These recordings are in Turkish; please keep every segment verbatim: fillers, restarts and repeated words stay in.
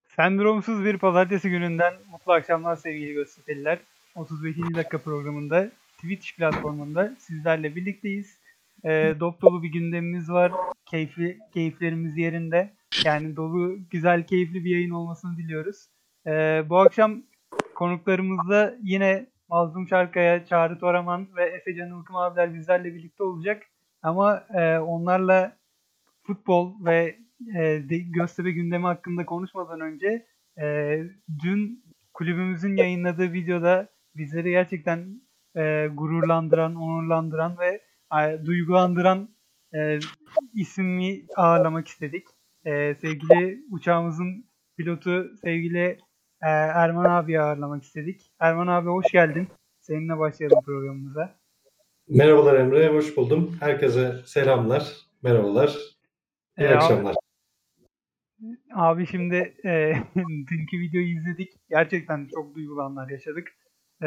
Sendromsuz bir pazartesi gününden mutlu akşamlar sevgili Göztepe'liler. otuz beşinci dakika programında Twitch platformunda sizlerle birlikteyiz. E, dop dolu bir gündemimiz var. Keyifli, keyiflerimiz yerinde. Yani dolu, güzel, keyifli bir yayın olmasını diliyoruz. E, bu akşam konuklarımızda yine Mazlum Şarkaya, Çağrı Toraman ve Efe Can Ilkım abiler bizlerle birlikte olacak. Ama e, onlarla futbol ve e, Göztepe gündemi hakkında konuşmadan önce e, dün kulübümüzün yayınladığı videoda bizleri gerçekten e, gururlandıran, onurlandıran ve e, duygulandıran e, ismi ağırlamak istedik. E, sevgili uçağımızın pilotu sevgili e, Erman abi ağırlamak istedik. Erman abi hoş geldin. Seninle başlayalım programımıza. Merhabalar Emre, hoş buldum. Herkese selamlar, merhabalar, iyi E, akşamlar. Abi şimdi e, dünkü videoyu izledik. Gerçekten çok duygulanlar yaşadık. E,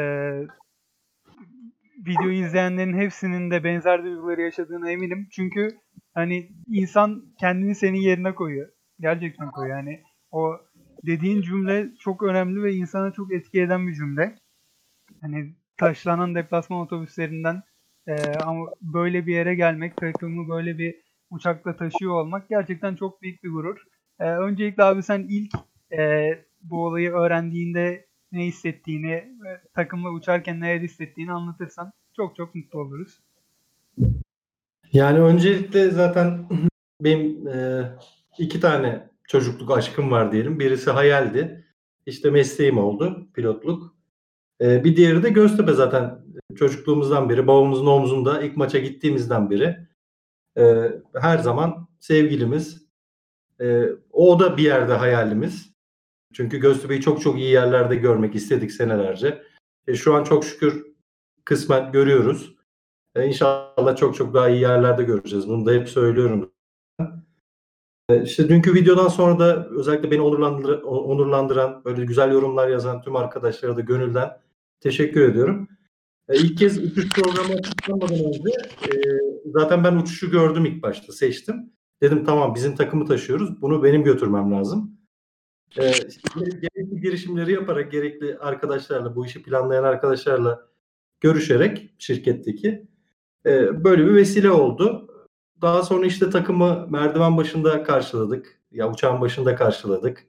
videoyu izleyenlerin hepsinin de benzer duyguları yaşadığına eminim. Çünkü hani insan kendini senin yerine koyuyor. Gerçekten koyuyor. Yani o dediğin cümle çok önemli ve insana çok etki eden bir cümle. Hani taşlanan deplasman otobüslerinden e, ama böyle bir yere gelmek, takımı böyle bir uçakla taşıyor olmak gerçekten çok büyük bir gurur. E, öncelikle abi sen ilk e, bu olayı öğrendiğinde ne hissettiğini, e, takımla uçarken neler hissettiğini anlatırsan çok çok mutlu oluruz. Yani öncelikle zaten benim e, iki tane çocukluk aşkım var diyelim. Birisi hayaldi. İşte mesleğim oldu, pilotluk. E, bir diğeri de Göztepe zaten çocukluğumuzdan beri, babamızın omzunda ilk maça gittiğimizden beri e, her zaman sevgilimiz. E, o da bir yerde hayalimiz. Çünkü Göztepe'yi çok çok iyi yerlerde görmek istedik senelerce. E, şu an çok şükür kısmen görüyoruz. E, İnşallah çok çok daha iyi yerlerde göreceğiz. Bunu da hep söylüyorum. E, işte dünkü videodan sonra da özellikle beni onurlandır, onurlandıran, böyle güzel yorumlar yazan tüm arkadaşlara da gönülden teşekkür ediyorum. E, ilk kez uçuş programı açıklanmadan önce e, zaten ben uçuşu gördüm ilk başta, seçtim. Dedim tamam bizim takımı taşıyoruz. Bunu benim götürmem lazım. E, gerekli girişimleri yaparak, gerekli arkadaşlarla, bu işi planlayan arkadaşlarla görüşerek şirketteki e, böyle bir vesile oldu. Daha sonra işte takımı merdiven başında karşıladık. Ya uçağın başında karşıladık.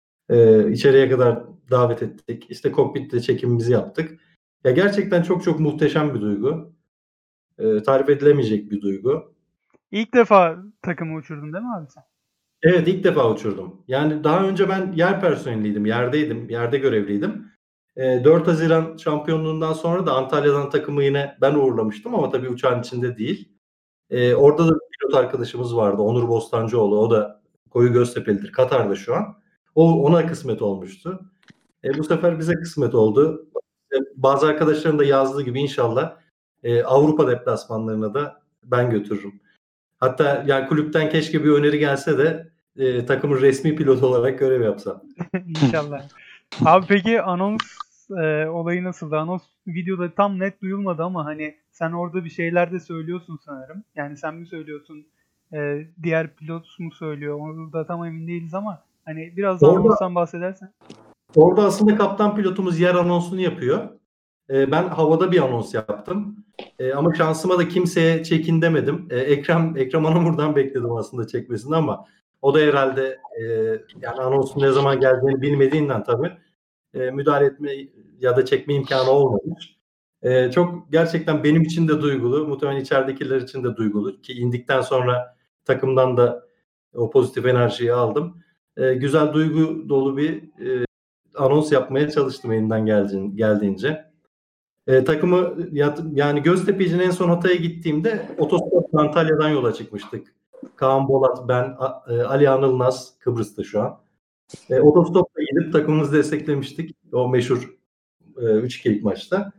E, içeriye kadar davet ettik. İşte kokpitte çekimimizi yaptık. Ya gerçekten çok çok muhteşem bir duygu. E, tarif edilemeyecek bir duygu. İlk defa takımı uçurdun değil mi abi sen? Evet, ilk defa uçurdum. Yani daha önce ben yer personeliydim, yerdeydim, yerde görevliydim. E, dört Haziran şampiyonluğundan sonra da Antalya'dan takımı yine ben uğurlamıştım ama tabii uçağın içinde değil. E, orada da bir pilot arkadaşımız vardı, Onur Bostancıoğlu. O da koyu Göztepe'lidir, Katar'da şu an. O ona kısmet olmuştu. E, bu sefer bize kısmet oldu. E, bazı arkadaşların da yazdığı gibi inşallah e, Avrupa deplasmanlarına da ben götürürüm. Hatta yani kulüpten keşke bir öneri gelse de e, takımın resmi pilotu olarak görev yapsam. İnşallah. Abi peki anons e, olayı nasıldı? Anons videoda tam net duyulmadı ama hani sen orada bir şeyler de söylüyorsun sanırım. Yani sen mi söylüyorsun, e, diğer pilot mu söylüyor? Orada tam emin değiliz ama hani biraz da Orada, anonstan bahsedersen. orada aslında kaptan pilotumuz yer anonsunu yapıyor. E, ben havada bir anons yaptım. E, ama şansıma da kimseye çekin demedim. E, Ekrem Ekrem Anamur'dan bekledim aslında çekmesini ama o da herhalde e, yani anonsun ne zaman geldiğini bilmediğinden tabii e, müdahale etme ya da çekme imkanı olmamış. E, çok gerçekten benim için de duygulu, muhtemelen içeridekiler için de duygulu ki indikten sonra takımdan da o pozitif enerjiyi aldım. E, güzel duygu dolu bir e, anons yapmaya çalıştım elimden geldiğince. E, takımı yani Göztepe'nin en son Hatay'a gittiğimde otostopla Antalya'dan yola çıkmıştık. Kaan Bolat, ben, Ali Anılmaz, Kıbrıs'ta şu an. E, otostopla gidip takımımızı desteklemiştik. O meşhur e, üç ikilik maçta.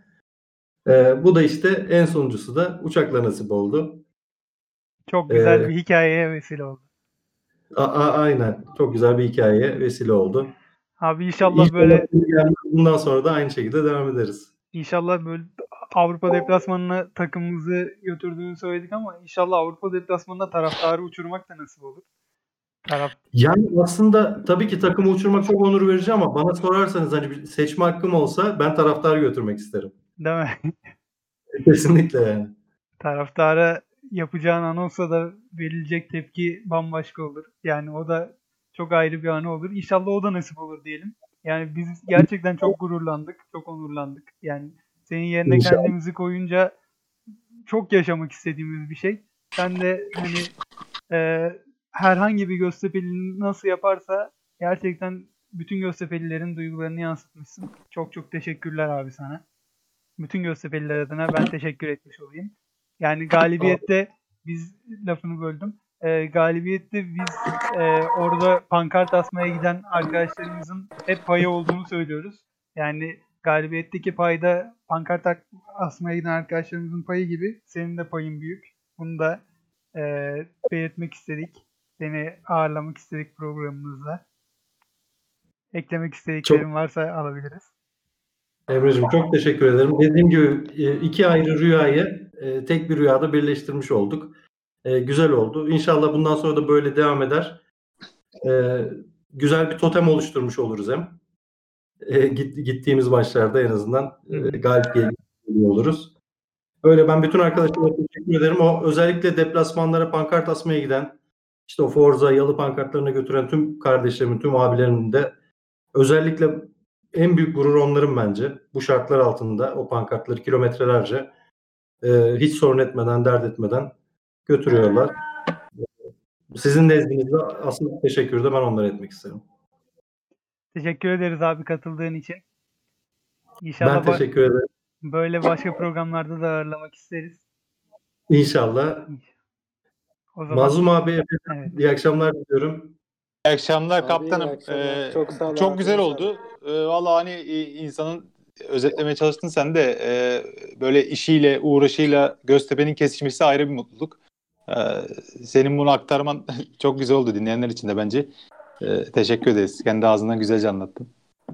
E, bu da işte en sonuncusu da uçakla nasip oldu. Çok güzel E, bir hikayeye vesile oldu. a, a, aynen. Çok güzel bir hikayeye vesile oldu. Abi inşallah İnşallah böyle bundan sonra da aynı şekilde devam ederiz. inşallah böyle Avrupa deplasmanına takımımızı götürdüğünü söyledik ama inşallah Avrupa deplasmanına taraftarı uçurmak da nasip olur. Taraf... Yani aslında tabii ki takımı uçurmak çok onur verici ama bana sorarsanız hani bir seçme hakkım olsa ben taraftarı götürmek isterim. Değil mi? Kesinlikle yani. Taraftara yapacağın anonsa da verilecek tepki bambaşka olur. Yani o da çok ayrı bir anı olur. İnşallah o da nasip olur diyelim. Yani biz gerçekten çok gururlandık, çok onurlandık. Yani senin yerine İnşallah. kendimizi koyunca çok yaşamak istediğimiz bir şey. Sen de hani e, herhangi bir Göztepe'li nasıl yaparsa gerçekten bütün Göztepe'lilerin duygularını yansıtmışsın. Çok çok teşekkürler abi sana. Bütün Göztepe'liler adına ben teşekkür etmiş olayım. Yani galibiyette biz lafını böldüm. E, galibiyette biz e, orada pankart asmaya giden arkadaşlarımızın hep payı olduğunu söylüyoruz. Yani galibiyetteki payda pankart asmaya giden arkadaşlarımızın payı gibi senin de payın büyük. Bunu da e, belirtmek istedik. Seni ağırlamak istedik programımızda. Eklemek istediklerin Çok varsa alabiliriz. Emre'cim çok teşekkür ederim. Dediğim gibi iki ayrı rüyayı tek bir rüyada birleştirmiş olduk. Güzel oldu. İnşallah bundan sonra da böyle devam eder. Güzel bir totem oluşturmuş oluruz hem. Gittiğimiz maçlarda en azından galip geliyor oluruz. Öyle ben bütün arkadaşlarıma teşekkür ederim. O özellikle deplasmanlara pankart asmaya giden, işte o Forza, Yalı pankartlarına götüren tüm kardeşlerimin, tüm abilerimin de özellikle en büyük gurur onların bence. Bu şartlar altında o pankartları kilometrelerce e, hiç sorun etmeden, dert etmeden götürüyorlar. Sizin nezdinizde asıl teşekkürü de ben onlara etmek isterim. Teşekkür ederiz abi katıldığın için. İnşallah ben teşekkür ederim. Böyle başka programlarda da ağırlamak isteriz. İnşallah. O zaman Mazlum abi, evet. iyi akşamlar diliyorum. İyi akşamlar abi, kaptanım. İyi akşamlar. Ee, çok sağ ol. Çok abi, güzel oldu. Ee, Valla hani insanın özetlemeye çalıştın sen de e, böyle işiyle, uğraşıyla Göztepe'nin kesişmesi ayrı bir mutluluk. Ee, senin bunu aktarman çok güzel oldu dinleyenler için de bence. Ee, teşekkür ederiz. Kendi ağzından güzelce anlattın.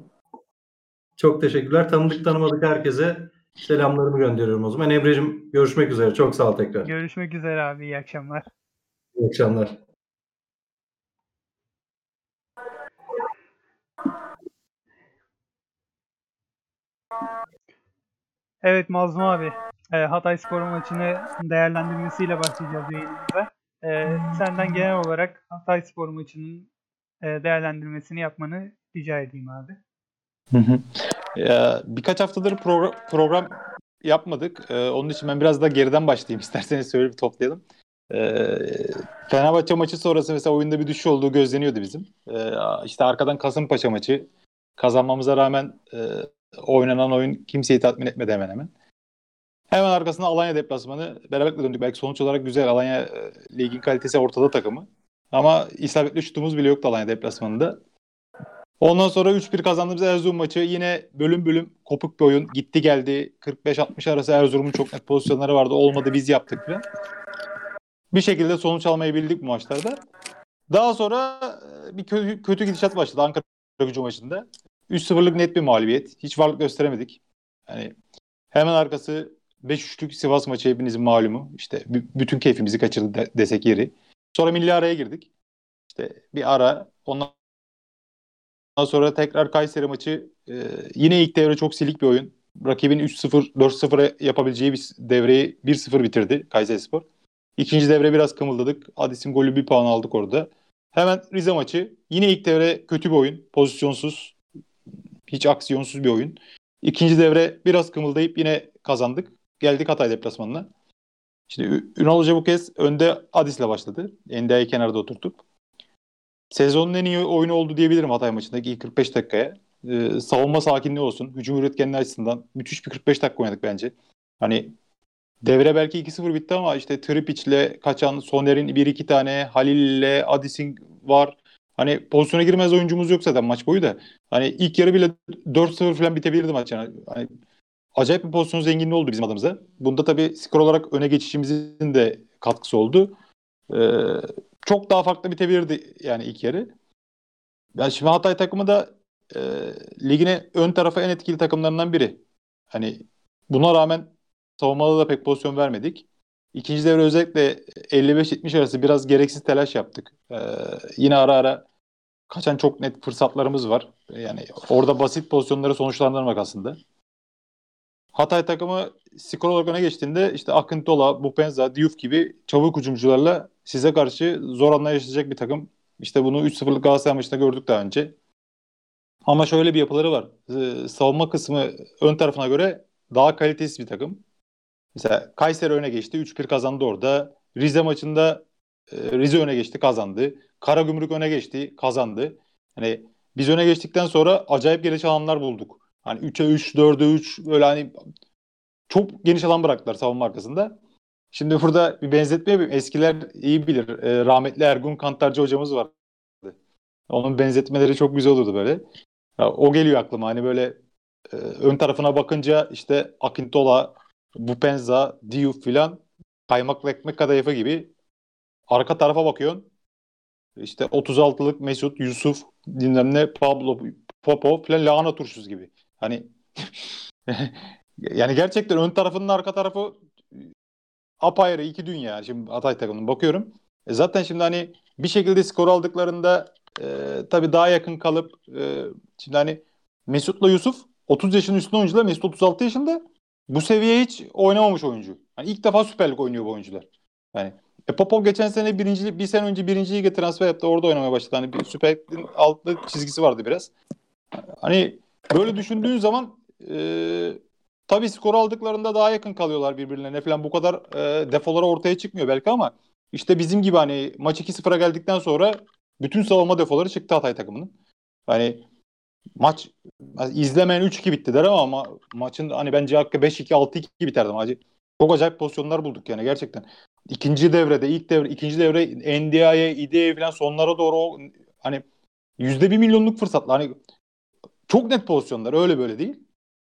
Çok teşekkürler. Tanıdık tanımadık herkese selamlarımı gönderiyorum o zaman. Emre'cim görüşmek üzere. Çok sağ ol tekrar. Görüşmek üzere abi. İyi akşamlar. İyi akşamlar. Evet Mazlum abi. E, Hatayspor maçını değerlendirmesiyle başlayacağız yayınımıza. E, senden genel olarak Hatayspor maçının e, değerlendirmesini yapmanı rica edeyim abi. Hı hı. Ya, birkaç haftadır progr- program yapmadık. Ee, onun için ben biraz daha geriden başlayayım. İsterseniz şöyle bir toplayalım. Ee, Fenerbahçe maçı sonrası mesela oyunda bir düşüş olduğu gözleniyordu bizim. Ee, işte arkadan Kasımpaşa maçı kazanmamıza rağmen e, oynanan oyun kimseyi tatmin etmedi hemen hemen. Hemen arkasında Alanya deplasmanı beraberlikle döndük. Belki sonuç olarak güzel. Alanya e, ligin kalitesi ortada takımı. Ama isabetli şutumuz bile yoktu Alanya deplasmanında. Ondan sonra üç bir kazandığımız Erzurum maçı yine bölüm bölüm kopuk bir oyun. Gitti geldi. kırk beş altmış arası Erzurum'un çok net pozisyonları vardı. Olmadı biz yaptık falan. Bir şekilde sonuç almayı bildik bu maçlarda. Daha sonra bir kötü, kötü gidişat başladı Ankaragücü maçında. üç sıfırlık net bir mağlubiyet. Hiç varlık gösteremedik. Yani hemen arkası beş üçlük Sivas maçı hepinizin malumu. İşte b- bütün keyfimizi kaçırdı de- desek yeri. Sonra milli araya girdik. İşte bir ara ondan sonra tekrar Kayseri maçı e, yine ilk devre çok silik bir oyun. Rakibin üç sıfır dört sıfır yapabileceği bir devreyi bir sıfır bitirdi Kayserispor. İkinci devre biraz kımıldadık. Adis'in golü bir puan aldık orada. Hemen Rize maçı. Yine ilk devre kötü bir oyun. Pozisyonsuz. Hiç aksiyonsuz bir oyun. İkinci devre biraz kımıldayıp yine kazandık. Geldik Hatay deplasmanına. Şimdi Ü- Ünal Hoca bu kez önde Adis'le başladı. Endia'yı kenarda oturtup. Sezonun en iyi oyunu oldu diyebilirim Hatay maçındaki ilk kırk beş dakikaya. Ee, savunma sakinliği olsun. Hücum üretkenliği açısından müthiş bir kırk beş dakika oynadık bence. Hani devre belki iki sıfır bitti ama işte Tripic'le kaçan Soner'in bir iki tane, Halil'le Adis'in var. Hani pozisyona girmez oyuncumuz yok zaten maç boyu da. Hani ilk yarı bile dört sıfır falan bitebilirdi maç yani. Hani acayip bir pozisyon zenginliği oldu bizim adımıza. Bunda tabii skor olarak öne geçişimizin de katkısı oldu. Ee, çok daha farklı bitebilirdi yani ilk yarı. Yani şimdi Hatay takımı da e, ligine ön tarafa en etkili takımlarından biri. Hani buna rağmen savunmada da pek pozisyon vermedik. İkinci devre özellikle elli beş yetmiş arası biraz gereksiz telaş yaptık. Ee, yine ara ara kaçan çok net fırsatlarımız var. Yani orada basit pozisyonları sonuçlandırmak aslında. Hatay takımı skor olarak öne geçtiğinde işte Akıntola, Bupenza, Diouf gibi çabuk hücumcularla size karşı zor anlar yaşayacak bir takım. İşte bunu üç sıfırlık Galatasaray maçında gördük daha önce. Ama şöyle bir yapıları var. Ee, savunma kısmı ön tarafına göre daha kalitesiz bir takım. Mesela Kayseri öne geçti. üç bir kazandı orada. Rize maçında e, Rize öne geçti, kazandı. Karagümrük öne geçti, kazandı. Hani biz öne geçtikten sonra acayip geniş alanlar bulduk. Hani üçe üç, dörde üç böyle hani çok geniş alan bıraktılar savunma arkasında. Şimdi burada bir benzetme yapayım. Eskiler iyi bilir. E, rahmetli Ergun Kantarcı hocamız vardı. Onun benzetmeleri çok güzel olurdu böyle. Ya, o geliyor aklıma. Hani böyle e, ön tarafına bakınca işte Akintola, Bupenza, Diouf filan kaymaklı ekmek kadayıfı gibi. Arka tarafa bakıyorsun. İşte otuz altılık Mesut, Yusuf, bilmem ne, Pablo, Popov filan lahana turşusu gibi. Hani yani gerçekten ön tarafının arka tarafı apayrı iki dünya. Şimdi Hatay takımına bakıyorum. E zaten şimdi hani bir şekilde skor aldıklarında e, tabii daha yakın kalıp e, şimdi hani Mesut'la Yusuf otuz yaşının üstünde oyuncular. Mesut otuz altı yaşında. Bu seviyeye hiç oynamamış oyuncu. Hani ilk defa Süper Lig oynuyor bu oyuncular. Yani e, Popov geçen sene birinci, bir sene önce birinci lige transfer yaptı. Orada oynamaya başladı. Hani bir Süper Lig'in altlı çizgisi vardı biraz. Hani böyle düşündüğün zaman e, tabii skor aldıklarında daha yakın kalıyorlar birbirlerine falan. Bu kadar e, defoları ortaya çıkmıyor belki ama işte bizim gibi hani maç iki sıfıra geldikten sonra bütün savunma defoları çıktı Hatay takımının. Hani maç izlemeyen üç iki bitti der ama, ama maçın hani bence hakkı beş iki altı iki biterdi maçı. Çok acayip pozisyonlar bulduk yani gerçekten. İkinci devrede, ilk devre, ikinci devre N D I'ye, İ D E'ye falan sonlara doğru o, hani yüzde bir milyonluk fırsatlar. Hani çok net pozisyonlar öyle böyle değil.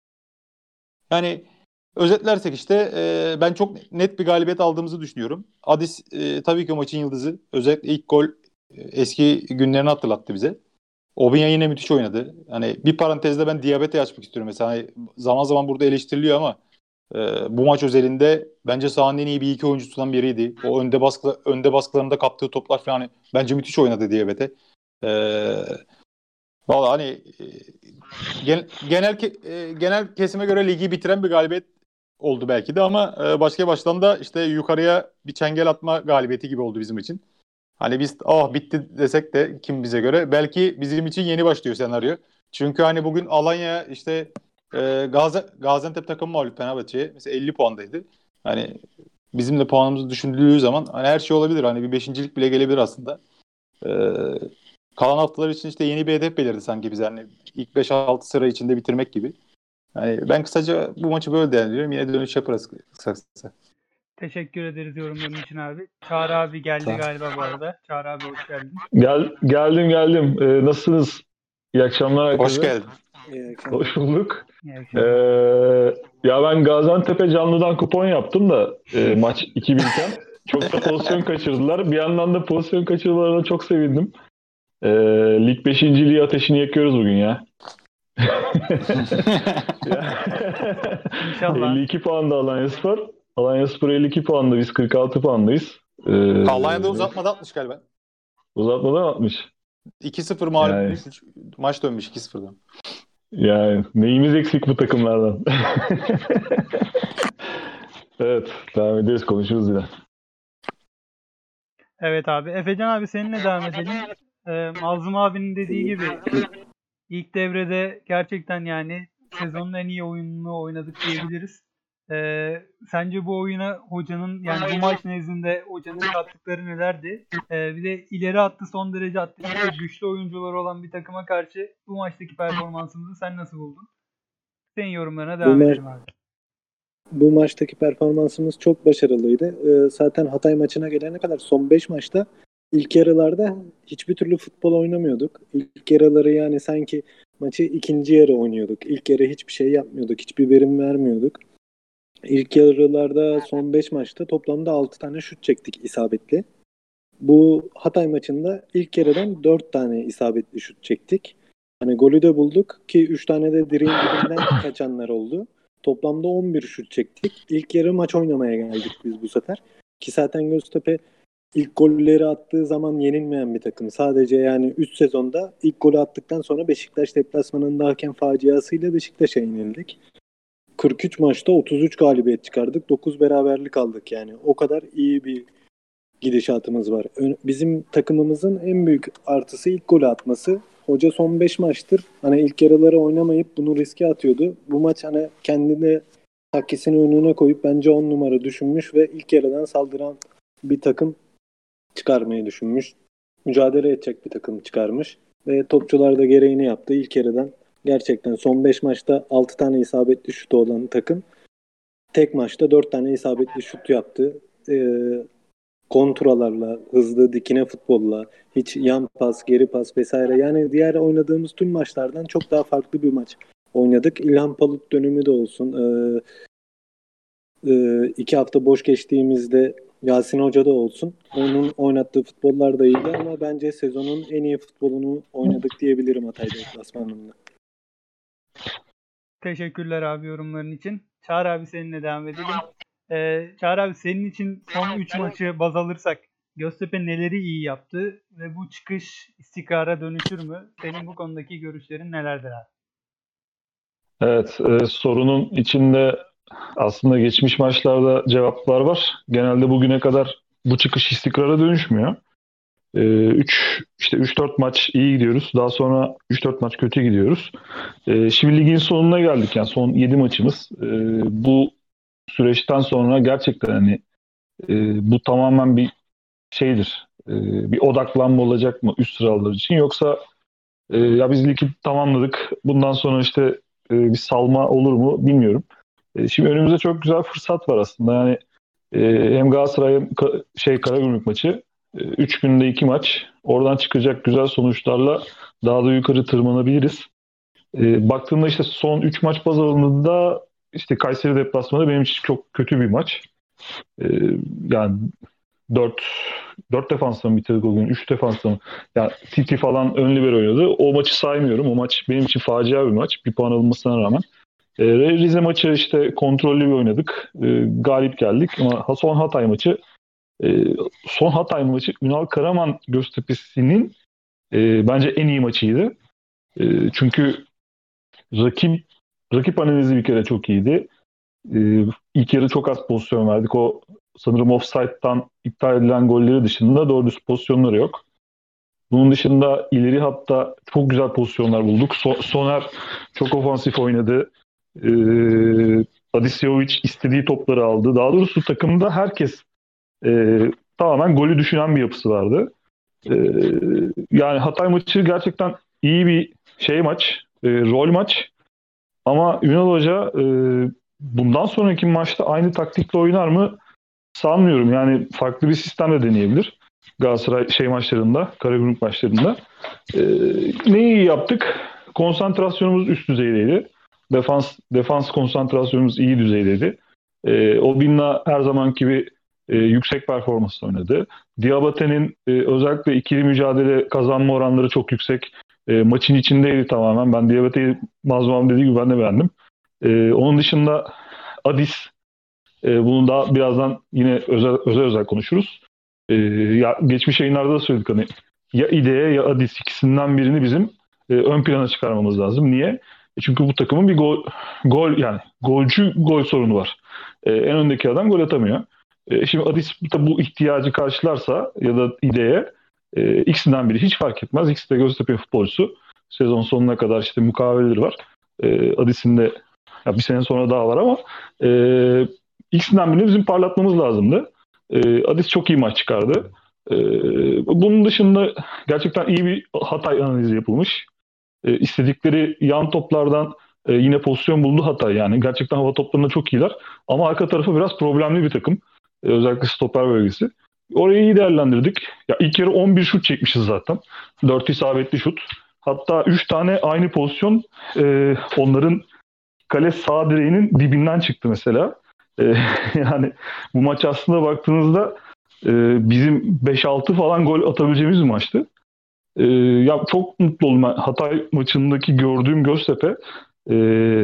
Yani özetlersek işte e, ben çok net bir galibiyet aldığımızı düşünüyorum. Adis e, tabii ki maçın yıldızı. Özellikle ilk gol e, eski günlerini hatırlattı bize. Obinya yine müthiş oynadı. Hani bir parantezde ben Diabete'yi açmak istiyorum. Mesela hani zaman zaman burada eleştiriliyor ama e, bu maç özelinde bence sahanın en iyi bir iki oyuncusundan biriydi. O önde baskı önde baskılarında kaptığı toplar falan hani, bence müthiş oynadı Diabete. Eee Valla hani e, gen- genel ke- e, genel kesime göre ligi bitiren bir galibiyet oldu belki de ama e, başka baştan da işte yukarıya bir çengel atma galibiyeti gibi oldu bizim için. Hani biz oh bitti desek de kim bize göre belki bizim için yeni başlıyor senaryo. Çünkü hani bugün Alanya işte e, Gazi- Gaziantep takımı mağlup Fenerbahçe'ye. Mesela elli puandaydı. Hani bizim de puanımızı düşündüğü zaman hani her şey olabilir. Hani bir beşincilik bile gelebilir aslında. E, Kalan haftalar için işte yeni bir hedef belirdi sanki bize. Hani ilk beş altı sıra içinde bitirmek gibi. Yani ben kısaca bu maçı böyle değerlendiriyorum. Yine dönüş yaparız kısa kısa. Teşekkür ederiz yorumların için abi. Çağrı abi geldi Sağ ol. galiba bu arada. Çağrı abi hoş geldin. Gel, geldim geldim. Ee, nasılsınız? İyi akşamlar herkese. Hoş geldin. İyi akşamlar. Hoş bulduk. İyi Ee, akşamlar. ya ben Gaziantep'e canlıdan kupon yaptım da e, maç iki birken. Çok da pozisyon kaçırdılar. Bir yandan da pozisyon kaçırmalarına çok sevindim. Ee, Lig beşinciliği ateşini yakıyoruz bugün ya. İnşallah. elli iki puanda Alanyaspor. Alanyaspor elli iki puanda, biz kırk altı puandayız. Ee, Alanya'da uzatmada atmış galiba. Uzatmadan atmış. iki sıfır mağlup Yani. olmuş. Maç dönmüş iki sıfırdan. Yani neyimiz eksik bu takımlardan? Evet, devam ederiz, konuşuruz yine. Evet abi. Efecan abi seninle devam edelim. Ee, Mazlum abinin dediği gibi ilk devrede gerçekten yani sezonun en iyi oyununu oynadık diyebiliriz. Ee, sence bu oyuna hocanın yani bu maç nezdinde hocanın kattıkları nelerdi? Ee, bir de ileri attı son derece atletik ve güçlü oyuncuları olan bir takıma karşı bu maçtaki performansımızı sen nasıl buldun? Senin yorumlarına devam Bu ma- edelim abi. Bu maçtaki performansımız çok başarılıydı. Ee, zaten Hatay maçına gelene kadar son beş maçta ilk yarılarda hiçbir türlü futbol oynamıyorduk. İlk yarıları yani sanki maçı ikinci yarı oynuyorduk. İlk yarı hiçbir şey yapmıyorduk. Hiçbir verim vermiyorduk. İlk yarılarda son beş maçta toplamda altı tane şut çektik isabetli. Bu Hatay maçında ilk yarıdan dört tane isabetli şut çektik. Hani golü de bulduk ki üç tane de direğin dibinden kaçanlar oldu. Toplamda on bir şut çektik. İlk yarı maç oynamaya geldik biz bu sefer. Ki zaten Göztepe ilk golleri attığı zaman yenilmeyen bir takım. Sadece yani üç sezonda ilk golü attıktan sonra Beşiktaş deplasmanında hakem faciasıyla Beşiktaş'a yenildik. kırk üç maçta otuz üç galibiyet çıkardık. dokuz beraberlik aldık yani. O kadar iyi bir gidişatımız var. Bizim takımımızın en büyük artısı ilk golü atması. Hoca son beş maçtır hani ilk yarıları oynamayıp bunu riske atıyordu. Bu maç hani kendini takkesini önüne koyup bence on numara düşünmüş ve ilk yarıdan saldıran bir takım çıkarmayı düşünmüş. Mücadele edecek bir takım çıkarmış. Ve topçular da gereğini yaptı. İlk yarıdan gerçekten son beş maçta altı tane isabetli şutu olan takım tek maçta dört tane isabetli şut yaptı. Ee, kontralarla, hızlı dikine futbolla, hiç yan pas, geri pas vesaire. Yani diğer oynadığımız tüm maçlardan çok daha farklı bir maç oynadık. İlhan Palut dönemi de olsun. Ee, e, iki hafta boş geçtiğimizde Yasin Hoca da olsun. Onun oynattığı futbollar da iyiydi ama bence sezonun en iyi futbolunu oynadık diyebilirim Hatay deplasmanında. Teşekkürler abi yorumların için. Çağrı abi seninle devam edelim. Ee, Çağrı abi senin için son üç maçı baz alırsak Göztepe neleri iyi yaptı ve bu çıkış istikrara dönüşür mü? Senin bu konudaki görüşlerin nelerdir abi? Evet, e, sorunun içinde aslında geçmiş maçlarda cevaplar var. Genelde bugüne kadar bu çıkış istikrara dönüşmüyor. üç işte üç dört maç iyi gidiyoruz. Daha sonra üç dört maç kötü gidiyoruz. E, şimdi ligin sonuna geldik. Yani son yedi maçımız. E, bu süreçten sonra gerçekten hani e, bu tamamen bir şeydir. E, bir odaklanma olacak mı üst sıralar için, yoksa e, ya biz ligi tamamladık. Bundan sonra işte e, bir salma olur mu bilmiyorum. E, şimdi önümüzde çok güzel fırsat var aslında. Yani e, hem Galatasaray hem ka- şey Karagümrük maçı. e, Üç günde iki maç. Oradan çıkacak güzel sonuçlarla daha da yukarı tırmanabiliriz. E, baktığımda işte son üç maç baz alındığında işte Kayseri deplasmanı benim için çok kötü bir maç. E, yani dört dört defansla mı bitirdik o gün? üç defansla mı? Yani Titi falan ön libero oynadı. O maçı saymıyorum. O maç benim için facia bir maç. Bir puan alınmasına rağmen. E, Rize maçı işte kontrollü bir oynadık. E, galip geldik ama son Hatay maçı e, son Hatay maçı Ünal Karaman Göztepe'sinin e, bence en iyi maçıydı. E, çünkü rakip rakip analizi bir kere çok iyiydi. E, ilk yarı çok az pozisyon verdik. O sanırım offside'dan iptal edilen golleri dışında doğru düz pozisyonları yok. Bunun dışında ileri hatta çok güzel pozisyonlar bulduk. So- Soner çok ofansif oynadı. E, Adisyovic istediği topları aldı. Daha doğrusu takımda herkes e, tamamen golü düşünen bir yapısı vardı. E, yani Hatay maçı gerçekten iyi bir şey maç, e, rol maç. Ama Ünal Hoca e, bundan sonraki maçta aynı taktikle oynar mı sanmıyorum. Yani farklı bir sistem de deneyebilir. Galatasaray şey maçlarında, Karagümrük maçlarında. E, neyi iyi yaptık? Konsantrasyonumuz üst düzeydeydi. Defans defans konsantrasyonumuz iyi düzeydeydi. E, Obinna her zamanki gibi e, yüksek performans oynadı. Diabate'nin e, özellikle ikili mücadele kazanma oranları çok yüksek. E, maçın içindeydi tamamen. Ben Diabate'yi Mazlum dediği gibi ben de beğendim. E, onun dışında Adis, e, bunu da birazdan yine özel özel, özel konuşuruz. E, ya geçmiş yayınlarda da söyledik hani ya İDE ya Adis ikisinden birini bizim e, ön plana çıkarmamız lazım. Niye? E, çünkü bu takımın bir gol gol yani golcü gol sorunu var. E, en öndeki adam gol atamıyor. E, şimdi Adis bu ihtiyacı karşılarsa ya da İDE'ye e, ikisinden biri hiç fark etmez. İkisi de Göztepe futbolcusu. Sezon sonuna kadar işte mukaveleleri var. E, Adis'in de ya bir sene sonra daha var ama e, ikisinden birini bizim parlatmamız lazımdı. E, Adis çok iyi maç çıkardı. E, bunun dışında gerçekten iyi bir Hatay analizi yapılmış. E, istedikleri yan toplardan e, yine pozisyon buldu Hatay yani. Gerçekten hava toplarında çok iyiler. Ama arka tarafı biraz problemli bir takım. E, özellikle stoper bölgesi. Orayı iyi değerlendirdik. Ya ilk yarı on bir şut çekmişiz zaten. dört isabetli şut. Hatta üç tane aynı pozisyon e, onların kale sağ direğinin dibinden çıktı mesela. E, yani bu maç aslında baktığınızda e, bizim beş altı falan gol atabileceğimiz bir maçtı. E, ya çok mutlu oldum ben Hatay maçındaki gördüğüm Göztepe. E,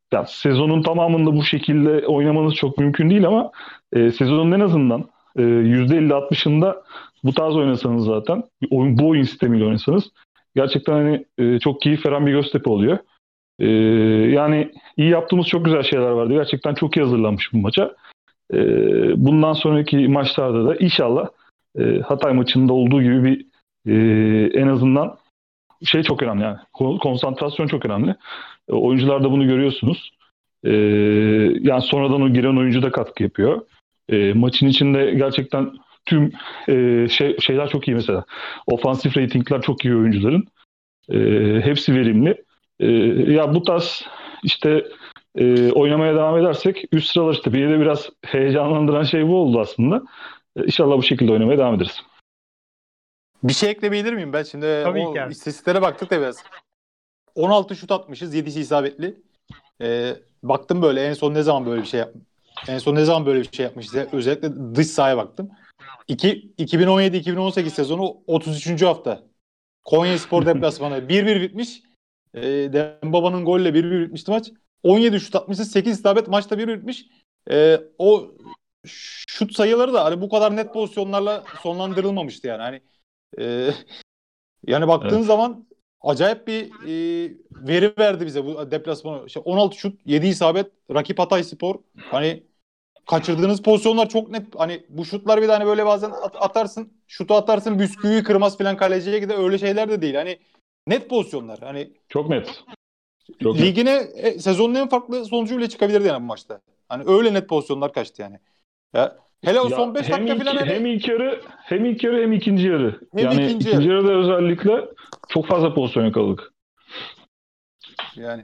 ya sezonun tamamında bu şekilde oynamanız çok mümkün değil ama e, sezonun en azından e, yüzde elli altmışında bu tarz oynasanız zaten oyun, bu oyun sistemiyle oynasanız gerçekten hani e, çok keyif veren bir Göztepe oluyor. E, yani iyi yaptığımız çok güzel şeyler vardı. Gerçekten çok iyi hazırlanmış bu maça. E, bundan sonraki maçlarda da inşallah e, Hatay maçında olduğu gibi bir e, en azından şey çok önemli yani. Konsantrasyon çok önemli. E, oyuncular da bunu görüyorsunuz. E, yani sonradan o giren oyuncu da katkı yapıyor. E, maçın içinde gerçekten tüm e, şey, şeyler çok iyi mesela. Ofansif ratingler çok iyi oyuncuların. E, hepsi verimli. E, ya bu tarz işte e, oynamaya devam edersek üst sıralar işte beni de biraz heyecanlandıran şey bu oldu aslında. E, İnşallah bu şekilde oynamaya devam ederiz. Bir şey ekleyebilir miyim ben? Şimdi Tabii o ki abi. istatistiklere baktık da biraz. on altı şut atmışız, yedisi isabetli. Ee, baktım böyle en son ne zaman böyle bir şey yap en son ne zaman böyle bir şey yapmışız. Özellikle dış sahaya baktım. İki, iki bin on yedi iki bin on sekiz sezonu otuz üçüncü hafta. Konyaspor deplasmanı bir bir bitmiş. E, Dembaba'nın golle bir bir bitmişti maç. on yedi şut atmışız, sekiz isabet, maçta bir bir bitmiş. E, o şut sayıları da hani bu kadar net pozisyonlarla sonlandırılmamıştı yani. Hani e, yani baktığın Evet. zaman acayip bir e, veri verdi bize bu deplasman. İşte on altı şut, yedi isabet, rakip Hatayspor. Hani kaçırdığınız pozisyonlar çok net. Hani bu şutlar bir de hani böyle bazen at- atarsın, şutu atarsın, bisküvi kırmaz falan kaleciye gider. Öyle şeyler de değil. Hani net pozisyonlar. Hani Çok net. Çok net. ligine e, sezonun en farklı sonucuyla çıkabilirdi yani bu maçta. Hani öyle net pozisyonlar kaçtı yani. Ya hele o Ya son beş hem dakika ilk, falan hani hem ilk yarı hem ilk yarı hem ikinci yarı. hem Yani ikinci ikinci yarı. yarıda özellikle çok fazla pozisyon yakaladık. Yani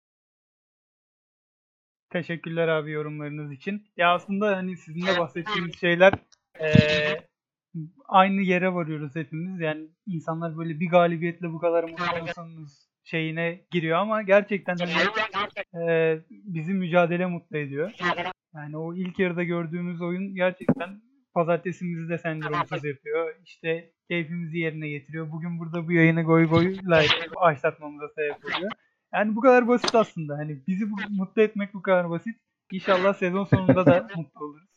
Teşekkürler abi yorumlarınız için. Ya aslında hani sizin de bahsettiğiniz şeyler eee, aynı yere varıyoruz hepimiz. Yani insanlar böyle bir galibiyetle bu kadar mutlu musunuz şeyine giriyor ama gerçekten hani eee bizi mücadele mutlu ediyor. Yani o ilk yarıda gördüğümüz oyun gerçekten pazartesimizi de sendromsuz yapıyor. İşte keyfimizi yerine getiriyor. Bugün burada bu yayını goy goyla başlatmamıza sebep oluyor. Yani bu kadar basit aslında. Hani bizi bu, mutlu etmek bu kadar basit. İnşallah sezon sonunda da mutlu oluruz.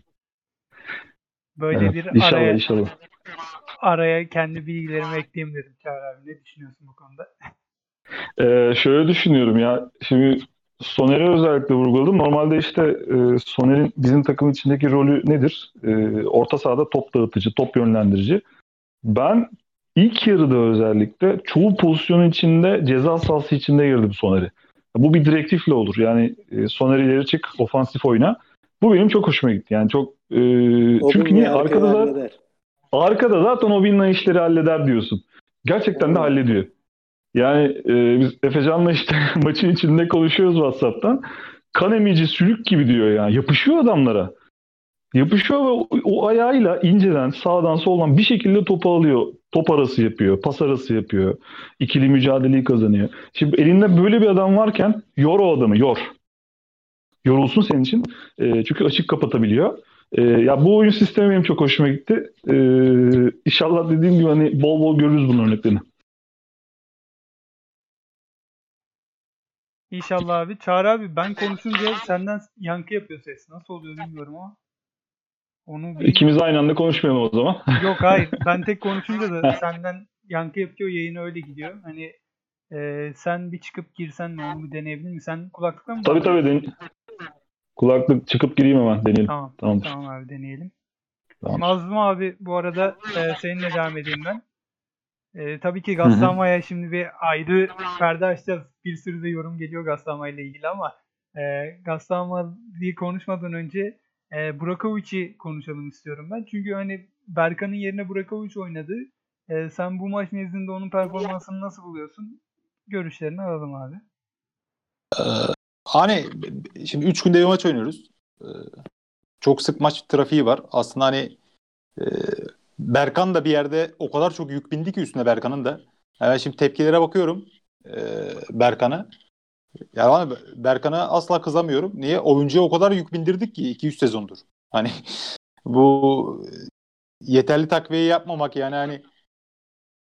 Böyle Evet. bir İnşallah araya inşallah. araya kendi bilgilerimi ekleyeyim dedim Çağrı abi. Ne düşünüyorsun bu konuda? Ee, şöyle düşünüyorum ya. Şimdi Soner'i özellikle vurguladım. Normalde işte e, Soner'in bizim takım içindeki rolü nedir? E, orta sahada top dağıtıcı, top yönlendirici. Ben ilk yarıda özellikle çoğu pozisyonun içinde ceza sahası içinde girdim Soner'i. Bu bir direktifle olur. Yani e, Soner ileri çık, ofansif oyna. Bu benim çok hoşuma gitti. Yani çok e, çünkü niye? Obinya arkaya Arkada da halleder. arkada zaten Obinya işleri halleder diyorsun. Gerçekten de Aynen. hallediyor. Yani e, biz Efecan'la işte maçın içinde konuşuyoruz WhatsApp'tan. Kan emici sülük gibi diyor yani. Yapışıyor adamlara. Yapışıyor ve o, o ayağıyla inceden sağdan soldan bir şekilde topu alıyor. Top arası yapıyor, pas arası yapıyor. İkili mücadeleyi kazanıyor. Şimdi elinde böyle bir adam varken yor o adamı, yor. Yorulsun senin için. E, çünkü açık kapatabiliyor. E, ya bu oyun sistemi benim çok hoşuma gitti. E, inşallah dediğim gibi hani bol bol görürüz bunun örneklerini. İnşallah abi. Çağrı abi ben konuşunca senden yankı yapıyor ses. Nasıl oluyor bilmiyorum ama. Onu bir İkimiz aynı anda konuşmayalım o zaman. Yok hayır. Ben tek konuşunca da senden yankı yapıyor. Yayın öyle gidiyor. Hani e, sen bir çıkıp girsen mi onu bir deneyebilir misin? Sen kulaklıkla mı Tabii tabii. bağlıyorsun? Den- kulaklık çıkıp gireyim hemen deneyelim. Tamam. Tamamdır. Tamam abi deneyelim. Tamamdır. Mazlum abi bu arada e, seninle devam edeyim ben. E, tabii ki Hı hı. Gassama'ya şimdi bir ayrı perde açacağız. Bir sürü de yorum geliyor Gassama ile ilgili ama e, Gassama'yı konuşmadan önce e, Burakovic'i konuşalım istiyorum ben. Çünkü hani Berkan'ın yerine Burakovic oynadı. E, sen bu maç nezdinde onun performansını nasıl buluyorsun? Görüşlerini alalım abi. Ee, hani şimdi üç günde bir maç oynuyoruz. Ee, çok sık maç trafiği var. Aslında hani e, Berkan da bir yerde o kadar çok yük bindi ki üstüne Berkan'ın da. Yani şimdi tepkilere bakıyorum e, Berkan'a. Yani hani Berkan'a asla kızamıyorum. Niye? Oyuncuya o kadar yük bindirdik ki iki üç sezondur. Hani bu yeterli takviyeyi yapmamak yani hani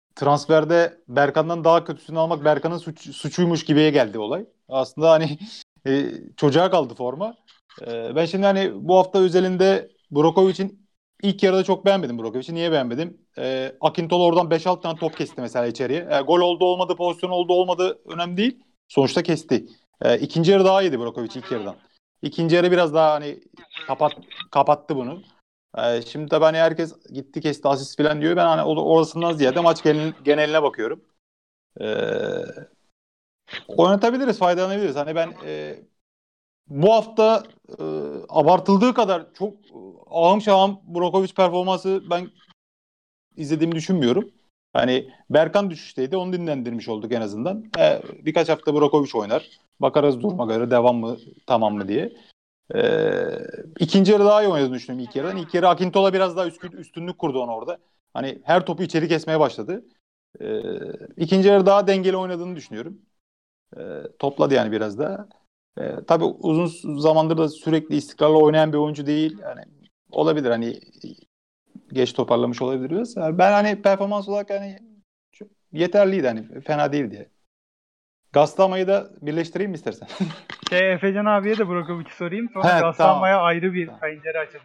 transferde Berkan'dan daha kötüsünü almak Berkan'ın suç, suçuymuş gibiye geldi olay. Aslında hani e, çocuğa kaldı forma. E, ben şimdi hani bu hafta özelinde Brokovic'in ilk yarıda çok beğenmedim Brokovic'i. Niye beğenmedim? E, Akintola oradan beş altı tane top kesti mesela içeriye. E, gol oldu olmadı, pozisyon oldu olmadı önemli değil. Sonuçta kesti. E, ikinci yarı daha iyiydi Brokovic ilk yarıdan. İkinci yarı biraz daha hani kapat, kapattı bunu. Ee, şimdi tabii hani herkes gitti kesti asist falan diyor. Ben hani orasından ziyade maç genel, geneline bakıyorum. Ee, oynatabiliriz, faydalanabiliriz. Hani ben e, bu hafta e, abartıldığı kadar çok e, ahım şahım Brokovic performansı ben izlediğimi düşünmüyorum. Hani Berkan düşüşteydi. Onu dinlendirmiş olduk en azından. Ee, birkaç hafta Brokovic oynar. Bakarız duruma göre devam mı tamam mı diye. Ee, ikinci yarı daha iyi oynadığını düşünüyorum ilk yarıdan. İlk yarı Akintola biraz daha üstün, üstünlük kurdu onu orada. Hani her topu içeri kesmeye başladı. Ee, ikinci yarı daha dengeli oynadığını düşünüyorum. Ee, topladı yani biraz daha. Ee, tabii uzun zamandır da sürekli istikrarlı oynayan bir oyuncu değil. Yani olabilir hani geç toparlamış olabilir biraz. Yani ben hani performans olarak hani çok yeterliydi hani fena değildi diye. Gastamayı da birleştireyim mi istersen? Şey, Efecan abiye de Brokovic'i sorayım. Sonra He, Gastamay'a tamam. ayrı bir Tamam. pencere açalım.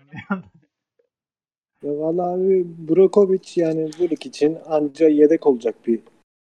Ya vallahi abi Brokovic yani bu lig için anca yedek olacak bir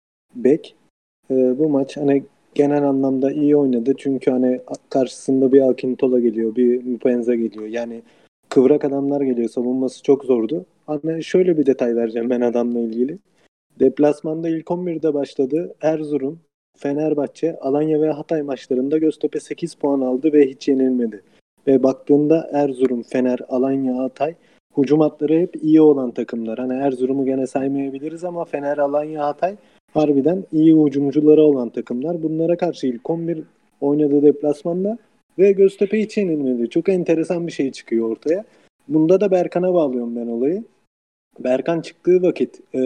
bek. Ee, bu maç hani genel anlamda iyi oynadı. Çünkü hani karşısında bir Akintola geliyor, bir Mpenza geliyor. Yani kıvrak adamlar geliyor. Savunması çok zordu. Hani şöyle bir detay vereceğim ben adamla ilgili. Deplasmanda ilk on birde başladı. Erzurum, Fenerbahçe, Alanya ve Hatay maçlarında Göztepe sekiz puan aldı ve hiç yenilmedi. Ve baktığında Erzurum, Fener, Alanya, Hatay hücum hatları hep iyi olan takımlar. Hani Erzurum'u gene saymayabiliriz ama Fener, Alanya, Hatay harbiden iyi hücumcuları olan takımlar. Bunlara karşı ilk on bir oynadığı deplasmanda ve Göztepe hiç yenilmedi. Çok enteresan bir şey çıkıyor ortaya. Bunda da Berkan'a bağlıyorum ben olayı. Berkan çıktığı vakit e,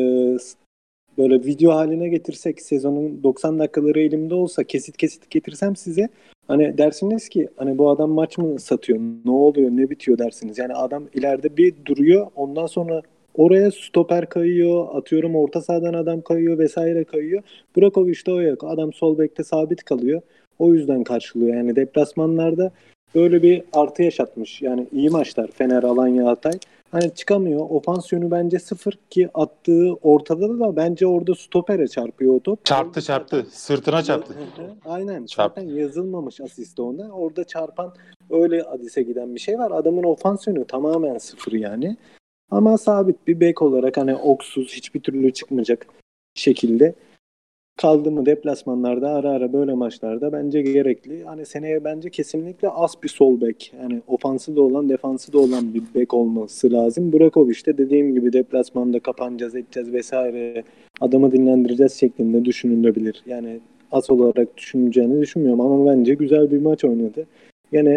böyle video haline getirsek sezonun doksan dakikaları elimde olsa kesit kesit getirsem size hani dersiniz ki hani bu adam maç mı satıyor? Ne oluyor? Ne bitiyor dersiniz. Yani adam ileride bir duruyor. Ondan sonra oraya stoper kayıyor. Atıyorum orta sahadan adam kayıyor vesaire kayıyor. Brokovic de o yok. Adam sol bekte sabit kalıyor. O yüzden karşılıyor. Yani deplasmanlarda böyle bir artı yaşatmış. Yani iyi maçlar Fener, Alanya, Hatay. Hani çıkamıyor. Ofans yönü bence sıfır ki attığı ortada da bence orada stopere çarpıyor o top. Çarptı Orada çarptı. zaten Sırtına ya- çarptı. aynen zaten Çarptı. yazılmamış asist onda. Orada çarpan öyle Adis'e giden bir şey var. Adamın ofans yönü tamamen sıfır yani. Ama sabit bir bek olarak hani oksuz hiçbir türlü çıkmayacak şekilde kaldı mı deplasmanlarda ara ara böyle maçlarda bence gerekli. Hani seneye bence kesinlikle az bir sol bek. Yani ofansı da olan defansı da olan bir bek olması lazım. Burakovic de dediğim gibi deplasmanda kapanacağız edeceğiz vesaire adamı dinlendireceğiz şeklinde düşünülebilir. Yani as olarak düşüneceğini düşünmüyorum ama bence güzel bir maç oynadı. Yine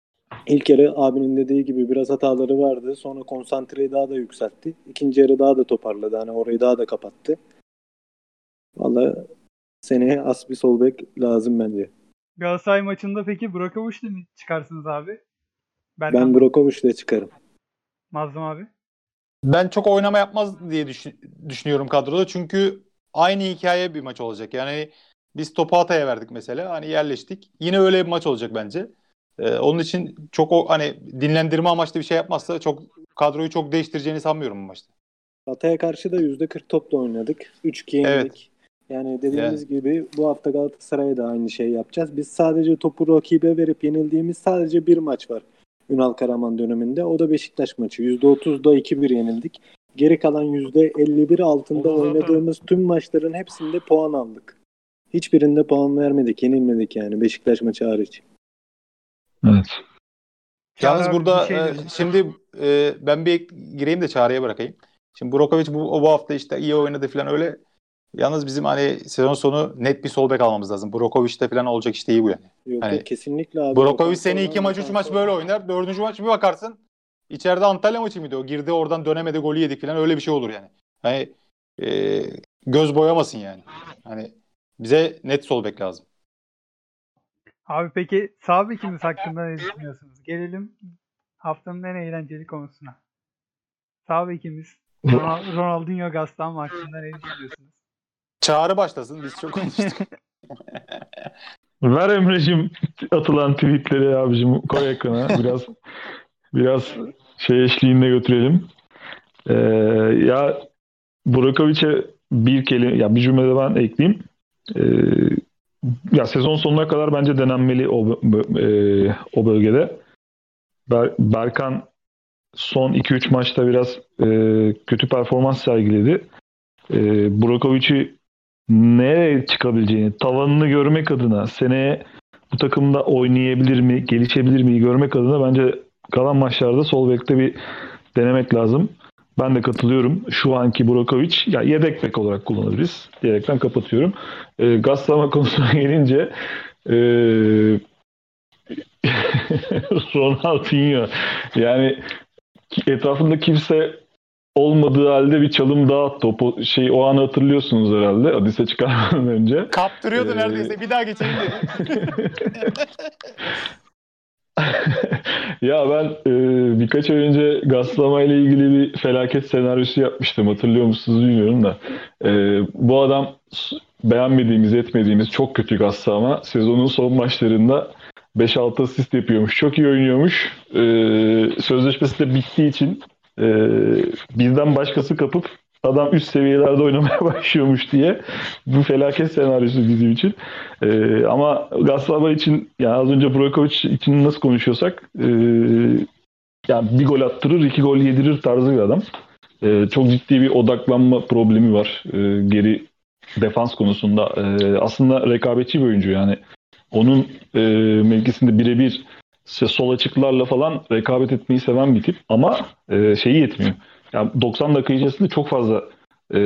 ilk yarı abinin dediği gibi biraz hataları vardı. Sonra konsantreyi daha da yükseltti. İkinci yarı daha da toparladı. Hani orayı daha da kapattı. Vallahi seneye as bir sol bek lazım bence. Galatasaray maçında peki Brokovic'le mi çıkarsınız abi? Ben Berkan'la. Brokovic'le çıkarım. Mazlum abi. Ben çok oynama yapmaz diye düşün- düşünüyorum kadroda. Çünkü aynı hikaye bir maç olacak. Yani biz topu Hatay'a verdik mesela. Hani yerleştik. Yine öyle bir maç olacak bence. Ee, onun için çok o hani dinlendirme amaçlı bir şey yapmazsa çok kadroyu çok değiştireceğini sanmıyorum bu maçta. Hatay'a karşı da yüzde kırk topla oynadık. üç iki Evet. yenildik. Yani dediğimiz Yani gibi bu hafta Galatasaray'a da aynı şeyi yapacağız. Biz sadece topu rakibe verip yenildiğimiz sadece bir maç var. Ünal Karaman döneminde. O da Beşiktaş maçı. yüzde otuzda iki bir yenildik. Geri kalan yüzde elli bir altında oynadığımız tüm maçların hepsinde puan aldık. Hiçbirinde puan vermedik. Yenilmedik yani Beşiktaş maçı hariç. Evet. Çağrı yalnız abi bir burada şey e, diyordun. şimdi e, ben bir gireyim de Çağrı'ya bırakayım. Şimdi Brokovic bu, bu hafta işte iyi oynadı falan öyle. Yalnız bizim hani sezon sonu net bir sol bek almamız lazım. Brokovic'te falan olacak iş değil bu yani. Yok yok Hani kesinlikle abi. Brokovic Okan seni iki forman maç üç Okan maç böyle forman. oynar. Dördüncü maç bir bakarsın. İçeride Antalya maçı mıydı o? Girdi oradan dönemedi golü yedik falan öyle bir şey olur yani. Hani e, göz boyamasın yani. Hani bize net sol bek lazım. Abi peki sağ bekimiz hakkında ne düşünüyorsunuz? Gelelim haftanın en eğlenceli konusuna. Sağ bekimiz Ronald- Ronaldinho Gaston maçında ne düşünüyorsunuz? Çağrı başlasın. Biz çok konuştuk. Ver Emre'cim atılan tweetleri abicim, koy ekrana. Biraz biraz şey eşliğinde götürelim. Ee, ya Burakovic'e bir kelime, ya bir cümlede ben ekleyeyim. Ee, ya sezon sonuna kadar bence denenmeli o bö- e, o bölgede. Ber- Berkan son iki üç maçta biraz e, kötü performans sergiledi. E, Burakovic'i nereye çıkabileceğini, tavanını görmek adına, seneye bu takımda oynayabilir mi, gelişebilir mi görmek adına bence kalan maçlarda sol bekte bir denemek lazım. Ben de katılıyorum. Şu anki Burakovic, ya yedek bek olarak kullanabiliriz diyerekten kapatıyorum. E, Gaslama konusuna gelince e, Ronaldinho, yani etrafında kimse olmadığı halde bir çalım daha attı. O şey, o anı hatırlıyorsunuz herhalde. Hadise çıkarmadan önce. Kaptırıyordu Ee, neredeyse. Bir daha geçelim dedi. Ya ben e, birkaç ay önce Gaslama ile ilgili bir felaket senaryosu yapmıştım. Hatırlıyor musunuz bilmiyorum da. E, bu adam s- beğenmediğimiz, etmediğimiz çok kötü Gaslama. Sezonun son maçlarında beş altı asist yapıyormuş. Çok iyi oynuyormuş. E, sözleşmesi de bittiği için e, bizden başkası kapıp adam üst seviyelerde oynamaya başlıyormuş diye. Bu felaket senaryosu bizim için. Ee, ama Gaslava için, yani az önce Burakovic için nasıl konuşuyorsak e, yani bir gol attırır, iki gol yedirir tarzı bir adam. E, çok ciddi bir odaklanma problemi var e, geri defans konusunda. E, aslında rekabetçi bir oyuncu yani. Onun e, mevkisinde birebir işte sol açıklarla falan rekabet etmeyi seven bir tip ama e, şeyi yetmiyor. Yani doksan dakika içerisinde çok fazla e,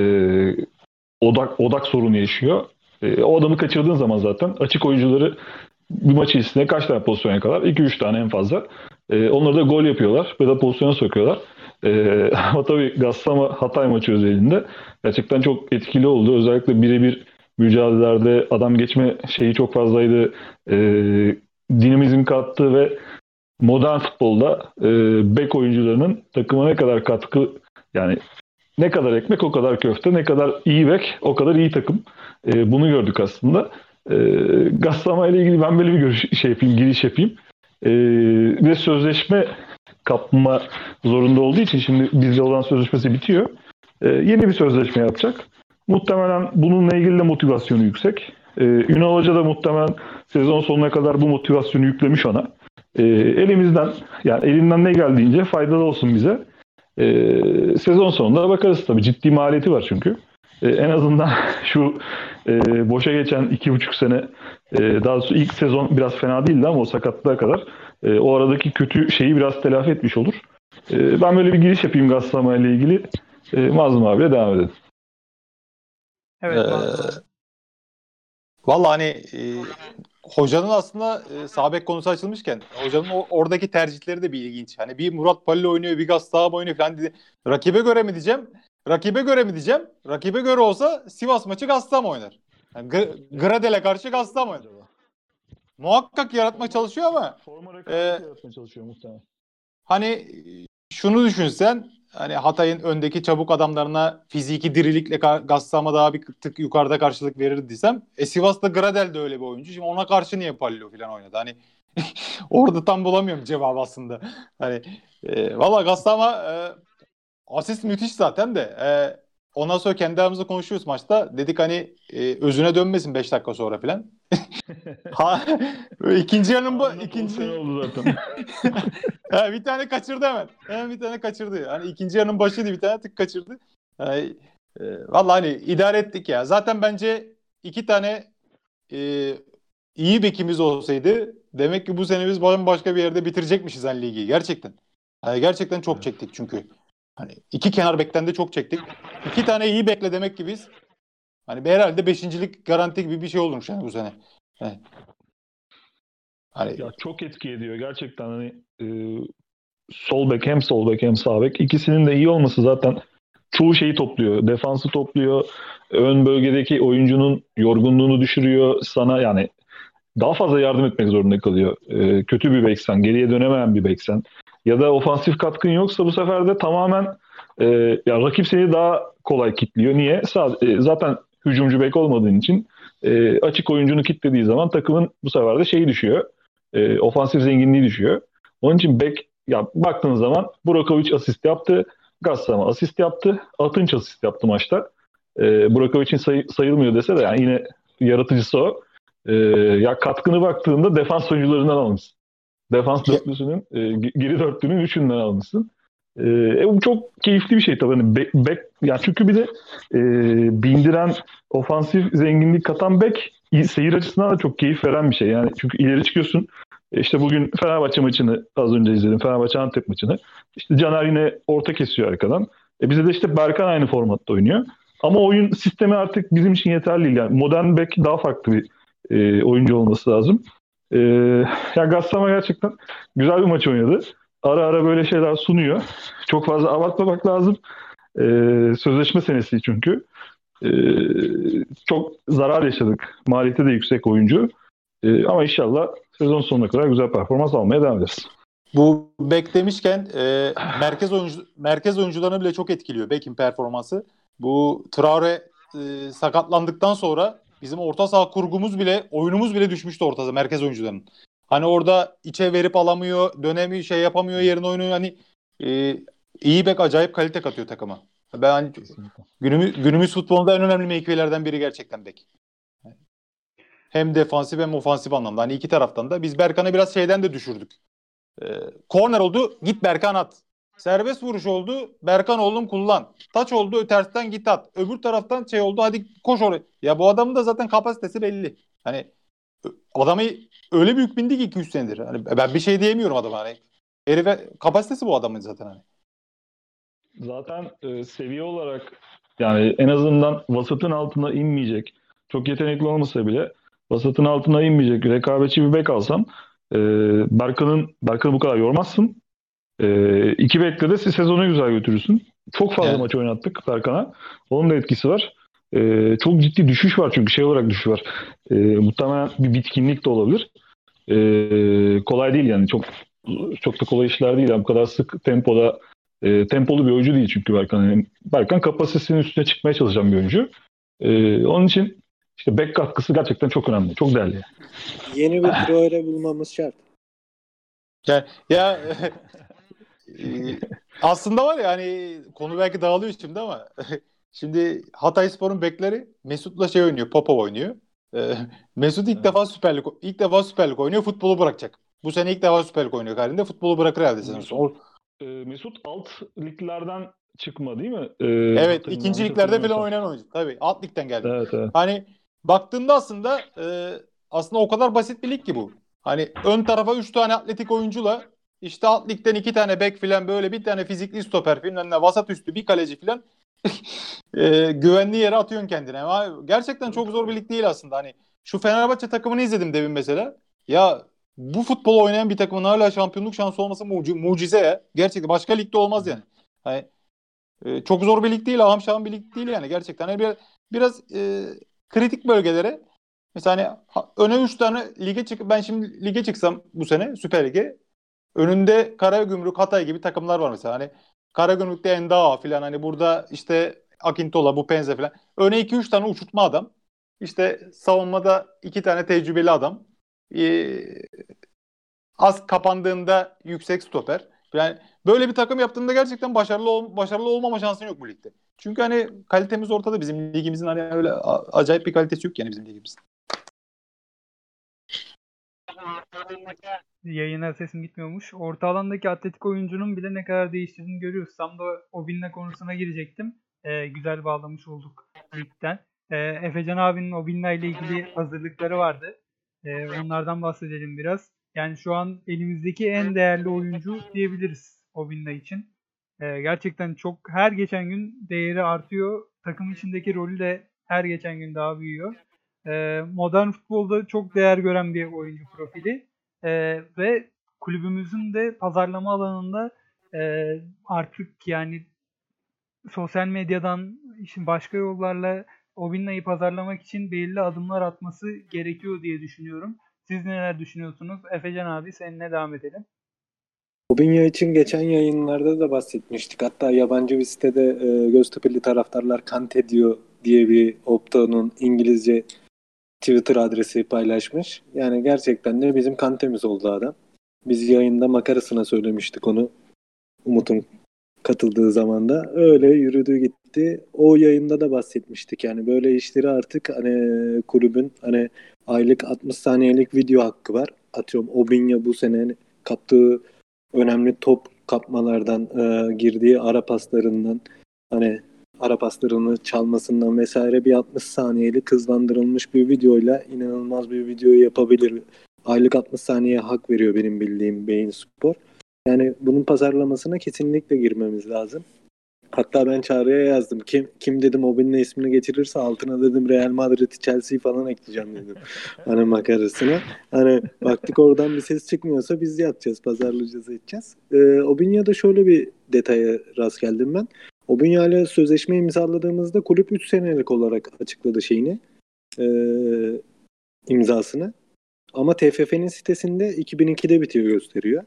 odak odak sorunu yaşıyor. E, o adamı kaçırdığın zaman zaten açık oyuncuları bir maç içerisinde kaç tane pozisyona kadar? iki üç tane en fazla. E, onları da gol yapıyorlar ya da pozisyona sokuyorlar. E, ama tabii Gassama Hatay maçı özelinde gerçekten çok etkili oldu. Özellikle birebir mücadelelerde adam geçme şeyi çok fazlaydı. E, dinamizm kattı ve modern futbolda e, bek oyuncularının takıma ne kadar katkı, yani ne kadar ekmek o kadar köfte, ne kadar iyi bek o kadar iyi takım. E, bunu gördük aslında. E, Gaslama ile ilgili ben böyle bir görüş, şey yapayım, giriş yapayım. E, ve sözleşme kapma zorunda olduğu için şimdi bizde olan sözleşmesi bitiyor. E, yeni bir sözleşme yapacak. Muhtemelen bununla ilgili de motivasyonu yüksek. E, Ünal Hoca da muhtemelen sezon sonuna kadar bu motivasyonu yüklemiş ona. E, elimizden, yani elinden ne geldiğince faydalı olsun bize. Ee, sezon sonunda bakarız tabii. Ciddi maliyeti var çünkü. Ee, en azından şu e, boşa geçen iki buçuk sene, e, daha doğrusu ilk sezon biraz fena değildi ama o sakatlığa kadar e, o aradaki kötü şeyi biraz telafi etmiş olur. E, ben böyle bir giriş yapayım Gaslama ile ilgili. E, Mazlum abiyle devam edelim. Evet. Ee, Mazlum. Valla hani e, hocanın aslında e, sağ bek konusu açılmışken hocanın o, oradaki tercihleri de bir ilginç. Hani bir Murat Palli oynuyor, bir Gastağ oynuyor falan dedi. Rakibe göre mi diyeceğim? Rakibe göre mi diyeceğim? Rakibe göre olsa Sivas maçı Gastağ mı oynar? Yani G- Gradel'e karşı Gastağ mı oynar? Muhakkak yaratmaya çalışıyor ama Forma rekabeti rekabeti yaratmaya çalışıyor muhtemelen. hani şunu düşünsen, hani Hatay'ın öndeki çabuk adamlarına fiziki dirilikle ka- Gassama daha bir tık yukarıda karşılık verir desem, e Sivas'ta Gradel de öyle bir oyuncu. Şimdi ona karşı niye Pallo falan oynadı? Hani orada tam bulamıyorum cevabı aslında. Hani e, valla Gassama e, asist müthiş zaten de. E, ondan sonra kendi aramızda konuşuyoruz maçta. Dedik hani e, özüne dönmesin beş dakika sonra falan. Ha, ikinci yarının bu Anında ikinci pozisyon oldu zaten. ha, bir tane kaçırdı hemen. Hemen bir tane kaçırdı. Hani ikinci yarının başıydı, bir tane tık kaçırdı. Yani, e, vallahi hani idare ettik ya. Zaten bence iki tane e, iyi bekimiz olsaydı demek ki bu sene biz başka bir yerde bitirecekmişiz hani ligi. Gerçekten. Yani gerçekten çok Evet. çektik çünkü. Hani iki kenar bekten de çok çektik. İki tane iyi bekle demek ki biz. Hani herhalde beşincilik garanti gibi bir şey olmuş yani bu sene. Yani, hani Ya çok etki ediyor gerçekten, hani e, sol bek, hem sol bek hem sağ bek, ikisinin de iyi olması zaten çoğu şeyi topluyor. Defansı topluyor. Ön bölgedeki oyuncunun yorgunluğunu düşürüyor sana, yani daha fazla yardım etmek zorunda kalıyor. E, kötü bir beksen, geriye dönemeyen bir beksen ya da ofansif katkın yoksa bu sefer de tamamen e, ya rakip seni daha kolay kitliyor. Niye? Sa- e, zaten hücumcu bek olmadığın için e, açık oyuncunu kitlediği zaman takımın bu sefer de şeyi düşüyor. E, ofansif zenginliği düşüyor. Onun için bek ya baktığın zaman Burakovic asist yaptı. Gassama asist yaptı. Atınç asist yaptı maçta. E, Burakovic'in sayı, sayılmıyor dese de yani yine yaratıcısı o. E, ya katkını baktığında defans oyuncularından almışsın. Defans dörtlüsünün, e, geri dörtlünün üçünden almışsın. E, e, bu çok keyifli bir şey tabii. Hani bek, bek, yani çünkü bir de e, bindiren, ofansif zenginlik katan bek seyir açısından da çok keyif veren bir şey. Yani çünkü ileri çıkıyorsun. E, İşte bugün Fenerbahçe maçını az önce izledim. Fenerbahçe Antep maçını. İşte Caner yine orta kesiyor arkadan. E bize de işte Berkan aynı formatta oynuyor. Ama oyun sistemi artık bizim için yeterli değil. Yani modern bek daha farklı bir e, oyuncu olması lazım. E, ya Gassama gerçekten güzel bir maç oynadı. Ara ara böyle şeyler sunuyor. Çok fazla abartmamak lazım. E, sözleşme senesi çünkü. E, çok zarar yaşadık. Maliyeti de yüksek oyuncu. E, ama inşallah sezon sonuna kadar güzel performans almaya devam ederiz. Bu bek demişken e, merkez oyuncu merkez oyuncularını bile çok etkiliyor bekin performansı. Bu Traore e, sakatlandıktan sonra bizim orta saha kurgumuz bile, oyunumuz bile düşmüştü orta saha merkez oyuncularının. Hani orada içe verip alamıyor, dönemiyor, şey yapamıyor, yerine oynuyor. Hani e, iyi bek acayip kalite katıyor takıma. Ben hani, günümüz, günümüz futbolunda en önemli mevkilerden biri gerçekten bek. Hem defansif hem ofansif anlamda. Hani iki taraftan da biz Berkan'ı biraz şeyden de düşürdük. Ee, korner oldu, git Berkan at. Serbest vuruş oldu, Berkan oğlum kullan. Taç oldu, tersten git at. Öbür taraftan şey oldu, hadi koş oraya. Ya bu adamın da zaten kapasitesi belli. Hani adamı öyle büyük bindi ki iki üç senedir. Hani ben bir şey diyemiyorum adama. Hani herife kapasitesi bu adamın zaten hani. Zaten e, seviye olarak yani en azından vasatın altına inmeyecek. Çok yetenekli olmasa bile vasatın altına inmeyecek rekabetçi bir bek alsam e, Berkan'ın Berkan'ı bu kadar yormazsın. E, iki bekle de sezonu güzel götürürsün. Çok fazla Yani. maç oynattık Berkan'a. Onun da etkisi var. E, çok ciddi düşüş var çünkü şey olarak düşüş var. E, muhtemelen bir bitkinlik de olabilir. E, kolay değil yani çok çok da kolay işler değil. Yani bu kadar sık tempoda e, tempolu bir oyuncu değil çünkü Berkan. Yani Berkan kapasitesinin üstüne çıkmaya çalışan bir oyuncu. E, onun için işte bek katkısı gerçekten çok önemli. Çok değerli. Yeni bir Traore bulmamız şart. Yani, ya e, aslında var ya hani konu belki dağılıyor şimdi ama şimdi Hatayspor'un bekleri Mesut'la şey oynuyor, Popov oynuyor. Ee, Mesut ilk Evet. defa Süper Lig ilk defa Süper Lig oynuyor, futbolu bırakacak. Bu sene ilk defa Süper Lig oynuyor halinde, futbolu bırakır herhalde sene sonu. Mesut, e, Mesut alt liglerden çıkma değil mi? E, Evet, Hatay'ın ikinci yanlış liglerde falan hatırlamıyorsam. oynayan oyuncu. Tabii alt ligden geldi. Evet, evet. Hani baktığında aslında e, aslında o kadar basit bir lig ki bu. Hani ön tarafa üç tane atletik oyuncuyla işte alt ligden iki tane bek filan, böyle bir tane fizikli stoper filan, vasat üstü bir kaleci filan e, güvenli yere atıyorsun kendine. Ama gerçekten çok zor bir lig değil aslında. Hani şu Fenerbahçe takımını izledim demin mesela. Ya bu futbol oynayan bir takımın hala şampiyonluk şansı olması muci- mucize ya. Gerçekten başka ligde olmaz yani. Hani e, çok zor bir lig değil, ahım şahım bir lig değil yani gerçekten. Hani biraz biraz e, kritik bölgelere mesela hani ha- öne üç tane lige çık ben şimdi lige çıksam bu sene Süper Lig'e, önünde Karagümrük, Hatay gibi takımlar var mesela. Hani Karagümrük'te Endao falan, hani burada işte Akintola, bu Penze falan. Öne iki üç tane uçurtma adam. İşte savunmada iki tane tecrübeli adam. Ee, az kapandığında yüksek stoper. Yani böyle bir takım yaptığında gerçekten başarılı ol, başarılı olmama şansın yok bu ligde. Çünkü hani kalitemiz ortada, bizim ligimizin hani öyle a- acayip bir kalitesi yok yani bizim ligimizin. Yayına sesim gitmiyormuş. Orta alandaki atletik oyuncunun bile ne kadar değiştirdiğini görüyoruz. Tam da Obinna konusuna girecektim. Ee, güzel bağlamış olduk ligden. Ee, Efecan abinin Obinna ile ilgili hazırlıkları vardı. Ee, onlardan bahsedelim biraz. Yani şu an elimizdeki en değerli oyuncu diyebiliriz Obinna için. Ee, gerçekten çok, her geçen gün değeri artıyor. Takım içindeki rolü de her geçen gün daha büyüyor. Ee, modern futbolda çok değer gören bir oyuncu profili. Ee, ve kulübümüzün de pazarlama alanında e, artık yani sosyal medyadan, işin başka yollarla Obinna'yı pazarlamak için belirli adımlar atması gerekiyor diye düşünüyorum. Siz neler düşünüyorsunuz? Efecan abi, seninle devam edelim. Obinya için geçen yayınlarda da bahsetmiştik. Hatta yabancı bir sitede e, Göztepe'li taraftarlar Kante diyor diye bir Opta'nın İngilizce Twitter adresi paylaşmış. Yani gerçekten de bizim Kante'miz oldu adam. Biz yayında makarasına söylemiştik onu. Umut'un katıldığı zaman da öyle yürüdü gitti. O yayında da bahsetmiştik. Yani böyle işleri artık hani kulübün hani aylık altmış saniyelik video hakkı var. Atıyorum Obinya bu sene kaptığı önemli top kapmalardan, e, girdiği ara paslarından, hani ara paslarını çalmasından vesaire bir altmış saniyelik hızlandırılmış bir videoyla inanılmaz bir video yapabilir. Aylık altmış saniye hak veriyor benim bildiğim Bein Spor. Yani bunun pazarlamasına kesinlikle girmemiz lazım. Hatta ben Çağrı'ya yazdım. Kim kim dedim Obinya ismini geçirirse altına dedim Real Madrid, Chelsea falan ekleyeceğim dedim. Hani makarasına. Hani baktık oradan bir ses çıkmıyorsa biz yapacağız. Pazarlayacağız edeceğiz. Ee, Obinya'da şöyle bir detaya rast geldim ben. Obinya ile sözleşme imzaladığımızda kulüp üç senelik olarak açıkladı şeyini. E, imzasını. Ama T F F'nin sitesinde iki bin ikide bitiyor gösteriyor.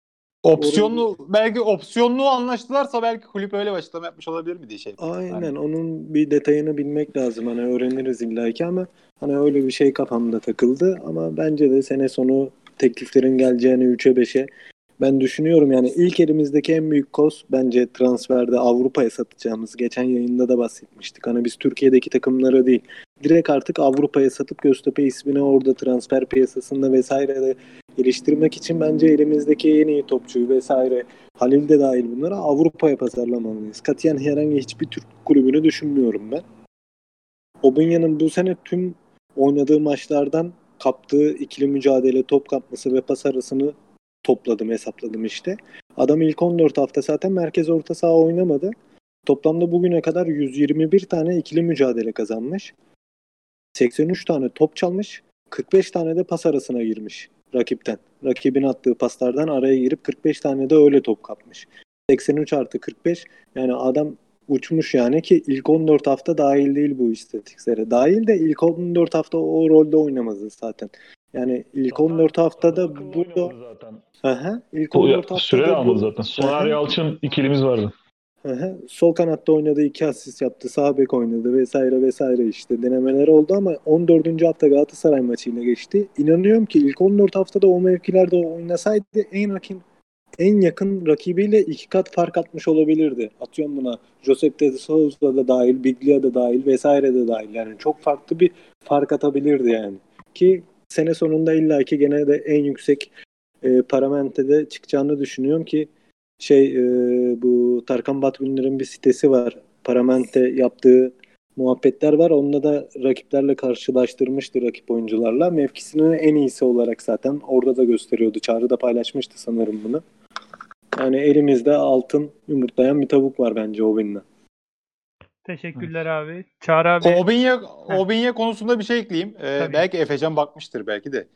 Opsiyonlu belki opsiyonlu anlaştılarsa belki kulüp öyle bir açıklama yapmış olabilir mi diye şey. Aynen Yani. onun bir detayını bilmek lazım. Hani öğreniriz illaki ama hani öyle bir şey kafamda takıldı. Ama bence de sene sonu tekliflerin geleceğini üçe beşe ben düşünüyorum. Yani ilk elimizdeki en büyük koz bence transferde Avrupa'ya satacağımız. Geçen yayında da bahsetmiştik. Hani biz Türkiye'deki takımlara değil direkt artık Avrupa'ya satıp Göztepe ismini orada transfer piyasasında vesaire de geliştirmek için bence elimizdeki en iyi topçuyu vesaire Halil de dahil bunlara Avrupa'ya pazarlamalıyız. Katiyen herhangi hiçbir Türk kulübünü düşünmüyorum ben. Obinya'nın bu sene tüm oynadığı maçlardan kaptığı ikili mücadele, top kapması ve pas arasını topladım, hesapladım işte. Adam ilk on dört hafta zaten merkez orta saha oynamadı. Toplamda bugüne kadar yüz yirmi bir tane ikili mücadele kazanmış. seksen üç tane top çalmış. kırk beş tane de pas arasına girmiş rakipten. Rakibin attığı paslardan araya girip kırk beş tane de öyle top kapmış. seksen üç artı kırk beş yani adam uçmuş yani ki ilk on dört hafta dahil değil bu istatistiklere. Dahil de ilk on dört hafta o rolde oynamadı zaten. Yani ilk on dört haftada bu zaten. Aha, ilk on dört Süre haftada almadı bu zaten. Soner Aha. Yalçın ikilimiz vardı. Aha, sol kanatta oynadı, iki asist yaptı, sağ bek oynadı vesaire vesaire işte denemeler oldu ama on dördüncü hafta Galatasaray maçıyla geçti. İnanıyorum ki ilk on dört haftada o mevkilerde oynasaydı en yakın en yakın rakibiyle iki kat fark atmış olabilirdi. Atıyorum buna Josep de Souza da dahil, Biglia da dahil vesaire de dahil. Yani çok farklı bir fark atabilirdi yani. Ki sene sonunda illaki gene de en yüksek e, parametrede çıkacağını düşünüyorum ki şey e, bu Tarkan Batgünler'in bir sitesi var. Paramente yaptığı muhabbetler var. Onda da rakiplerle karşılaştırmıştı rakip oyuncularla. Mevkisinin en iyisi olarak zaten orada da gösteriyordu. Çağrı da paylaşmıştı sanırım bunu. Yani elimizde altın yumurtlayan bir tavuk var bence Obinya. Teşekkürler abi. Çağrı abi. Obinya, Obinya konusunda bir şey ekleyeyim. Ee, Tabii. belki Efecan bakmıştır belki de.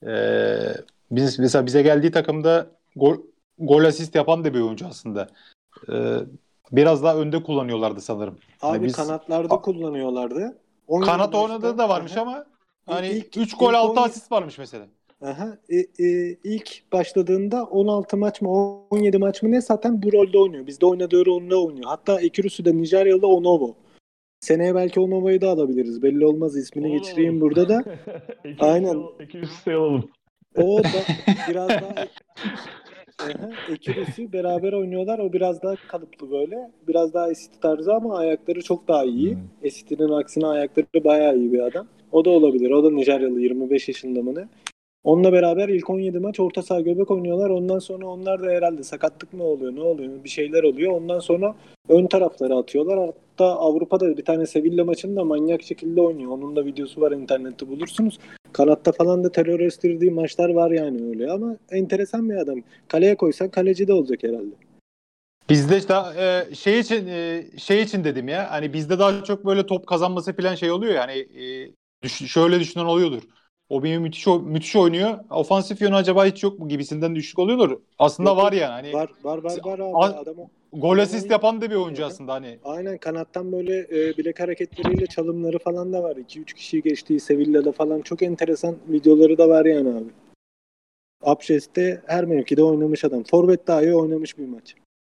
Ee, biz mesela bize geldiği takımda gol, gol asist yapan da bir oyuncu aslında. Ee, biraz daha önde kullanıyorlardı sanırım. Abi Yani biz kanatlarda kullanıyorlardı. kanat maçta, oynadığı da varmış aha, ama hani ilk- üç gol ilk altı on- asist varmış mesela. Aha, e, e, ilk başladığında on altı maç mı on yedi maç mı ne zaten bu rolde oynuyor. Bizde oynadığı rolde oynuyor. Hatta Ekürüsü de Nijeryalı Onovo. Seneye belki Onovo'yu da alabiliriz. Belli olmaz ismini Onu da geçireyim alalım. burada da. Aynen. İkimiz de alalım. O da biraz daha Aha, Ekürüsü beraber oynuyorlar. O biraz daha kalıplı böyle. Biraz daha Esiti tarzı ama ayakları çok daha iyi. Hmm. Esiti'nin aksine ayakları bayağı iyi bir adam. O da olabilir. O da Nijeryalı yirmi beş yaşında mı ne? Onunla beraber ilk on yedi maç orta saha göbek oynuyorlar. Ondan sonra onlar da herhalde sakatlık mı oluyor ne oluyor bir şeyler oluyor. Ondan sonra ön tarafları atıyorlar. Hatta Avrupa'da bir tane Sevilla maçında manyak şekilde oynuyor. Onun da videosu var internette bulursunuz. Kanatta falan da terör estirdiği maçlar var yani öyle ama enteresan bir adam. Kaleye koysan kaleci de olacak herhalde. Bizde işte e, şey için e, şey için dedim ya. Hani bizde daha çok böyle top kazanması falan şey oluyor yani e, düş, şöyle düşünen oluyordur. O benim müthiş müthiş oynuyor. Ofansif yönü acaba hiç yok mu gibisinden düşük oluyordur. Aslında Yok, var yok. yani hani Var var var var abi a, adam. gol adam asist oyun- yapan da bir oyuncu aslında hani. Aynen kanattan böyle e, bilek hareketleriyle çalımları falan da var. iki üç kişiyi geçtiği Sevilla'da falan çok enteresan videoları da var yani abi. Abşes'te her mevkide oynamış adam. Forvet dahi oynamış bir maç.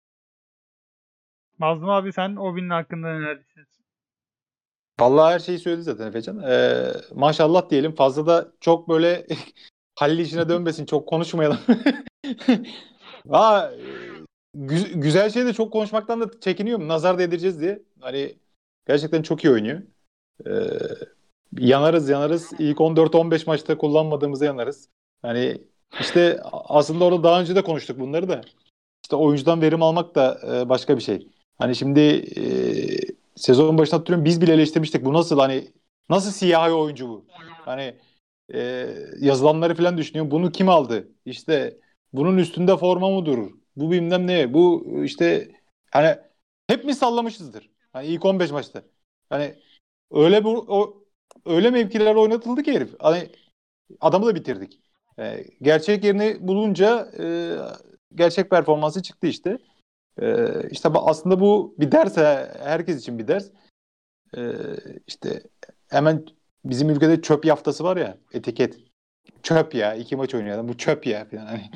Mazlum abi sen Obin'in hakkında neler düşünüyorsun? Vallahi her şeyi söyledi zaten Efecan. Ee, maşallah diyelim. Fazla da çok böyle Halil işine dönmesin. Çok konuşmayalım. Aa, gü- güzel şey de çok konuşmaktan da çekiniyorum. Nazar değdireceğiz diye. Hani gerçekten çok iyi oynuyor. Ee, yanarız yanarız. İlk on dört on beş maçta kullanmadığımızı yanarız. Hani işte aslında orada daha önce de konuştuk bunları da. İşte oyuncudan verim almak da e, başka bir şey. Hani şimdi e, sezon başında hatırlıyorum biz bile eleştirmiştik. Bu nasıl hani nasıl siyahi oyuncu bu? Hani e, yazılanları falan düşünüyorum. Bunu kim aldı? İşte bunun üstünde forma mı durur? Bu bilmem ne. Bu işte hani hep mi sallamışızdır? Hani ilk on beş maçta. Hani öyle bu o öyle mevkiler oynatıldı ki herif. Hani adamı da bitirdik. E, gerçek yerini bulunca e, gerçek performansı çıktı işte. E, işte aslında bu bir ders, herkes için bir ders. E, işte hemen bizim ülkede çöp yaftası var ya, etiket. Çöp ya, iki maç oynuyor adam. Bu çöp ya falan. Hani,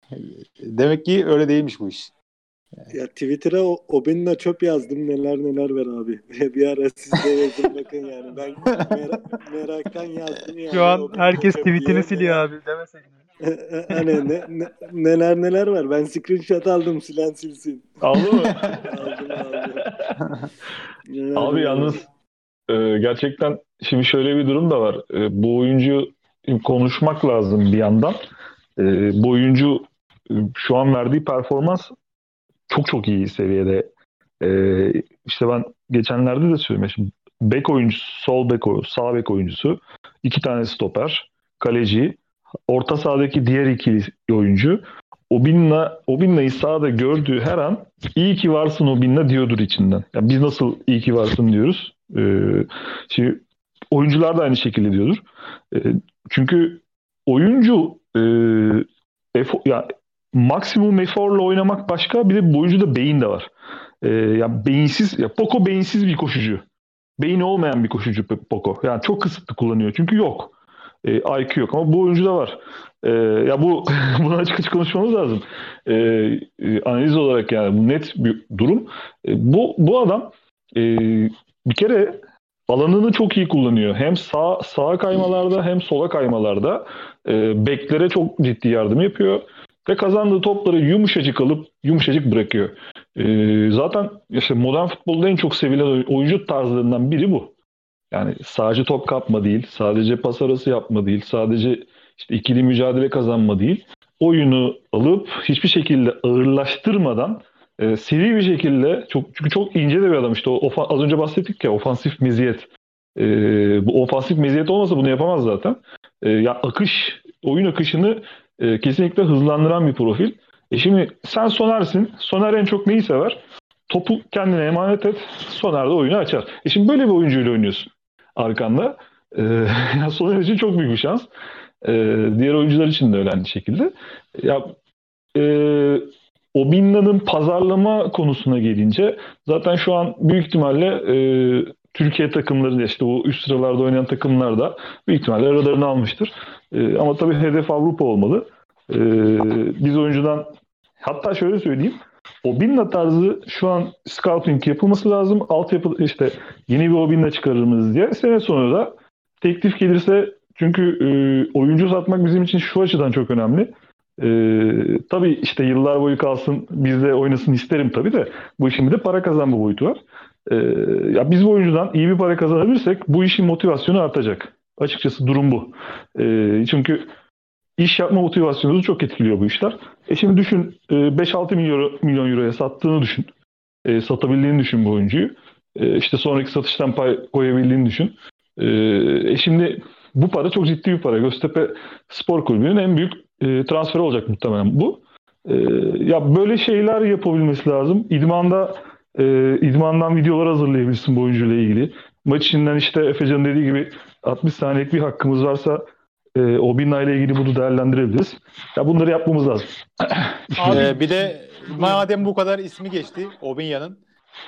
demek ki öyle değilmiş bu iş. Ya Twitter'a o, Obinna çöp yazdım, neler neler ver abi. Bir ara siz de yazın bakın yani. Ben mer- meraktan yazdım yani. Şu an Obinna herkes çöp tweetini diye siliyor neler, abi demeseydin. hani ne, ne- neler neler var. Ben screenshot aldım, silen silsin. Aldı mı? Aldım aldım. Neler Abi neler var. yalnız e, gerçekten şimdi şöyle bir durum da var. E, bu oyuncu konuşmak lazım bir yandan. E, bu oyuncu e, şu an verdiği performans çok çok iyi seviyede. E, işte ben geçenlerde de söyledim. Şimdi bek oyuncusu, sol bek oyuncusu, sağ bek oyuncusu, iki tane stoper, kaleci, orta sahadaki diğer ikili oyuncu. Obinna, Obinna'yı sahada gördüğü her an iyi ki varsın Obinna diyordur içinden. Yani biz nasıl iyi ki varsın diyoruz. Ee, şimdi oyuncular da aynı şekilde diyordur. Ee, çünkü oyuncu e, efo, ya maksimum eforla oynamak başka, bir de bu oyuncuda beyin de var. Ee, ya beyinsiz, ya Poco beyinsiz bir koşucu. Beyni olmayan bir koşucu Poco. Yani çok kısıtlı kullanıyor çünkü yok. E, I Q yok ama bu oyuncuda var. E, ya bu bunu açık açık konuşmamız lazım. E, e, analiz olarak yani bu net bir durum. E, bu bu adam e, bir kere alanını çok iyi kullanıyor. Hem sağ sağa kaymalarda hem sola kaymalarda e, beklere çok ciddi yardım yapıyor ve kazandığı topları yumuşacık alıp yumuşacık bırakıyor. E, zaten işte modern futbolda en çok sevilen oyuncu tarzlarından biri bu. Yani sadece top kapma değil, sadece pas arası yapma değil, sadece işte ikili mücadele kazanma değil. Oyunu alıp hiçbir şekilde ağırlaştırmadan e, seri bir şekilde, çok çünkü çok ince de bir adam işte, o ofa- az önce bahsettik ya, ofansif meziyet. E, bu ofansif meziyet olmasa bunu yapamaz zaten. E, ya akış, oyun akışını e, kesinlikle hızlandıran bir profil. E şimdi sen Soner'sin. Soner en çok neyi sever? Topu kendine emanet et. Soner de oyunu açar. E şimdi böyle bir oyuncuyla oynuyorsun arkanda. Ee, yani Soner için çok büyük bir şans. Ee, diğer oyuncular için de öyle aynı şekilde. Ya e, Obinna'nın pazarlama konusuna gelince zaten şu an büyük ihtimalle e, Türkiye takımları da işte o üst sıralarda oynayan takımlar da büyük ihtimalle aralarını almıştır. E, ama tabii hedef Avrupa olmalı. E, biz oyuncudan, hatta şöyle söyleyeyim, Obinna tarzı şu an scouting yapılması lazım. Altyapı işte yeni bir Obinna çıkarır mıyız diye. Sene sonu da teklif gelirse, çünkü e, oyuncu satmak bizim için şu açıdan çok önemli. E, tabii işte yıllar boyu kalsın, bizde oynasın isterim tabii de, bu işin bir de para kazanma boyutu var. E, ya biz bu oyuncudan iyi bir para kazanabilirsek bu işin motivasyonu artacak. Açıkçası durum bu. E, çünkü İş yapma motivasyonunuzu çok etkiliyor bu işler. E şimdi düşün, beş altı milyon, milyon euroya sattığını düşün. E, satabildiğini düşün bu oyuncuyu. E, işte sonraki satıştan pay koyabildiğini düşün. E, e şimdi bu para çok ciddi bir para. Göztepe Spor Kulübü'nün en büyük e, transferi olacak muhtemelen bu. E, ya böyle şeyler yapabilmesi lazım. İdmanda e, idmandan videolar hazırlayabilirsin bu oyuncuyla ilgili. Maç içinden işte Efecan'ın dediği gibi altmış saniyelik bir hakkımız varsa e, Obinna ile ilgili bunu değerlendirebiliriz. Ya bunları yapmamız lazım. Abi Ee, bir de buyurun. madem bu kadar ismi geçti Obinya'nın,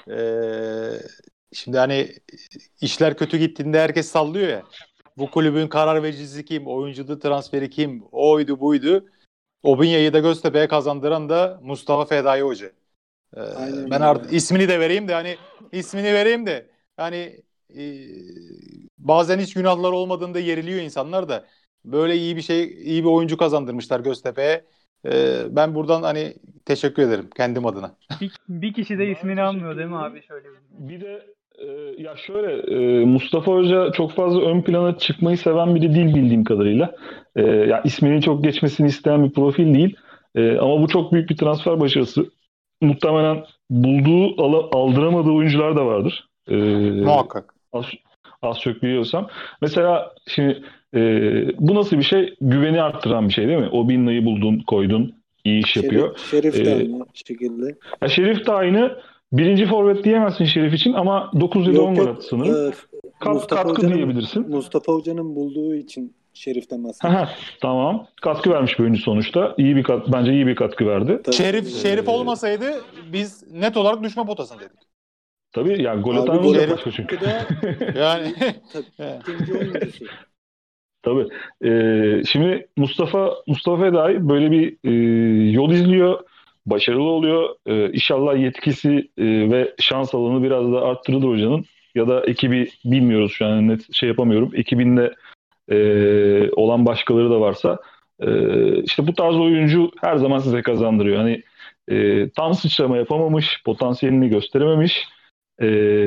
ee, şimdi hani işler kötü gittiğinde herkes sallıyor ya. Bu kulübün karar vericisi kim? Oyuncu transferi kim? Oydu buydu. Obinya'yı da Göztepe'ye kazandıran da Mustafa Fedai Hoca. Ee, Aynen ben öyle. artık ismini de vereyim de hani ismini vereyim de hani e, bazen hiç günahlar olmadığında yeriliyor insanlar da böyle iyi bir şey, iyi bir oyuncu kazandırmışlar Göztepe'ye. Ee, ben buradan hani teşekkür ederim kendim adına. Bir, bir kişi de ismini almıyor değil mi abi? Şöyle bir. Bir de e, ya şöyle e, Mustafa Hoca çok fazla ön plana çıkmayı seven biri değil bildiğim kadarıyla. E, ya isminin çok geçmesini isteyen bir profil değil. E, ama bu çok büyük bir transfer başarısı. Muhtemelen bulduğu, ala- aldıramadığı oyuncular da vardır. E, Muhakkak. az, az çok biliyorsam. Mesela şimdi e, bu nasıl bir şey? Güveni arttıran bir şey değil mi? O Binna'yı buldun, koydun, iyi iş yapıyor. Şerif, Şerif de E, aynı şekilde. ya Şerif de aynı. Birinci forvet diyemezsin Şerif için ama dokuz yedi on Yok gol yok. attı sanırım. Ee, Kat, Mustafa katkı Hoca'nın diyebilirsin. Mustafa Hoca'nın bulduğu için Şerif'ten bahsediyorum. Haha, tamam. Katkı vermiş bir oyuncu sonuçta. İyi bir kat, bence iyi bir katkı verdi. Tabii, Şerif tabii. Şerif olmasaydı biz net olarak düşme potasındaydık. Tabii yani gol Abi atan gol olacak atan başka çünkü. da Yani takımcı oyuncusu. Tabii. Ee, şimdi Mustafa Mustafa Fedai böyle bir e, yol izliyor. Başarılı oluyor. Ee, İnşallah yetkisi e, ve şans alanı biraz da arttırılır hocanın. Ya da ekibi bilmiyoruz şu an net şey yapamıyorum. Ekibinde e, olan başkaları da varsa e, işte bu tarz oyuncu her zaman size kazandırıyor. Hani e, tam sıçrama yapamamış, potansiyelini gösterememiş, e,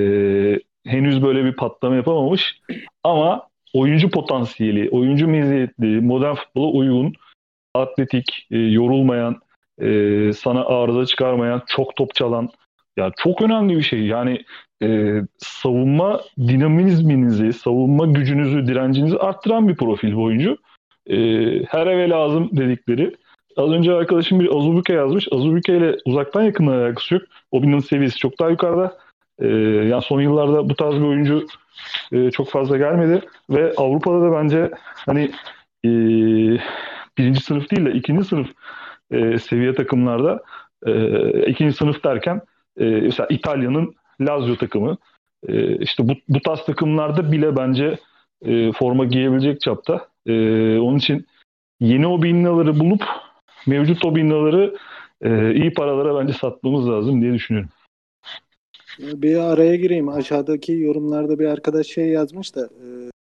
henüz böyle bir patlama yapamamış ama oyuncu potansiyeli, oyuncu meziyetli, modern futbola uygun, atletik, e, yorulmayan, e, sana arıza çıkarmayan, çok top çalan, ya çok önemli bir şey. Yani e, savunma dinamizminizi, savunma gücünüzü, direncinizi arttıran bir profil bu oyuncu. E, her eve lazım dedikleri. Az önce arkadaşım bir Azubuike yazmış. Azubuike ile uzaktan yakından alakası yok. Obi'nin seviyesi çok daha yukarıda. E, yani son yıllarda bu tarz bir oyuncu e, çok fazla gelmedi. Ve Avrupa'da da bence hani e, birinci sınıf değil de ikinci sınıf e, seviye takımlarda e, ikinci sınıf derken e, mesela İtalya'nın Lazio takımı e, işte bu, bu tarz takımlarda bile bence e, forma giyebilecek çapta. E, onun için yeni o binnaları bulup mevcut o binnaları e, iyi paralara bence satmamız lazım diye düşünüyorum. Bir araya gireyim. Aşağıdaki yorumlarda bir arkadaş şey yazmış da e,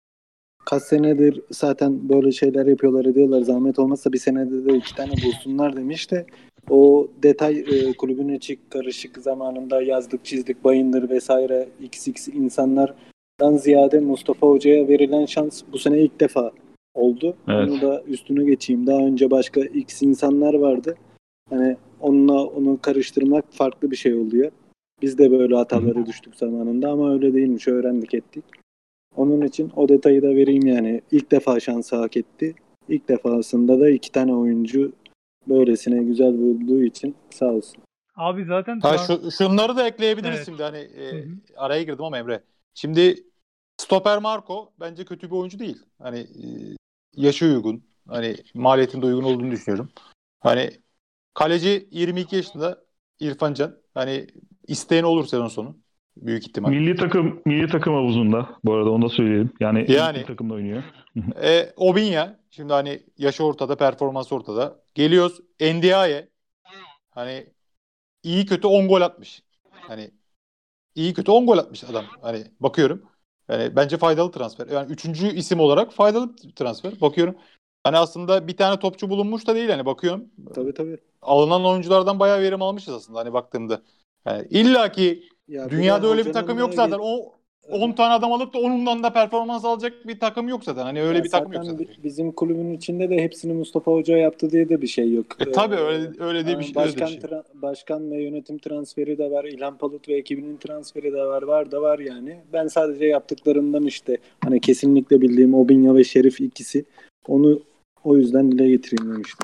kaç senedir zaten böyle şeyler yapıyorlar ediyorlar. Zahmet olmazsa bir senede de iki tane bulsunlar demiş de o detay e, kulübün içi karışık zamanında yazdık çizdik Bayındır vesaire X X insanlardan ziyade Mustafa Hoca'ya verilen şans bu sene ilk defa oldu. Evet. Onu da üstüne geçeyim. Daha önce başka X insanlar vardı. Hani onunla onu karıştırmak farklı bir şey oluyor. Biz de böyle hatalara düştük zamanında ama öyle değilmiş. Öğrendik ettik. Onun için o detayı da vereyim yani. İlk defa şansı hak etti. İlk defasında da iki tane oyuncu böylesine güzel bulduğu için sağ olsun. Abi zaten ha, trans- şu, şunları da ekleyebiliriz Evet. şimdi hani e, Hı hı. araya girdim ama Emre. Şimdi stoper Marco bence kötü bir oyuncu değil. Hani e, yaşı uygun. Hani maliyetinde uygun olduğunu düşünüyorum. Hani kaleci yirmi iki yaşında İrfan Can. Hani isteyen olur sezon sonu. Büyük ihtimal. Milli takım milli takım havuzunda bu arada onu da söyleyelim. Yani, Yani. milli takımda oynuyor. E, Obinya şimdi hani yaşı ortada, performans ortada. Geliyoruz Ndiaye. Hani iyi kötü on gol atmış. Hani iyi kötü on gol atmış adam. Hani bakıyorum. Yani bence faydalı transfer. Yani üçüncü isim olarak faydalı transfer. Bakıyorum. Hani aslında bir tane topçu bulunmuş da değil hani bakıyorum. Tabii tabii. Alınan oyunculardan bayağı verim almışız aslında hani baktığımda. Yani illa ki Ya bir dünyada de öyle bir hocanın takım da yok zaten. ge- O on tane adam alıp da onundan da performans alacak bir takım yok zaten. Hani öyle Ya bir takım yok zaten zaten. bi- bizim kulübün içinde de hepsini Mustafa Hoca yaptı diye de bir şey yok. E, tabii Ee, öyle öyle diye bir şey, öyle de bir başkan şey. tra- başkan ve yönetim transferi de var. İlhan Palut ve ekibinin transferi de var. Var da var yani. Ben sadece yaptıklarından işte hani kesinlikle bildiğim Obinya ve Şerif ikisi. Onu o yüzden dile getireyim demiştim.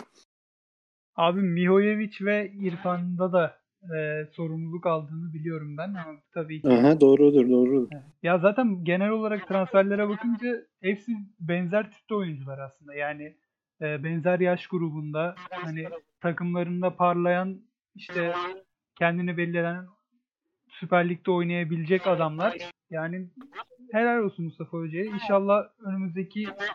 Abi Mihojevic ve İrfan'da da e, sorumluluk aldığını biliyorum ben ama tabii ki. Aha, doğrudur doğrudur. Evet. Ya zaten genel olarak transferlere bakınca hepsi benzer tipte oyuncular aslında. Yani e, benzer yaş grubunda hani takımlarında parlayan işte kendini belli eden Süper Lig'de oynayabilecek adamlar. Yani helal olsun Mustafa Hoca'ya. İnşallah önümüzdeki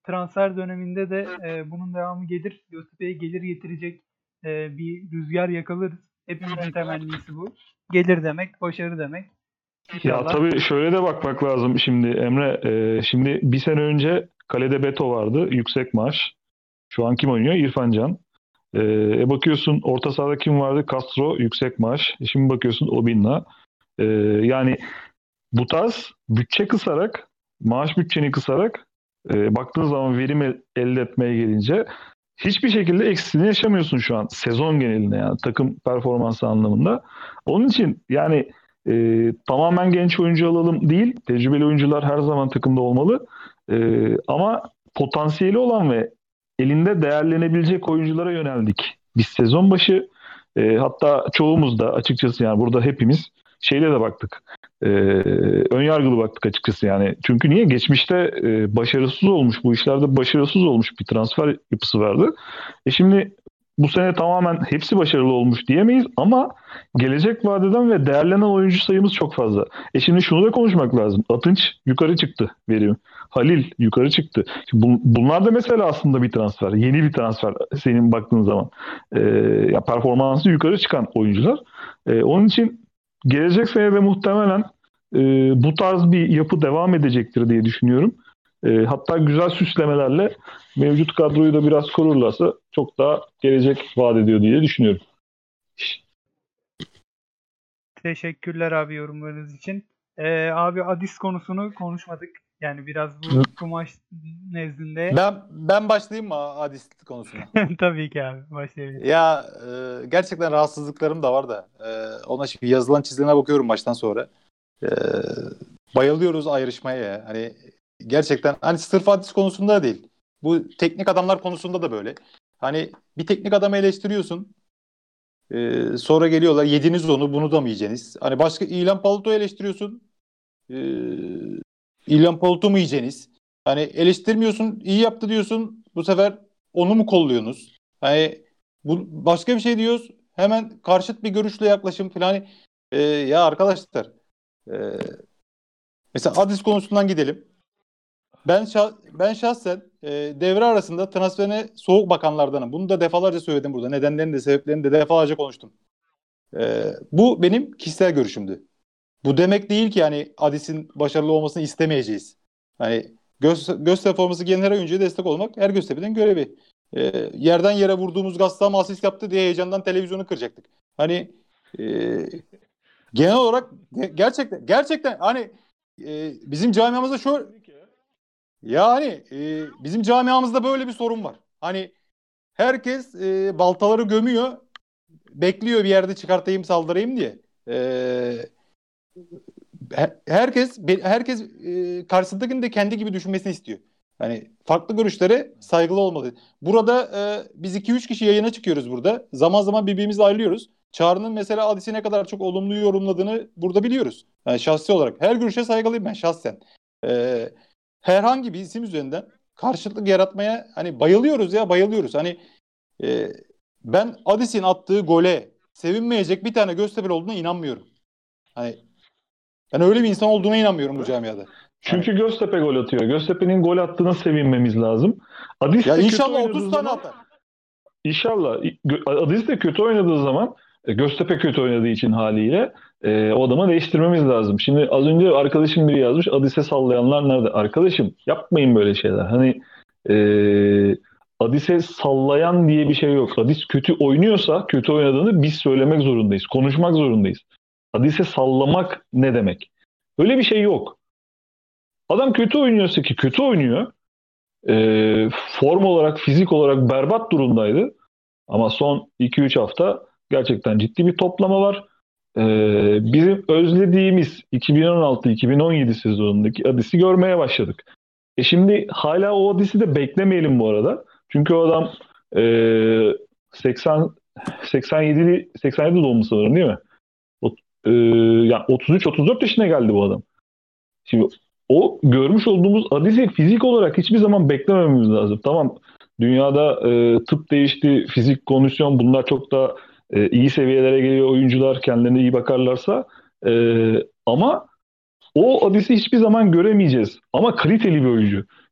transfer döneminde de e, bunun devamı gelir. Göztepe'ye gelir getirecek e, bir rüzgar yakalarız. Hepimizin temennisi bu. Gelir demek, başarı demek. Ya İnşallah. tabii şöyle de bakmak lazım şimdi Emre. e, şimdi bir sene önce kalede Beto vardı. Yüksek maaş. Şu an kim oynuyor? İrfan Can. E, e bakıyorsun orta sahada kim vardı? Castro yüksek maaş. E şimdi bakıyorsun Obinna. E, yani bu tarz bütçe kısarak, maaş bütçeni kısarak e, baktığın zaman verim el- elde etmeye gelince hiçbir şekilde eksiğini yaşamıyorsun şu an sezon genelinde, yani takım performansı anlamında. Onun için yani e, tamamen genç oyuncu alalım değil, tecrübeli oyuncular her zaman takımda olmalı. E, ama potansiyeli olan ve elinde değerlenebilecek oyunculara yöneldik. Biz sezon başı e, hatta çoğumuz da açıkçası, yani burada hepimiz şeyle de baktık. E, Önyargılı baktık açıkçası yani. Çünkü niye? Geçmişte e, başarısız olmuş, bu işlerde başarısız olmuş bir transfer yapısı vardı. E şimdi bu sene tamamen hepsi başarılı olmuş diyemeyiz ama gelecek vadeden ve değerlenen oyuncu sayımız çok fazla. E şimdi şunu da konuşmak lazım. Atınç yukarı çıktı verim. Halil yukarı çıktı. Bu, bunlar da mesela aslında bir transfer. Yeni bir transfer senin baktığın zaman. E, ya performansı yukarı çıkan oyuncular. E, onun için gelecek sene de muhtemelen e, bu tarz bir yapı devam edecektir diye düşünüyorum. E, hatta güzel süslemelerle mevcut kadroyu da biraz korurlarsa çok daha gelecek vaat ediyor diye düşünüyorum. Teşekkürler abi yorumlarınız için. Ee, abi Adis konusunu konuşmadık. Yani biraz bu kumaş nezdinde. Ben ben başlayayım mı Adis konusuna? Tabii ki abi başlayabiliriz. Ya e, gerçekten rahatsızlıklarım da var da e, ona şimdi yazılan çizilene bakıyorum maçtan sonra. E, bayılıyoruz ayrışmaya ya. Hani gerçekten hani sırf Adis konusunda da değil. Bu teknik adamlar konusunda da böyle. Hani bir teknik adamı eleştiriyorsun. E, sonra geliyorlar yediniz onu, bunu da mı yiyeceksiniz? Hani başka İlhan Palut'u eleştiriyorsun. E, İlhan Palut'u mu yiyeceksiniz? Hani eleştirmiyorsun, iyi yaptı diyorsun. Bu sefer onu mu kolluyorsunuz? Hani bu başka bir şey diyoruz. Hemen karşıt bir görüşle yaklaşım falan. Hani, e, ya arkadaşlar e, mesela Adis konusundan gidelim. Ben şah- ben şahsen e, devre arasında transferine soğuk bakanlardanım. Bunu da defalarca söyledim burada. Nedenlerini de sebeplerini de defalarca konuştum. E, bu benim kişisel görüşümdü. Bu demek değil ki yani Adis'in başarılı olmasını istemeyeceğiz. Hani göz, Göztepe forması giyen her oyuncuya destek olmak her Göztepe'nin görevi. Ee, yerden yere vurduğumuz Gazete ama asist yaptı diye heyecandan televizyonu kıracaktık. Hani e, genel olarak ge- gerçekten gerçekten hani e, bizim camiamızda şu yani e, bizim camiamızda böyle bir sorun var. Hani herkes e, baltaları gömüyor, bekliyor bir yerde çıkartayım saldırayım diye. Eee herkes herkes e, karşısındakinin de kendi gibi düşünmesini istiyor. Yani farklı görüşlere saygılı olmalı. Burada e, biz iki üç kişi yayına çıkıyoruz burada. Zaman zaman birbirimizle ayrılıyoruz. Çağrı'nın mesela Adis'i ne kadar çok olumlu yorumladığını burada biliyoruz. Yani şahsi olarak. Her görüşe saygılıyım ben şahsen. E, herhangi bir isim üzerinden karşılık yaratmaya hani bayılıyoruz ya bayılıyoruz. Hani e, ben Adis'in attığı gole sevinmeyecek bir tane Göztepe'li olduğuna inanmıyorum. Hani ben öyle bir insan olduğuna inanmıyorum bu camiada. Çünkü Hani, Göztepe gol atıyor. Göztepe'nin gol attığına sevinmemiz lazım. Adis ya de kötü inşallah oynadığı otuz tane zaman atar. İnşallah. Adis de kötü oynadığı zaman e, Göztepe kötü oynadığı için haliyle e, o adamı değiştirmemiz lazım. Şimdi az önce arkadaşım biri yazmış, Adis'e sallayanlar nerede? Arkadaşım yapmayın böyle şeyler. Hani e, Adis'e sallayan diye bir şey yok. Adis kötü oynuyorsa kötü oynadığını biz söylemek zorundayız. Konuşmak zorundayız. Adis'e sallamak ne demek? Öyle bir şey yok. Adam kötü oynuyorsa ki kötü oynuyor. E, form olarak, fizik olarak berbat durumdaydı. Ama son iki üç hafta gerçekten ciddi bir toplama var. Ee, bizim özlediğimiz iki bin on altı iki bin on yedi sezonundaki Adis'i görmeye başladık. E şimdi hala o Adis'i de beklemeyelim bu arada. Çünkü o adam e, seksen seksen yedi seksen yedi doğumlu sanırım değil mi? O, e, yani otuz üç otuz dört yaşına geldi bu adam. Şimdi o görmüş olduğumuz Adis'i fizik olarak hiçbir zaman beklemememiz lazım. Tamam, dünyada e, tıp değişti, fizik, kondisyon bunlar çok da e, iyi seviyelere geliyor, oyuncular kendilerine iyi bakarlarsa. E, ama o Adis'i hiçbir zaman göremeyeceğiz. Ama kaliteli bir oyuncu.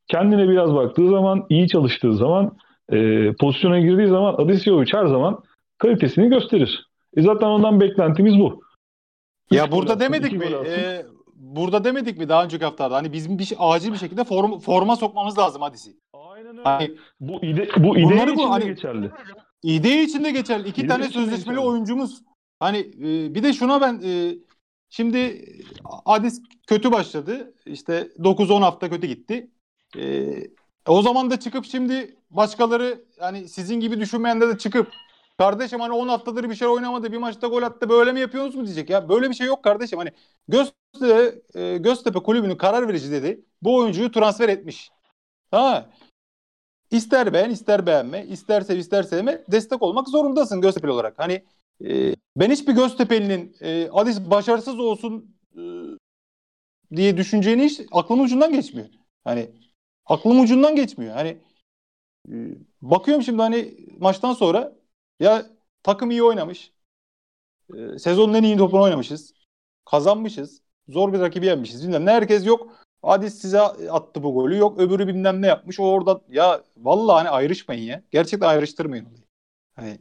kendine biraz baktığı zaman, iyi çalıştığı zaman, e, pozisyona girdiği zaman Adisiovic her zaman kalitesini gösterir. E zaten ondan beklentimiz bu. Üç Ya gol burada atsın, demedik iki mi? gol atsın. Ee, burada demedik mi daha önceki haftalarda? Hani bizim bir şey, acil bir şekilde form, forma sokmamız lazım Hadis'i. Aynen öyle. Hani Bu ide bu ide bunları bu için de hani geçerli. İde için de geçerli. İki İde tane için de sözleşmeli geçerli. oyuncumuz. Hani e, bir de şuna ben e, şimdi Adis kötü başladı. İşte dokuz on hafta kötü gitti. E, o zaman da çıkıp şimdi başkaları yani sizin gibi düşünmeyenler de çıkıp kardeşim hani on haftadır bir şey oynamadı, bir maçta gol attı, böyle mi yapıyorsunuz mu diyecek ya. Böyle bir şey yok kardeşim. Hani Göztepe, e, Göztepe kulübünün karar verici dedi. Bu oyuncuyu transfer etmiş. Tamam. İster beğen, ister beğenme, ister sev, ister sevme, destek olmak zorundasın Göztepe'li olarak. Hani e, ben hiçbir Göztepe'linin e, Adis başarısız olsun e, diye düşüneceğini hiç aklımın ucundan geçmiyor. Hani aklımın ucundan geçmiyor. Hani e, bakıyorum şimdi hani maçtan sonra ya takım iyi oynamış. E, sezonun en iyi topunu oynamışız. Kazanmışız. Zor bir rakibi yenmişiz. Bilmem ne, herkes yok. Adis size attı bu golü. Yok öbürü bilmem ne yapmış. O orada ya vallahi hani ayrışmayın ya. Gerçekten ayrıştırmayın. Hani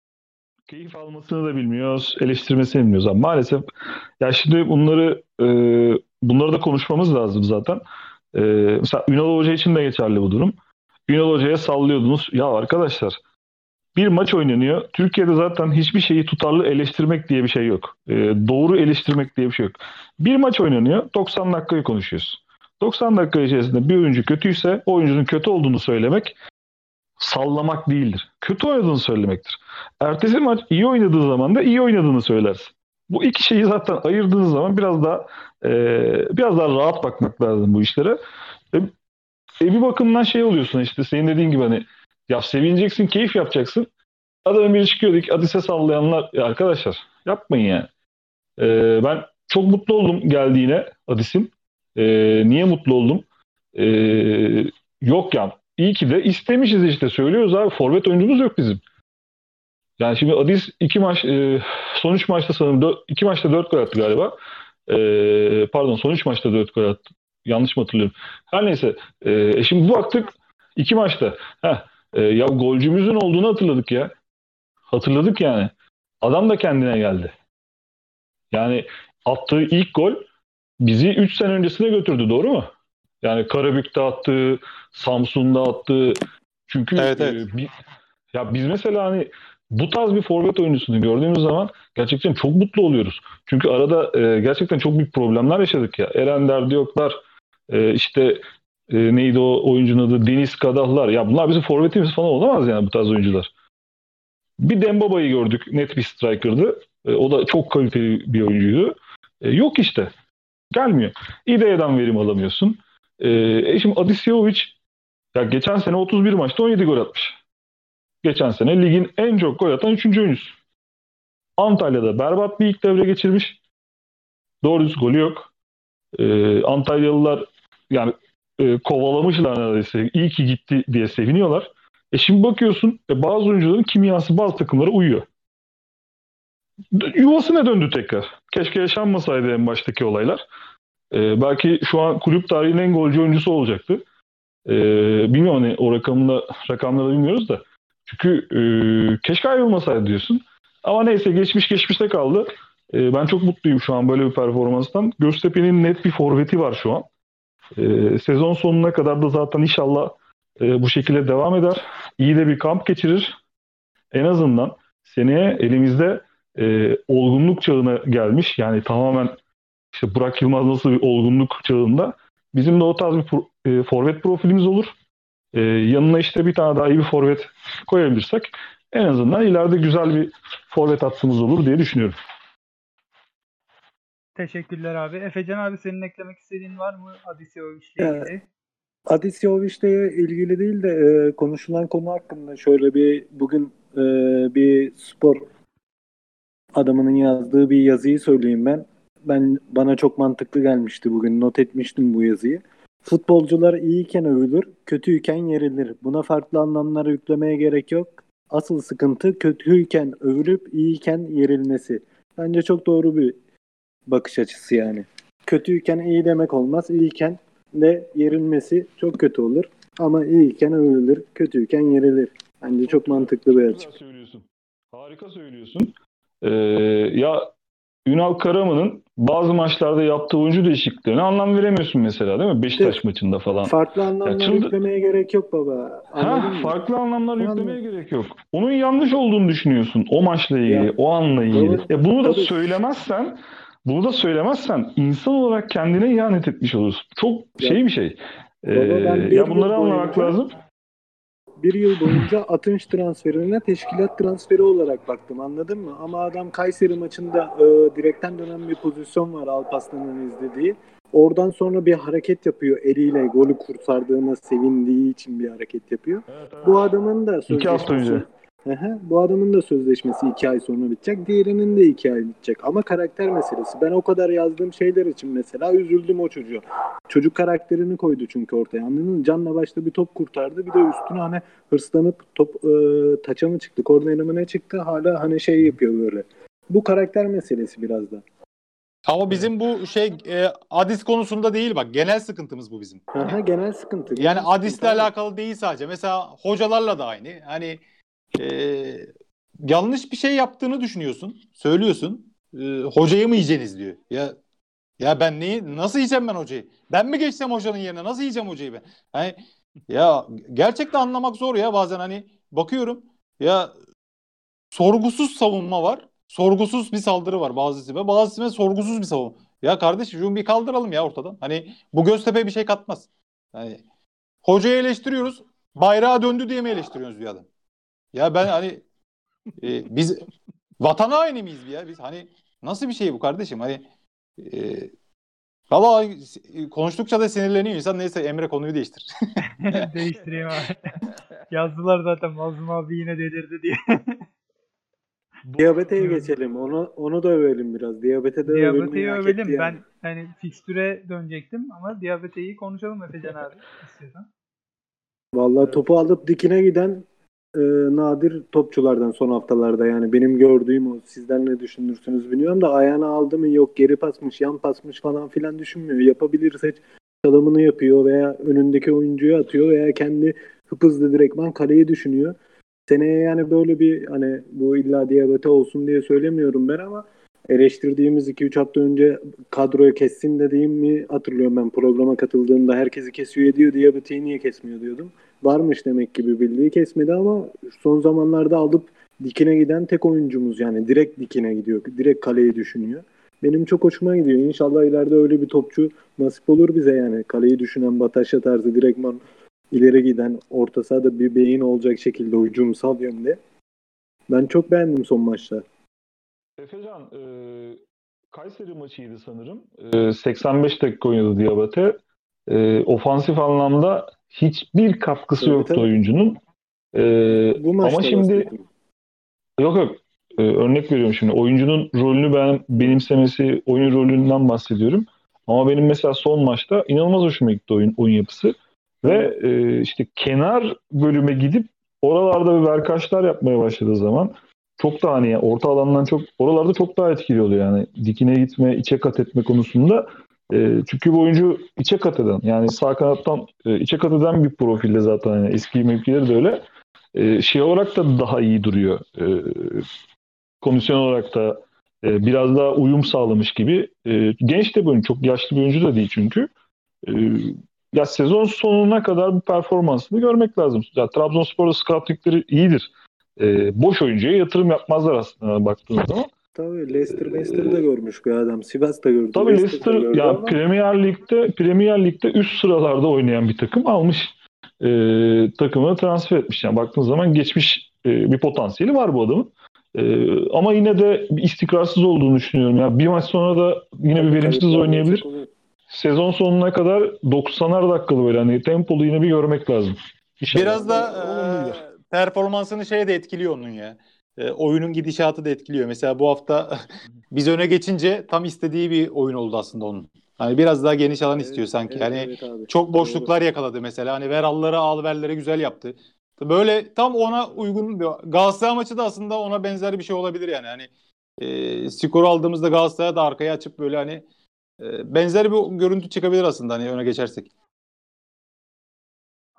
Keyif almasını da bilmiyoruz, eleştirmesini bilmiyoruz. Ama maalesef ya şimdi bunları e, bunları da konuşmamız lazım zaten. E, mesela Ünal Hoca için de geçerli bu durum. Ünal Hoca'ya sallıyordunuz. Ya arkadaşlar bir maç oynanıyor. Türkiye'de zaten hiçbir şeyi tutarlı eleştirmek diye bir şey yok. E, doğru eleştirmek diye bir şey yok. Bir maç oynanıyor. doksan dakikayı konuşuyoruz. doksan dakika içerisinde bir oyuncu kötüyse o oyuncunun kötü olduğunu söylemek sallamak değildir. Kötü oynadığını söylemektir. Ertesi maç iyi oynadığı zaman da iyi oynadığını söylersin. Bu iki şeyi zaten ayırdığınız zaman biraz daha e, biraz daha rahat bakmak lazım bu işlere. E, e bir bakımdan şey oluyorsun işte senin dediğin gibi hani ya sevineceksin, keyif yapacaksın. Adamın biri çıkıyor ki Adis'e sallayanlar ya arkadaşlar yapmayın yani. E, ben çok mutlu oldum geldiğine Adis'in. E, niye mutlu oldum? E, yok yani. İyi ki de istemişiz işte. Söylüyoruz abi. Forvet oyuncumuz yok bizim. Yani şimdi Adis iki maç e, son üç maçta sanırım dört, iki maçta dört gol attı galiba. E, pardon son üç maçta dört gol attı. Yanlış mı hatırlıyorum? Her neyse. E, şimdi baktık iki maçta. Heh, e, ya golcümüzün olduğunu hatırladık ya. Hatırladık yani. Adam da kendine geldi. Yani attığı ilk gol bizi üç sene öncesine götürdü. Doğru mu? Yani Karabük'te attı, Samsun'da attı. Çünkü evet, evet. E, bir, ya biz mesela hani bu tarz bir forvet oyuncusunu gördüğümüz zaman gerçekten çok mutlu oluyoruz. Çünkü arada e, gerçekten çok büyük problemler yaşadık ya. Eren Derdiyoklar, e, işte e, neydi o oyuncunun adı? Deniz Kadahlar. Ya bunlar bizim forvetimiz falan olamaz yani bu tarz oyuncular. Bir Dembaba'yı gördük. Net bir striker'dı. E, o da çok kaliteli bir oyuncuydu. E, yok işte. Gelmiyor. İdea'dan verim alamıyorsun. E, e şimdi Adisiovic ya geçen sene otuz bir maçta on yedi gol atmış. Geçen sene ligin en çok gol atan üçüncü oyuncusu. Antalya'da berbat bir ilk devre geçirmiş. Doğru düz golü yok. Ee, Antalyalılar yani e, kovalamışlar neredeyse. İyi ki gitti diye seviniyorlar. E şimdi bakıyorsun e, bazı oyuncuların kimyası bazı takımlara uyuyor. Yuvasına döndü tekrar. Keşke yaşanmasaydı en baştaki olaylar. Ee, belki şu an kulüp tarihinin en golcü oyuncusu olacaktı. Ee, bilmiyorum hani o rakamda, rakamları bilmiyoruz da. Çünkü e, keşke ayrılmasaydı diyorsun. Ama neyse geçmiş geçmişte kaldı. E, ben çok mutluyum şu an böyle bir performanstan. Göztepe'nin net bir forveti var şu an. E, sezon sonuna kadar da zaten inşallah e, bu şekilde devam eder. İyi de bir kamp geçirir. En azından seneye elimizde e, olgunluk çağına gelmiş. Yani tamamen işte Burak Yılmaz nasıl bir olgunluk çağında. Bizim de o tarz bir pro, e, forvet profilimiz olur. E, yanına işte bir tane daha iyi bir forvet koyabilirsek en azından ileride güzel bir forvet hattımız olur diye düşünüyorum. Teşekkürler abi. Efecan abi senin eklemek istediğin var mı Adisiovic ile Ya, ilgili? Adisioviç'le ilgili değil de e, konuşulan konu hakkında şöyle bir bugün e, bir spor adamının yazdığı bir yazıyı söyleyeyim ben. Ben bana çok mantıklı gelmişti bugün. Not etmiştim bu yazıyı. Futbolcular iyiyken övülür, kötüyken yerilir. Buna farklı anlamlar yüklemeye gerek yok. Asıl sıkıntı kötüyken övülüp iyiyken yerilmesi. Bence çok doğru bir bakış açısı yani. Kötüyken iyi demek olmaz, iyiyken de yerilmesi çok kötü olur. Ama iyiyken övülür, kötüyken yerilir. Bence çok mantıklı bir Güzel açık. söylüyorsun. Harika söylüyorsun. Ee, ya Ünal Karaman'ın bazı maçlarda yaptığı oyuncu değişikliklerine anlam veremiyorsun mesela, değil mi? Beşiktaş maçında falan. Farklı Ya anlamlar çıldı... yüklemeye gerek yok baba. Anladın Ha, mı? farklı anlamlar Tamam yüklemeye mı? gerek yok. Onun yanlış olduğunu düşünüyorsun o maçla ilgili, Ya o anla ilgili. baba, E bunu da tabii. söylemezsen, bunu da söylemezsen insan olarak kendine ihanet etmiş olursun. Çok Ya şey bir şey. Ee, baba, ben bir ya bunları yıl anlamak boyunca lazım. bir yıl boyunca Atınç transferine teşkilat transferi olarak baktım, anladın mı? Ama adam Kayseri maçında e, direkten dönen bir pozisyon var Alparslan'ın izlediği. Oradan sonra bir hareket yapıyor. Eliyle golü kurtardığına sevindiği için bir hareket yapıyor. Evet, evet. Bu adamın da İki hafta sözleşmesi önce. Hı hı. Bu adamın da sözleşmesi iki ay sonra bitecek. Diğerinin de iki ay bitecek. Ama karakter meselesi. Ben o kadar yazdığım şeyler için mesela üzüldüm o çocuğa. Çocuk karakterini koydu çünkü ortaya. Anladın mı? Canla başla bir top kurtardı. Bir de üstüne hani hırslanıp top e, taça mı çıktı, kornere mi ne çıktı, hala hani şey yapıyor böyle. Bu karakter meselesi biraz da. Ama bizim bu şey e, Adis konusunda değil bak. Genel sıkıntımız bu bizim. Aha, genel sıkıntı. Genel Yani sıkıntı Adis'le abi. alakalı değil sadece. Mesela hocalarla da aynı. Hani e, yanlış bir şey yaptığını düşünüyorsun. Söylüyorsun. E, hocayı mı yiyeceksiniz diyor. Ya ya ben neyi nasıl yiyeceğim ben hocayı? Ben mi geçsem hocanın yerine? Nasıl yiyeceğim hocayı ben? Hani ya gerçekten anlamak zor ya bazen, hani bakıyorum ya, sorgusuz savunma var. Sorgusuz bir saldırı var bazı isime. Bazı isime sorgusuz bir savunma. Ya kardeşim şunu bir kaldıralım ya ortadan. Hani bu Göztepe bir şey katmaz. Hani hocayı eleştiriyoruz. Bayrağa döndü diye mi eleştiriyoruz bir adam? Ya ben hani e, biz vatan haini miyiz ya? Biz hani nasıl bir şey bu kardeşim? Hani e, valla konuştukça da sinirleniyor insan. Neyse Emre, konuyu değiştir. Değiştireyim abi. Yazdılar zaten Mazlum abi yine delirdi diye. Diyabeteye geçelim. Onu onu da övelim biraz. Diyabete de övülmeyi Diyabete'yi hak etti övelim. yani. Ben hani fikstüre dönecektim ama Diyabete'yi konuşalım Efecan abi istiyorsan. Vallahi Evet. topu alıp dikine giden e, nadir topçulardan son haftalarda, yani benim gördüğüm o. Sizler ne düşünürsünüz bilmiyorum da ayağına aldı mı yok, geri pasmış, yan pasmış falan filan düşünmüyor. Yapabilirse çalımını yapıyor veya önündeki oyuncuya atıyor veya kendi hızlı direktman kaleyi düşünüyor. Seneye yani böyle bir, hani bu illa diyabete olsun diye söylemiyorum ben ama eleştirdiğimiz iki üç hafta önce kadroya kessin dediğimi hatırlıyorum ben, programa katıldığımda herkesi kesiyor ediyor, diyabeteyi niye kesmiyor diyordum. Varmış demek ki bir bildiği, kesmedi ama son zamanlarda alıp dikine giden tek oyuncumuz, yani direkt dikine gidiyor. Direkt kaleyi düşünüyor. Benim çok hoşuma gidiyor. İnşallah ileride öyle bir topçu nasip olur bize yani. Kaleyi düşünen, Bataşya tarzı direktman ileri giden, orta sahada bir beyin olacak şekilde hücumsal yönde. Ben çok beğendim son maçta. Efecan, e, Kayseri maçıydı sanırım. E, seksen beş dakika oynadı Diabate. E, ofansif anlamda hiçbir katkısı Tabii, yoktu tabii. oyuncunun. E, Bu ama maçta şimdi bahsettim. yok yok, E, örnek veriyorum şimdi. Oyuncunun rolünü ben benimsemesi, oyun rolünden bahsediyorum. Ama benim mesela son maçta inanılmaz hoşuma gitti oyun, oyun yapısı. Ve e, işte kenar bölüme gidip oralarda bir verkaçlar yapmaya başladığı zaman çok daha hani orta alandan çok oralarda çok daha etkili oluyor yani. Dikine gitme, içe kat etme konusunda. E, çünkü bu oyuncu içe kat eden, yani sağ kanattan e, içe kat eden bir profilde zaten. Yani eski mevkileri de öyle. E, şey olarak da daha iyi duruyor. E, kondisyon olarak da e, biraz daha uyum sağlamış gibi. E, genç de bir oyuncu, çok yaşlı bir oyuncu da değil çünkü. E, ya sezon sonuna kadar bir performansını görmek lazım. Ya Trabzonspor'da scoutingleri iyidir. E, boş oyuncuya yatırım yapmazlar aslında baktığınız zaman. Tabii Leicester Leicester'da görmüş bir adam. Sivas'ta gördü. Tabii Leicester'da Leicester gördü ya ama Premier Lig'de Premier Lig'de üst sıralarda oynayan bir takım almış. E, takımını transfer etmiş. Yani baktığınız zaman geçmiş e, bir potansiyeli var bu adamın. E, ama yine de bir istikrarsız olduğunu düşünüyorum. Yani bir maç sonra da yine tabii bir verimsiz kayıplarla oynayabilir. çok oluyor. Sezon sonuna kadar doksanar dakikalı böyle hani tempolu yine bir görmek lazım. İnşallah. Biraz da olumlu e, gider. performansını şey de etkiliyor onun ya. E, oyunun gidişatı da etkiliyor. Mesela bu hafta biz öne geçince tam istediği bir oyun oldu aslında onun. Hani biraz daha geniş alan Evet, istiyor sanki. evet, Hani evet abi. çok Doğru. boşluklar yakaladı mesela. Hani Veralları, Alverleri güzel yaptı. Böyle tam ona uygun bir Galatasaray maçı da aslında ona benzer bir şey olabilir yani. Hani e, skoru aldığımızda Galatasaray'a da arkaya açıp böyle hani e, benzer bir görüntü çıkabilir aslında hani öne geçersek.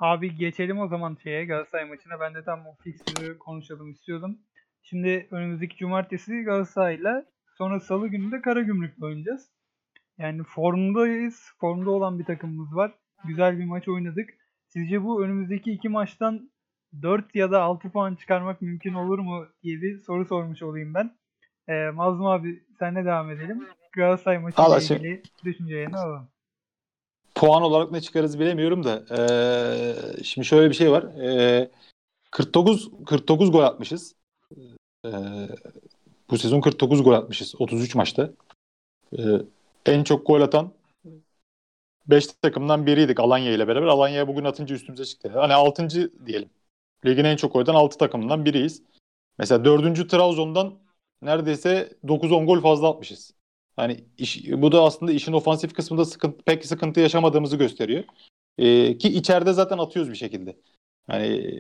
Abi geçelim o zaman şeye Galatasaray maçına. Ben de tam o fikstürü konuşalım istiyordum. Şimdi önümüzdeki cumartesi Galatasaray'la, sonra salı günü de Karagümrük'le oynayacağız. Yani formdayız. Formda olan bir takımımız var. Güzel bir maç oynadık. Sizce bu önümüzdeki iki maçtan dört ya da altı puan çıkarmak mümkün olur mu diye bir soru sormuş olayım ben. Ee, Mazlum abi senle devam edelim. Galatasaray maçıyla Allah şey- ilgili düşüncelerini alalım. Puan olarak ne çıkarız bilemiyorum da eee, şimdi şöyle bir şey var. Eee, kırk dokuz kırk dokuz gol atmışız. Eee, bu sezon kırk dokuz gol atmışız otuz üç maçta. Eee, en çok gol atan beş takımdan biriydik Alanya ile beraber. Alanya bugün atınca üstümüze çıktı. Hani altıncı diyelim. Ligin en çok gol atan altı takımından biriyiz. Mesela dördüncü Trabzon'dan neredeyse dokuz on gol fazla atmışız. Hani iş, bu da aslında işin ofansif kısmında sıkıntı, pek sıkıntı yaşamadığımızı gösteriyor. Ee, ki içeride zaten atıyoruz bir şekilde. Hani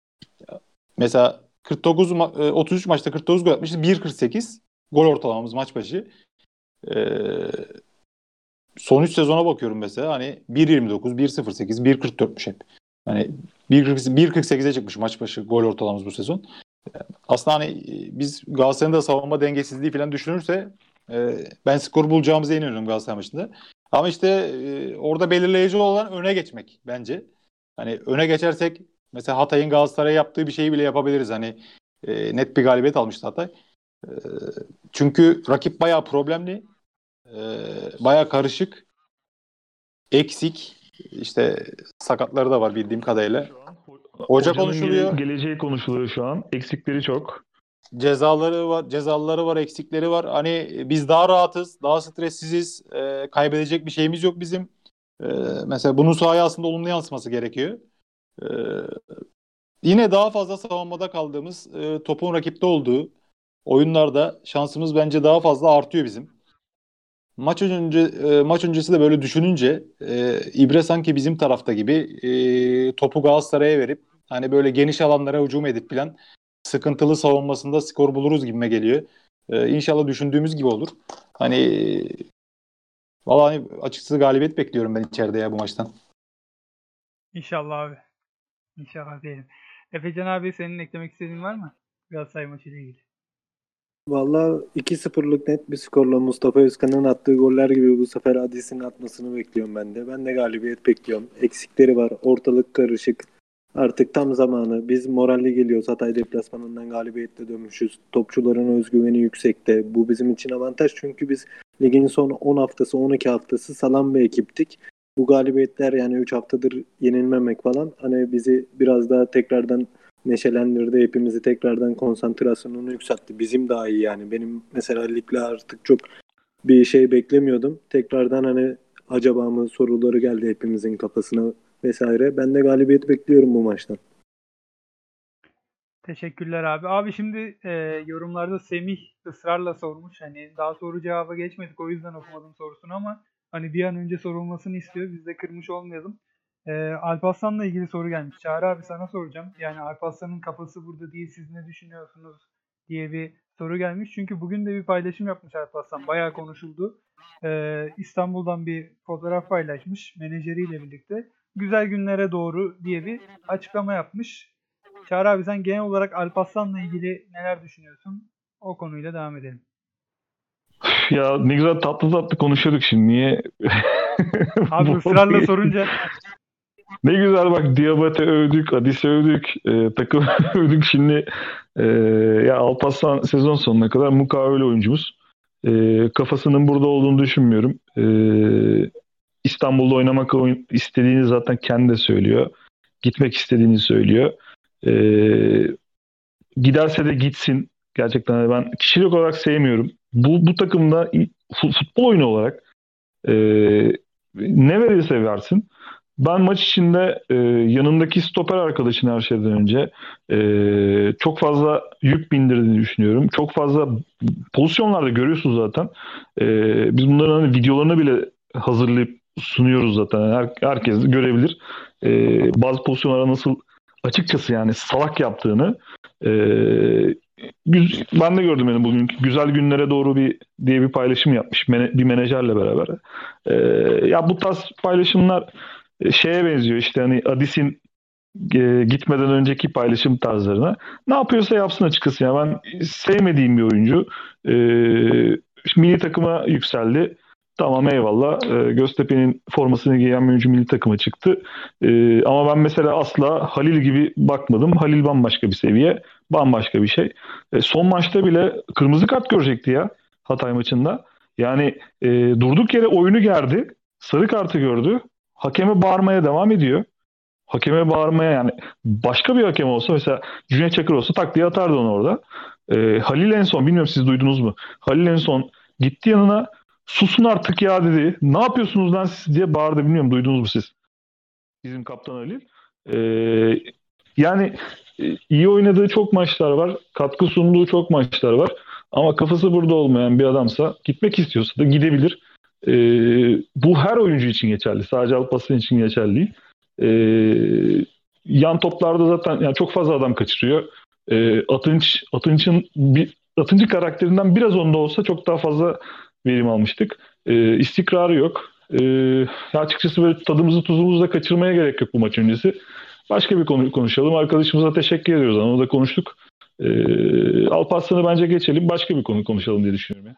mesela kırk dokuz ma- e, otuz üç maçta kırk dokuz gol atmışız. bir kırk sekiz gol ortalamamız maç başı. Ee, son üç sezona bakıyorum mesela. Hani bir yirmi dokuz, bir sıfır sekiz, bir kırk dörtmüş hep. Hani bir kırk sekize çıkmış maç başı gol ortalamamız bu sezon. Aslında hani e, biz Galatasaray'ın da savunma dengesizliği falan düşünürse e, ben skor bulacağımıza inanıyorum Galatasaray maçında. Ama işte e, orada belirleyici olan öne geçmek bence. Hani öne geçersek mesela Hatay'ın Galatasaray'a yaptığı bir şeyi bile yapabiliriz. Hani e, net bir galibiyet almıştı Hatay. E, çünkü rakip bayağı problemli. E, bayağı karışık. Eksik. İşte sakatları da var bildiğim kadarıyla. Hoca Hocanın konuşuluyor. gele- geleceği konuşuluyor şu an. Eksikleri çok. Cezaları var, cezaları var, eksikleri var. Hani biz daha rahatız, daha stressiziz. Ee, kaybedecek bir şeyimiz yok bizim. Ee, mesela bunun sahaya aslında olumlu yansıması gerekiyor. Ee, yine daha fazla savunmada kaldığımız, e, topun rakipte olduğu oyunlarda şansımız bence daha fazla artıyor bizim. Maç önce e, maç öncesi de böyle düşününce e, İbre sanki bizim tarafta gibi e, topu Galatasaray'a verip hani böyle geniş alanlara hücum edip falan sıkıntılı savunmasında skor buluruz gibime geliyor. E, İnşallah düşündüğümüz gibi olur. Hani vallahi açıkçası galibiyet bekliyorum ben içeride ya bu maçtan. İnşallah abi. İnşallah diyelim. Efecan abi senin eklemek istediğin var mı Galatasaray maçıyla ilgili? Valla iki sıfırlık net bir skorla Mustafa Özkan'ın attığı goller gibi bu sefer Adis'in atmasını bekliyorum ben de. Ben de galibiyet bekliyorum. Eksikleri var. Ortalık karışık. Artık tam zamanı. Biz moralli geliyoruz. Hatay deplasmanından galibiyetle dönmüşüz. Topçuların özgüveni yüksekte. Bu bizim için avantaj çünkü biz ligin son on haftası, on iki haftası salan bir ekiptik. Bu galibiyetler yani üç haftadır yenilmemek falan hani bizi biraz daha tekrardan neşelendirdi. Hepimizi tekrardan konsantrasyonunu yükseltti. Bizim daha iyi yani. Benim mesela ligle artık çok bir şey beklemiyordum. Tekrardan hani acaba mı soruları geldi hepimizin kafasına vesaire. Ben de galibiyet bekliyorum bu maçtan. Teşekkürler abi. Abi şimdi e, yorumlarda Semih ısrarla sormuş. Hani daha soru cevaba geçmedik. O yüzden okumadım sorusunu ama hani bir an önce sorulmasını istiyor. Biz de kırmış olmayalım. E, Alparslan'la ilgili soru gelmiş. Çağrı abi sana soracağım. Yani Alparslan'ın kafası burada değil. Siz ne düşünüyorsunuz diye bir soru gelmiş. Çünkü bugün de bir paylaşım yapmış Alparslan. Bayağı konuşuldu. E, İstanbul'dan bir fotoğraf paylaşmış menajeriyle birlikte. Güzel günlere doğru diye bir açıklama yapmış. Çağrı abi sen genel olarak Alparslan'la ilgili neler düşünüyorsun? O konuyla devam edelim. Ya ne güzel tatlı tatlı konuşuyorduk şimdi. Niye? Abi Bu- ısrarla sorunca Ne güzel bak Diabate övdük, Adis'i övdük, e, takım övdük. Şimdi e, ya Alparslan sezon sonuna kadar mukavele oyuncumuz. E, kafasının burada olduğunu düşünmüyorum. E, İstanbul'da oynamak oyun, istediğini zaten kendi de söylüyor. Gitmek istediğini söylüyor. E, giderse de gitsin. Gerçekten hani ben kişilik olarak sevmiyorum. Bu, bu takımda fu- futbol oyunu olarak e, ne verirse versin. Ben maç içinde e, yanındaki stoper arkadaşın her şeyden önce e, çok fazla yük bindirdiğini düşünüyorum. Çok fazla pozisyonlarda görüyorsunuz zaten. E, biz bunların hani videolarını bile hazırlayıp sunuyoruz zaten. Her, herkes görebilir. E, bazı pozisyonlara nasıl açıkçası yani salak yaptığını. E, güz- ben de gördüm yani bugün güzel günlere doğru bir diye bir paylaşım yapmış mene- bir menajerle beraber. E, ya bu tarz paylaşımlar şeye benziyor işte hani Adis'in e, gitmeden önceki paylaşım tarzlarına. Ne yapıyorsa yapsın açıkçası. Yani ben sevmediğim bir oyuncu. E, milli takıma yükseldi. Tamam, eyvallah. E, Göztepe'nin formasını giyen bir oyuncu milli takıma çıktı. E, ama ben mesela asla Halil gibi bakmadım. Halil bambaşka bir seviye. Bambaşka bir şey. E, son maçta bile kırmızı kart görecekti ya Hatay maçında. Yani e, durduk yere oyunu gerdi. Sarı kartı gördü. Hakeme bağırmaya devam ediyor. Hakeme bağırmaya, yani başka bir hakem olsa, mesela Cüneyt Çakır olsa tak diye atardı onu orada. Ee, Halil en son, bilmiyorum siz duydunuz mu? Halil en son gitti yanına, susun artık ya dedi. Ne yapıyorsunuz lan siz diye bağırdı, bilmiyorum duydunuz mu siz? Bizim kaptan Halil. Ee, yani e, iyi oynadığı çok maçlar var. Katkı sunduğu çok maçlar var. Ama kafası burada olmayan bir adamsa, gitmek istiyorsa da gidebilir. Ee, bu her oyuncu için geçerli. Sadece Alparslan için geçerli değil. Ee, yan toplarda zaten yani çok fazla adam kaçırıyor. Ee, Atınç, Atınç'ın bir Atınç'ın karakterinden biraz onda olsa çok daha fazla verim almıştık. Ee, istikrarı yok. Ee, açıkçası böyle tadımızı tuzumuzu da kaçırmaya gerek yok bu maç öncesi. Başka bir konu konuşalım. Arkadaşımıza teşekkür ediyoruz. Onu da konuştuk. Ee, Alparslan'ı bence geçelim. Başka bir konu konuşalım diye düşünüyorum ya.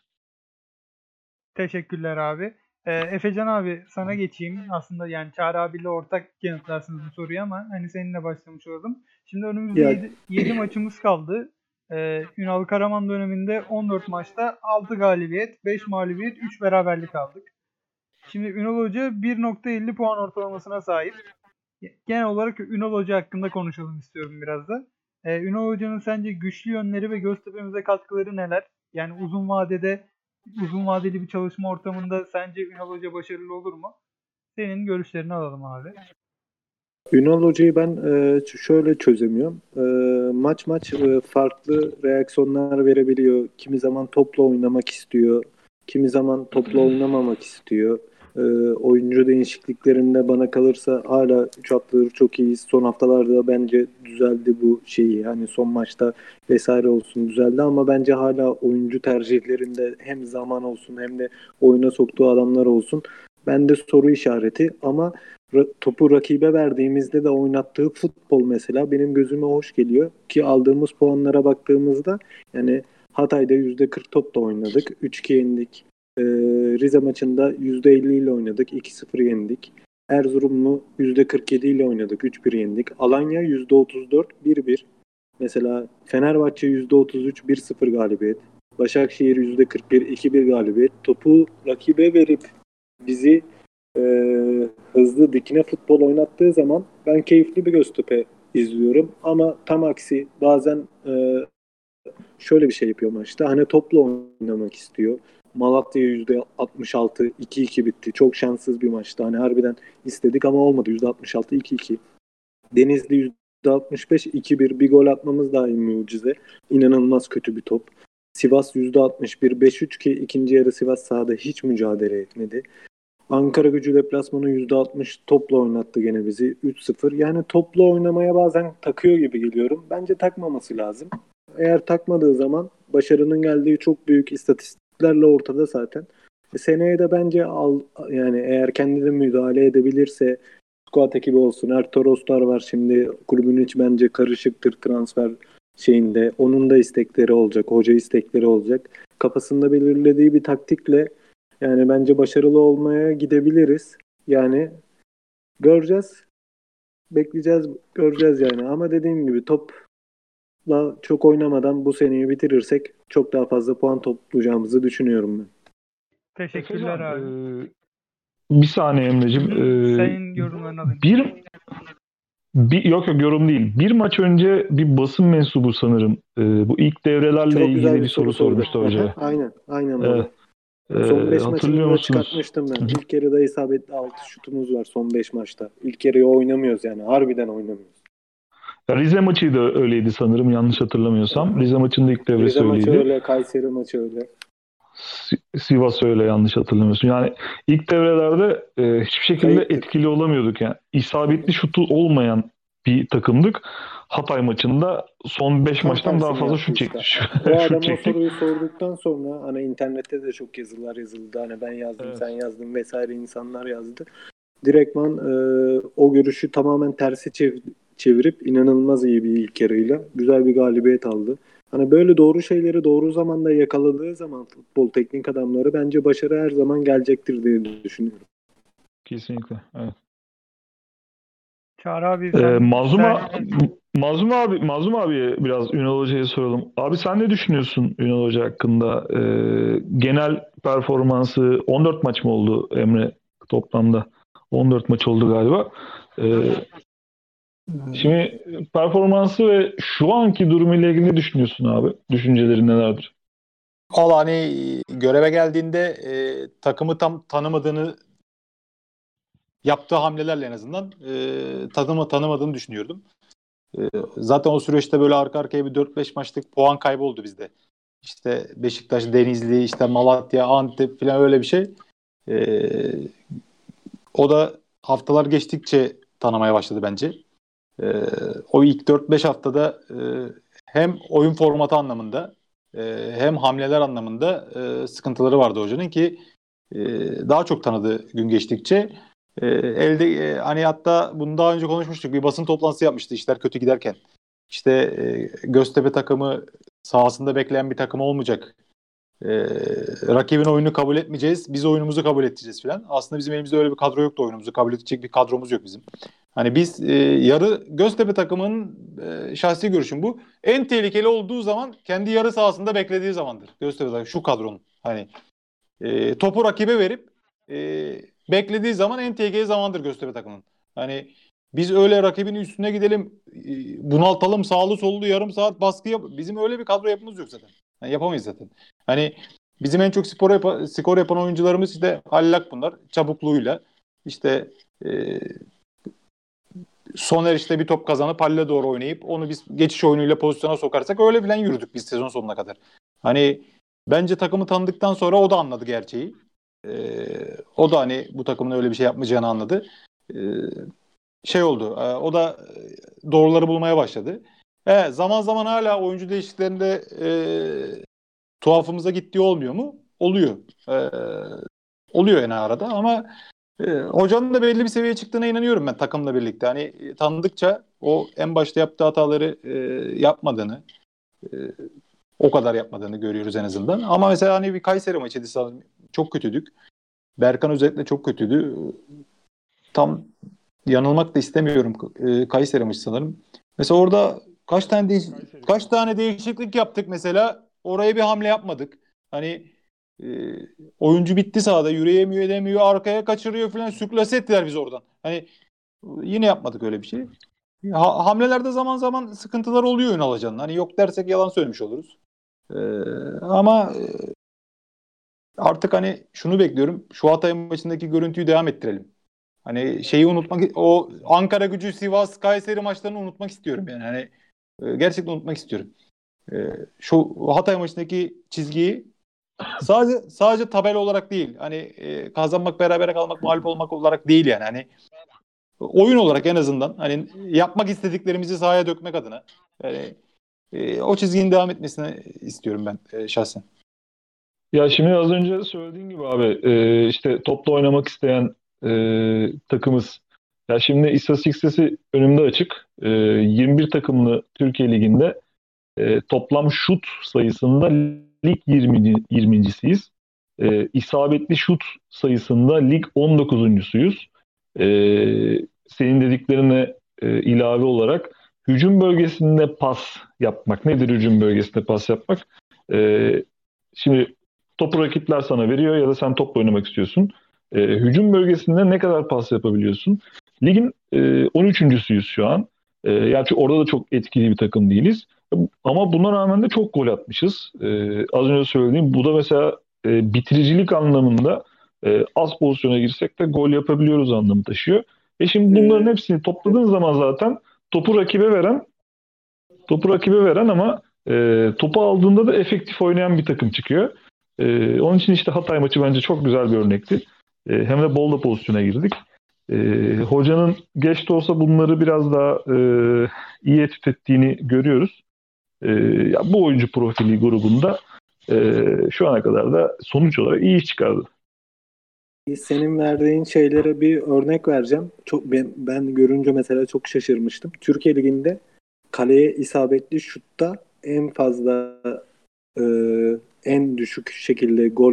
Teşekkürler abi. Ee, Efecan abi sana geçeyim. Aslında yani Çağrı abiyle ortak yanıtlarsınız bu soruyu ama hani seninle başlamış olalım. Şimdi önümüzde Ya- yedi maçımız kaldı. Ee, Ünal Karaman döneminde on dört maçta altı galibiyet, beş mağlubiyet, üç beraberlik aldık. Şimdi Ünal Hoca bir nokta elli puan ortalamasına sahip. Genel olarak Ünal Hoca hakkında konuşalım istiyorum biraz da. Ee, Ünal Hoca'nın sence güçlü yönleri ve Göztepe'mize katkıları neler? Yani uzun vadede, uzun vadeli bir çalışma ortamında sence Ünal Hoca başarılı olur mu? Senin görüşlerini alalım abi. Ünal Hoca'yı ben e, şöyle çözemiyorum. E, maç maç e, farklı reaksiyonlar verebiliyor. Kimi zaman topla oynamak istiyor. Kimi zaman topla oynamamak istiyor. E, oyuncu değişikliklerinde bana kalırsa hala üç haftadır çok iyiyiz. Son haftalarda bence düzeldi bu şeyi. Hani son maçta vesaire olsun düzeldi ama bence hala oyuncu tercihlerinde hem zaman olsun hem de oyuna soktuğu adamlar olsun. Bende soru işareti ama Ra- topu rakibe verdiğimizde de oynattığı futbol mesela benim gözüme hoş geliyor ki aldığımız puanlara baktığımızda yani Hatay'da yüzde kırk topla oynadık. üç iki yendik. Ee, Rize maçında yüzde elli ile oynadık. iki sıfır yendik. Erzurumlu yüzde kırk yedi ile oynadık. üç bir yendik. Alanya yüzde otuz dört bir bir. Mesela Fenerbahçe yüzde otuz üç bir sıfır galibiyet. Başakşehir yüzde kırk bir iki bir galibiyet. Topu rakibe verip bizi e, hızlı dikine futbol oynattığı zaman ben keyifli bir Göztepe izliyorum. Ama tam aksi bazen e, şöyle bir şey yapıyor maçta. Hani topla oynamak istiyor. Malatya yüzde altmış altı iki iki bitti. Çok şanssız bir maçtı. Hani harbiden istedik ama olmadı. yüzde altmış altı iki iki. Denizli yüzde altmış beş iki bir. Bir gol atmamız dahi mucize. İnanılmaz kötü bir top. Sivas yüzde altmış bir beş üç ki ikinci yarı Sivas sahada hiç mücadele etmedi. Ankara-Gücü deplasmanı yüzde altmış topla oynattı gene bizi. üç sıfır. Yani topla oynamaya bazen takıyor gibi geliyorum. Bence takmaması lazım. Eğer takmadığı zaman başarının geldiği çok büyük istatistiklerle ortada zaten. E, seneye de bence al, yani eğer kendine müdahale edebilirse squad ekibi olsun. Ertoroslar var şimdi. Kulübün hiç bence karışıktır transfer şeyinde. Onun da istekleri olacak. Hoca istekleri olacak. Kafasında belirlediği bir taktikle yani bence başarılı olmaya gidebiliriz. Yani göreceğiz. Bekleyeceğiz, göreceğiz yani. Ama dediğim gibi topla çok oynamadan bu seneyi bitirirsek çok daha fazla puan toplayacağımızı düşünüyorum ben. Teşekkürler abi. Ee, bir saniye Emre'cim. Ee, Senin yorumlarını alayım. bir, bir yok yok yorum değil. Bir maç önce bir basın mensubu sanırım e, bu ilk devrelerle Çok ilgili güzel bir bir soru, soru sordu. sormuştu hocaya. Aynen, aynen Evet. baba. Ee, Son beş hatırlıyor maçımızda musunuz? çıkartmıştım ben. İlk yarıda isabetli altı şutumuz var son beş maçta. İlk yarıyı oynamıyoruz yani. Harbiden oynamıyoruz. Rize maçı da öyleydi sanırım, yanlış hatırlamıyorsam. Rize maçında ilk devresi Rize maçı öyleydi. öyle, Kayseri maçı öyle. Si- Sivas öyle, yanlış hatırlamıyorsun. Yani ilk devrelerde e, hiçbir şekilde Kayıptık. etkili olamıyorduk. Yani isabetli şutu olmayan bir takımdık. Hatay maçında son beş Tam maçtan daha tersini fazla yaptı şut işte. çektik. O şut adam o çektik. soruyu sorduktan sonra hani internette de çok yazılar yazıldı. Hani ben yazdım, Evet. sen yazdın vesaire insanlar yazdı. Direktman e, o görüşü tamamen tersi çev- çevirip inanılmaz iyi bir ilk yarıyla güzel bir galibiyet aldı. Hani böyle doğru şeyleri doğru zamanda yakaladığı zaman futbol teknik adamları bence başarı her zaman gelecektir diye düşünüyorum. Kesinlikle. Evet. Çağrı abi Ee, sen, Mazlum, a- sen Mazlum abi, Mazlum abiye biraz Ünal Hoca'ya soralım. Abi sen ne düşünüyorsun Ünal Hoca hakkında? Ee, genel performansı on dört maç mı oldu Emre toplamda? on dört maç oldu galiba. Ee, şimdi performansı ve şu anki durumuyla ilgili ne düşünüyorsun abi? Düşüncelerin nelerdir? Valla hani göreve geldiğinde e, takımı tam tanımadığını yaptığı hamlelerle en azından e, tanıma, tanımadığını düşünüyordum. E, zaten o süreçte böyle arka arkaya bir dört beş maçlık puan kaybı oldu bizde. İşte Beşiktaş, Denizli, işte Malatya, Antep falan öyle bir şey. E, o da haftalar geçtikçe tanımaya başladı bence. E, o ilk dört beş haftada e, hem oyun formatı anlamında e, hem hamleler anlamında e, sıkıntıları vardı hocanın ki e, daha çok tanıdı gün geçtikçe. E, elde e, hani hatta bunu daha önce konuşmuştuk. Bir basın toplantısı yapmıştı işler kötü giderken. İşte e, Göztepe takımı sahasında bekleyen bir takım olmayacak. E, rakibin oyununu kabul etmeyeceğiz. Biz oyunumuzu kabul edeceğiz falan. Aslında bizim elimizde öyle bir kadro yoktu. Oyunumuzu kabul edecek bir kadromuz yok bizim. Hani biz e, yarı Göztepe takımının e, şahsi görüşüm bu. En tehlikeli olduğu zaman kendi yarı sahasında beklediği zamandır. Göztepe takımı şu kadronun. Hani e, topu rakibe verip e, beklediği zaman en tehlikeli zamandır Göztepe takımının. Hani biz öyle rakibin üstüne gidelim, e, bunaltalım, sağlı sollu yarım saat baskı yap. Bizim öyle bir kadro yapımız yok zaten. Yani yapamayız zaten. Hani bizim en çok spor, yap- skor yapan oyuncularımız işte allak bunlar. Çabukluğuyla. İşte e, Soner işte bir top kazanıp halle doğru oynayıp onu biz geçiş oyunuyla pozisyona sokarsak öyle bilen yürüdük biz sezon sonuna kadar. Hani bence takımı tanıdıktan sonra o da anladı gerçeği. Ee, o da hani bu takımın öyle bir şey yapmayacağını anladı. Ee, şey oldu. E, o da e, doğruları bulmaya başladı. Evet, zaman zaman hala oyuncu değişikliklerinde e, tuhafımıza gittiği olmuyor mu? Oluyor. E, oluyor yani arada ama e, hocanın da belli bir seviyeye çıktığına inanıyorum ben takımla birlikte. Hani e, tanıdıkça o en başta yaptığı hataları e, yapmadığını, e, o kadar yapmadığını görüyoruz en azından. Ama mesela hani bir Kayseri maçıydı sanırım. Çok kötüydük. Berkan özellikle çok kötüydü. Tam yanılmak da istemiyorum. E, Kayseri maçı sanırım. Mesela orada kaç tane değiş kaç tane değişiklik yaptık mesela. Oraya bir hamle yapmadık. Hani e, oyuncu bitti sahada. Yürüyemiyor edemiyor. Arkaya kaçırıyor falan. Sürklase ettiler biz oradan. Hani yine yapmadık öyle bir şey. Ha, hamlelerde zaman zaman sıkıntılar oluyor Ünal Hoca'nın. Hani yok dersek yalan söylemiş oluruz. E, ama e, artık hani şunu bekliyorum. Şu Hatay maçındaki görüntüyü devam ettirelim. Hani şeyi unutmak, o Ankara Gücü, Sivas, Kayseri maçlarını unutmak istiyorum yani. Hani e, gerçekten unutmak istiyorum. E, şu Hatay maçındaki çizgiyi sadece sadece tabela olarak değil. Hani e, kazanmak, berabere kalmak, mağlup olmak olarak değil yani. Hani oyun olarak en azından hani yapmak istediklerimizi sahaya dökmek adına. Yani e, o çizginin devam etmesini istiyorum ben e, şahsen. Ya şimdi az önce söylediğin gibi abi e, işte topla oynamak isteyen e, takımız. Ya şimdi istatistik sitesi önümde açık. E, yirmi bir takımlı Türkiye Ligi'nde e, toplam şut sayısında lig yirmi yirmincisiyiz. E, isabetli şut sayısında lig on dokuzuncusuyuz. E, senin dediklerine e, ilave olarak hücum bölgesinde pas yapmak. Nedir hücum bölgesinde pas yapmak? E, şimdi topu rakipler sana veriyor ya da sen topla oynamak istiyorsun. E, hücum bölgesinde ne kadar pas yapabiliyorsun? Ligin e, on üçüncüsüyüz şu an. E, yani orada da çok etkili bir takım değiliz. Ama buna rağmen de çok gol atmışız. E, az önce söylediğim bu da mesela e, bitiricilik anlamında e, az pozisyona girsek de gol yapabiliyoruz anlamı taşıyor. E şimdi bunların hepsini topladığın zaman zaten topu rakibe veren topu rakibe veren ama e, topu aldığında da efektif oynayan bir takım çıkıyor. E, onun için işte Hatay maçı bence çok güzel bir örnekti. E, hem de bol da pozisyona girdik. E, hocanın geç de olsa bunları biraz daha e, iyi etüt ettiğini görüyoruz. E, ya bu oyuncu profili grubunda e, şu ana kadar da sonuç olarak iyi iş çıkardı. senin verdiğin şeylere bir örnek vereceğim. Çok ben, ben görünce mesela çok şaşırmıştım. Türkiye Ligi'nde kaleye isabetli şutta en fazla e, en düşük şekilde gol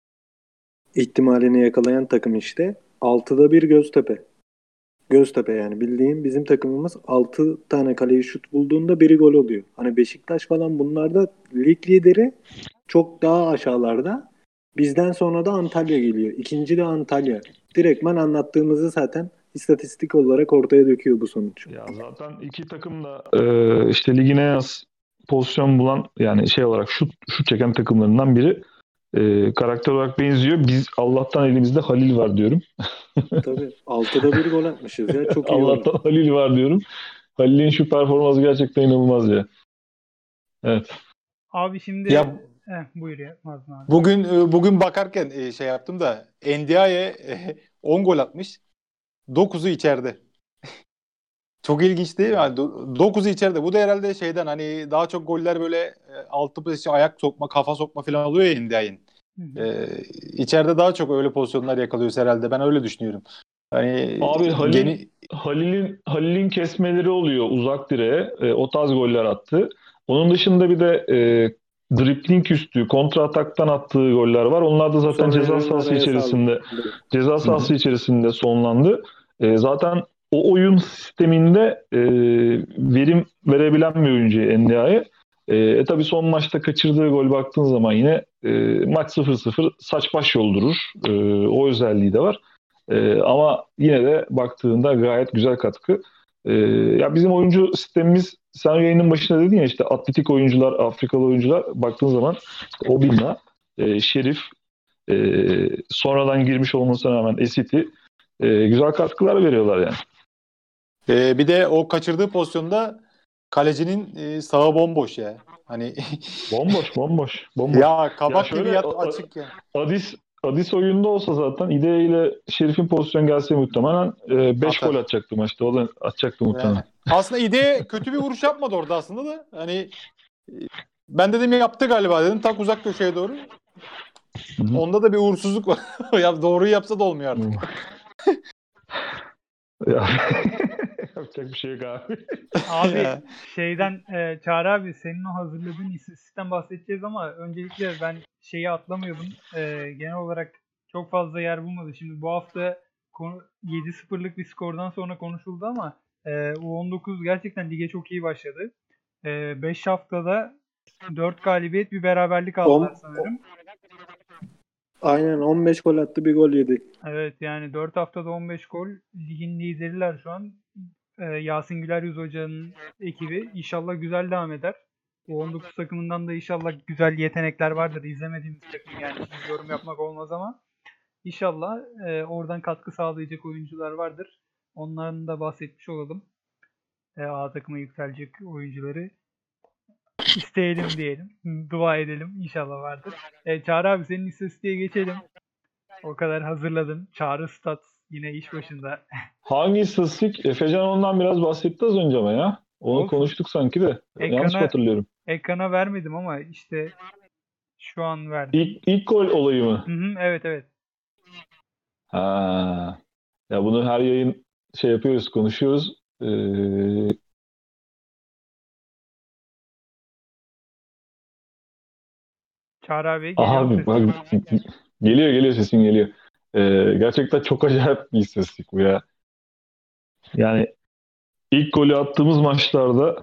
ihtimalini yakalayan takım işte. Altıda bir Göztepe. Göztepe yani bildiğin bizim takımımız altı tane kaleyi şut bulduğunda biri gol oluyor. Hani Beşiktaş falan bunlarda lig lideri çok daha aşağılarda. Bizden sonra da Antalya geliyor. İkinci de Antalya. Direktmen anlattığımızı zaten istatistik olarak ortaya döküyor bu sonuç. Ya zaten iki takım da e, işte ligin en az pozisyon bulan yani şey olarak şut şut çeken takımlarından biri. E, karakter olarak benziyor. Biz Allah'tan elimizde Halil var diyorum. Tabii. Altıda bir gol atmışız ya. Çok iyi Allah'tan oran. Halil var diyorum. Halil'in şu performansı gerçekten inanılmaz ya. Evet. Abi şimdi Ya eh, buyur ya Mazlum abi. bugün e, bugün bakarken e, şey yaptım da Ndiaye e, on gol atmış. dokuzu içeride. Çok ilginç değil mi? Yani do- dokuzu içeride. Bu da herhalde şeyden hani daha çok goller böyle e, altı pozisyon ayak sokma, kafa sokma falan oluyor ya Ndiaye'nin. Hı hı. E, içeride daha çok öyle pozisyonlar yakalıyoruz herhalde. Ben öyle düşünüyorum. Hani Abi Halil geni Halil'in Halil'in kesmeleri oluyor uzak direğe. E, o tarz goller attı. Onun dışında bir de e, dribling üstü kontra ataktan attığı goller var. Onlar da zaten Son ceza yarının sahası araya içerisinde sağladı. ceza sahası içerisinde sonlandı. E, zaten o oyun sisteminde e, verim verebilen bir oyuncu Ndiaye. E, e tabii son maçta kaçırdığı gol baktığın zaman yine e, maç sıfır sıfır saç baş yoldurur. E, o özelliği de var. Ee, ama yine de baktığında gayet güzel katkı. Ee, ya bizim oyuncu sistemimiz sen yayının başında dedin ya işte atletik oyuncular, Afrikalı oyuncular baktığın zaman Obinna, e, Şerif, e, sonradan girmiş olmasına rağmen Esiti e, güzel katkılar veriyorlar yani. e, bir de o kaçırdığı pozisyonda kalecinin e, sağı bomboş ya. Hani Bomboş, bomboş, bomboş. ya Ya kabak gibi şöyle yat A- açık ya. A- Adis Adis oyunda olsa zaten İde ile Şerif'in pozisyon gelse muhtemelen beş Atar. gol atacaktı maçta. O da atacaktı muhtemelen. Yani. Aslında İde kötü bir vuruş yapmadı orada aslında da. Hani e, ben dedim ya yaptı galiba dedim. Tak uzak köşeye doğru. Hı hı. Onda da bir uğursuzluk var. Ya doğruyu yapsa da olmuyor artık. Ya, yapacak bir şey yok abi. Abi Ya. şeyden e, Çağrı abi senin o hazırladığın istatistikten bahsedeceğiz ama öncelikle ben şeyi atlamayalım. E, genel olarak çok fazla yer bulmadı. Şimdi bu hafta konu, yedi sıfırlık bir skordan sonra konuşuldu ama e, U on dokuz gerçekten lige çok iyi başladı. E, beş haftada dört galibiyet bir beraberlik aldılar On- sanırım. Aynen on beş gol attı, bir gol yedi. Evet yani dört haftada on beş gol. Ligin lideriler şu an. Ee, Yasin Güler Yüz Hoca'nın ekibi inşallah güzel devam eder. Bu on dokuz takımından da inşallah güzel yetenekler vardır. İzlemediğimiz takım yani şimdi yorum yapmak olmaz ama inşallah e, oradan katkı sağlayacak oyuncular vardır. Onların da bahsetmiş olalım. E, A takıma yükselecek oyuncuları isteyelim diyelim. Dua edelim. İnşallah vardır. E, Çağrı abi senin istatistiğe geçelim. O kadar hazırladın. Çağrı Stat yine iş başında. Hangi istatistik? Efecan ondan biraz bahsetti az önce ama ya. Onu Olsun. konuştuk sanki de. Yanlış mı Ekrana hatırlıyorum? ekrana vermedim ama işte şu an verdim. İlk, ilk gol olayı mı? Hı hı, evet evet. Ha. Ya bunu her yayın şey yapıyoruz, konuşuyoruz. Ee, Çağrı abi geliyor mu abi bak sesim? geliyor geliyor sesin geliyor. Ee, gerçekten çok acayip bir istatistik bu ya. Yani ilk golü attığımız maçlarda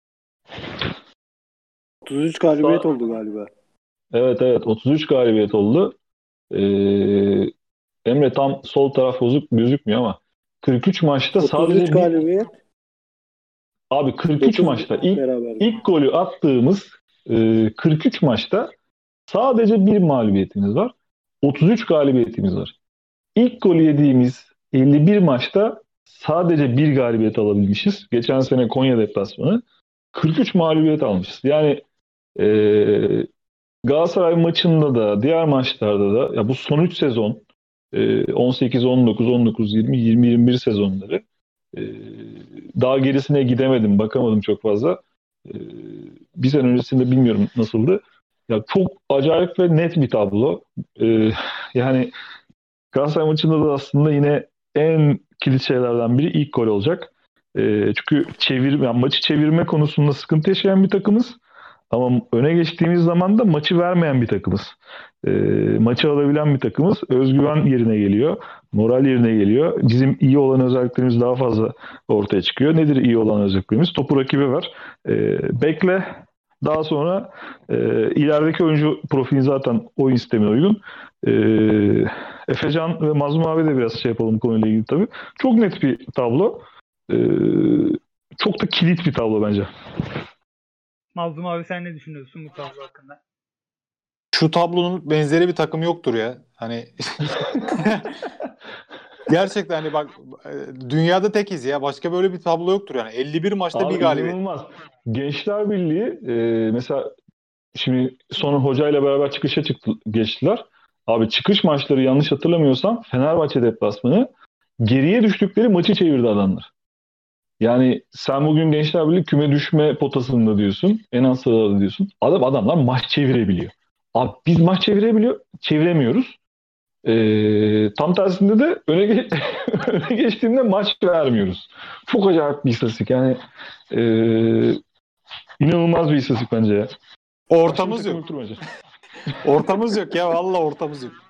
otuz üç galibiyet Sa- oldu galiba. evet evet otuz üç galibiyet oldu. Ee, Emre tam sol taraf bozuk gözükmüyor ama kırk üç maçta otuz üç sadece bir galibiyet, abi kırk üç dokuz maçta ilk beraberlik. ilk golü attığımız e, kırk üç maçta sadece bir mağlubiyetimiz var. otuz üç galibiyetimiz var. İlk golü yediğimiz elli bir maçta sadece bir galibiyet alabilmişiz. Geçen sene Konya deplasmanı kırk üç mağlubiyet almışız. Yani e, Galatasaray maçında da diğer maçlarda da ya bu son üç sezon e, on sekiz on dokuz on dokuz yirmi yirmi yirmi bir sezonları e, daha gerisine gidemedim, bakamadım çok fazla. E, bir sene öncesinde bilmiyorum nasıldı. Ya çok acayip ve net bir tablo. E, yani Galatasaray maçında da aslında yine en kilit şeylerden biri ilk gol olacak. E, çünkü çevir, yani maçı çevirme konusunda sıkıntı yaşayan bir takımız. Ama öne geçtiğimiz zaman da maçı vermeyen bir takımız. E, maçı alabilen bir takımız. Özgüven yerine geliyor. Moral yerine geliyor. Bizim iyi olan özelliklerimiz daha fazla ortaya çıkıyor. Nedir iyi olan özelliklerimiz? Topu rakibe ver. E, bekle. Daha sonra e, ilerideki oyuncu profili zaten oyun sistemine uygun. E, Efecan ve Mazlum abi de biraz şey yapalım konuyla ilgili tabii. Çok net bir tablo. E, çok da kilit bir tablo bence. Mazlum abi sen ne düşünüyorsun bu tablo hakkında? Şu tablonun benzeri bir takım yoktur ya. Hani gerçekten hani bak dünyada tekiz ya. Başka böyle bir tablo yoktur yani. elli bir maçta Abi bir galibiyet. inanılmaz. Gençler Birliği e, mesela şimdi sonra hocayla beraber çıkışa çıktı, geçtiler. Abi çıkış maçları yanlış hatırlamıyorsam Fenerbahçe deplasmanı geriye düştükleri maçı çevirdi adamlar. Yani sen bugün Gençler Birliği küme düşme potasında diyorsun. En az sırada diyorsun. Adam adamlar maç çevirebiliyor. Abi biz maç çevirebiliyor, çeviremiyoruz. Ee, tam tersinde de öne, ge- öne geçtiğinde maç vermiyoruz. Çok acayip bir istatistik. Yani e, inanılmaz bir istatistik bence ya. Ortamız Başka bir yok. takım yoktur bence. Ortamız yok ya. Vallahi ortamız yok.